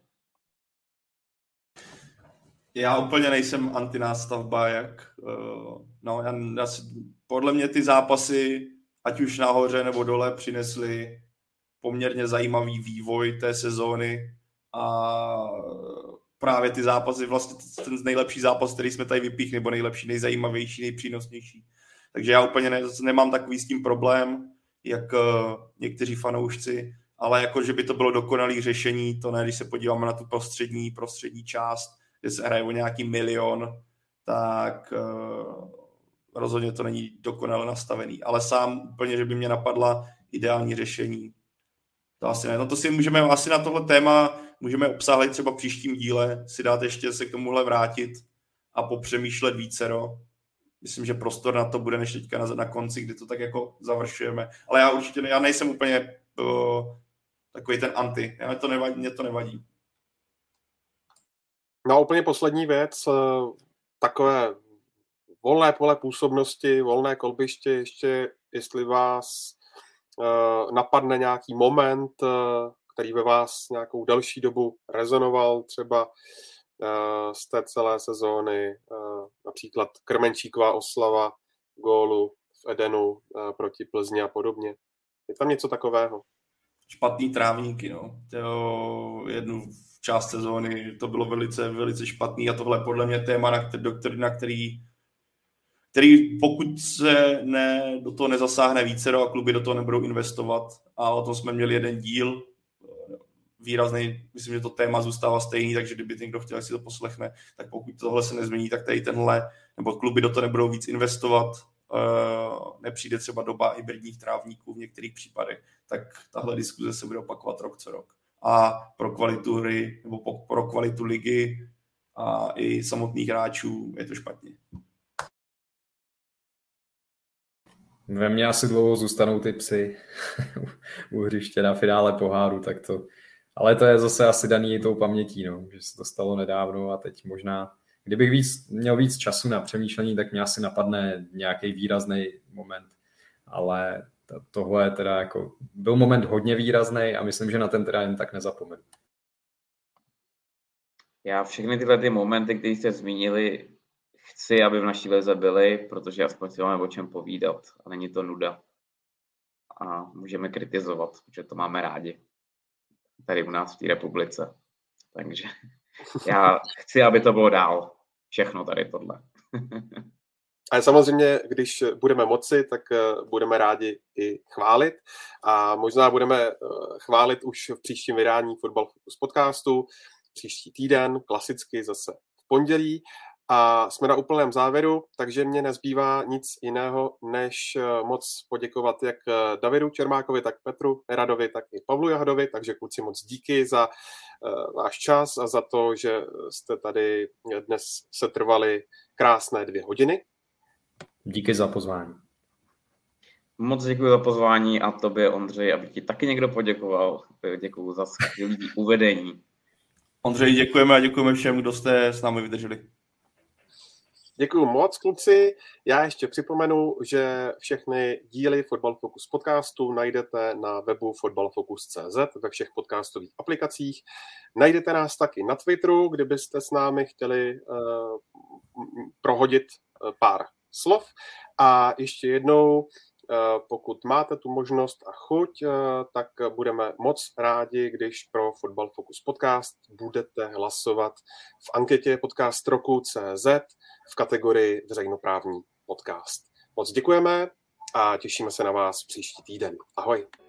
Speaker 7: Já úplně nejsem antinástavba, podle mě ty zápasy, ať už nahoře nebo dole, přinesly poměrně zajímavý vývoj té sezóny a právě ty zápasy, vlastně ten nejlepší zápas, který jsme tady vypíchli, nebo nejlepší, nejzajímavější, nejpřínosnější. Takže já úplně nemám takový s tím problém, jak někteří fanoušci, ale jako, že by to bylo dokonalé řešení, to ne, když se podíváme na tu prostřední část, kde se hraje o nějaký milion, tak rozhodně to není dokonale nastavený. Ale sám úplně, že by mě napadla ideální řešení. To asi ne. No to si můžeme asi na tohle téma můžeme obsáhlit třeba v příštím díle, si dát ještě se k tomuhle vrátit a popřemýšlet vícero. Myslím, že prostor na to bude než teďka na konci, kdy to tak jako završujeme. Ale já nejsem úplně takový ten anti. Mě to nevadí.
Speaker 4: No úplně poslední věc, takové volné pole působnosti, volné kolbiště, ještě jestli vás napadne nějaký moment, který ve vás nějakou delší dobu rezonoval, třeba z té celé sezóny, například Krmenčíková oslava gólu v Edenu proti Plzni a podobně. Je tam něco takového?
Speaker 7: Špatný trávníky, no. Jednu část sezóny to bylo velice, velice špatný a tohle podle mě téma, na který pokud se do toho nezasáhne vícero a kluby do toho nebudou investovat, a o tom jsme měli jeden díl výrazný, myslím, že to téma zůstává stejný, takže kdyby někdo chtěl, si to poslechne, tak pokud tohle se nezmění, tak tady nebo kluby do toho nebudou víc investovat, nepřijde třeba doba hybridních trávníků v některých případech, tak tahle diskuze se bude opakovat rok co rok. A pro kvalitu hry nebo pro kvalitu ligy a i samotných hráčů je to špatně.
Speaker 6: Ve mně asi dlouho zůstanou ty psy u hřiště na finále poháru, tak to... Ale to je zase asi daný tou pamětí, no, že se to stalo nedávno a teď možná, kdybych měl víc času na přemýšlení, tak mě asi napadne nějaký výrazný moment, ale tohle teda jako byl moment hodně výrazný a myslím, že na ten teda jen tak nezapomenu.
Speaker 5: Já všechny tyhle ty momenty, které jste zmínili, chci, aby v naší lize byly, protože aspoň si máme o čem povídat a není to nuda. A můžeme kritizovat, protože to máme rádi. Tady u nás v té republice. Takže já chci, aby to bylo dál. Všechno tady tohle.
Speaker 4: Ale samozřejmě, když budeme moci, tak budeme rádi i chválit. A možná budeme chválit už v příštím vydání Fotbal Focus podcastu. Příští týden, klasicky zase v pondělí. A jsme na úplném závěru, takže mě nezbývá nic jiného, než moc poděkovat jak Davidu Čermákovi, tak Petru Neradovi, tak i Pavlu Jahodovi. Takže kluci moc díky za váš čas a za to, že jste tady dnes setrvali krásné 2 hodiny.
Speaker 6: Díky za pozvání.
Speaker 5: Moc děkuji za pozvání a tobě, Ondřej, aby ti taky někdo poděkoval. Děkuji za skvělé uvedení.
Speaker 7: Ondřej, děkujeme a děkujeme všem, kdo jste s námi vydrželi.
Speaker 4: Děkuju moc, kluci. Já ještě připomenu, že všechny díly Fotbal Focus podcastu najdete na webu fotbalfocus.cz ve všech podcastových aplikacích. Najdete nás taky na Twitteru, kdybyste s námi chtěli prohodit pár slov. A ještě jednou pokud máte tu možnost a chuť, tak budeme moc rádi, když pro Football Focus podcast budete hlasovat v anketě Podcast roku CZ v kategorii veřejnoprávní podcast. Moc děkujeme a těšíme se na vás příští týden. Ahoj.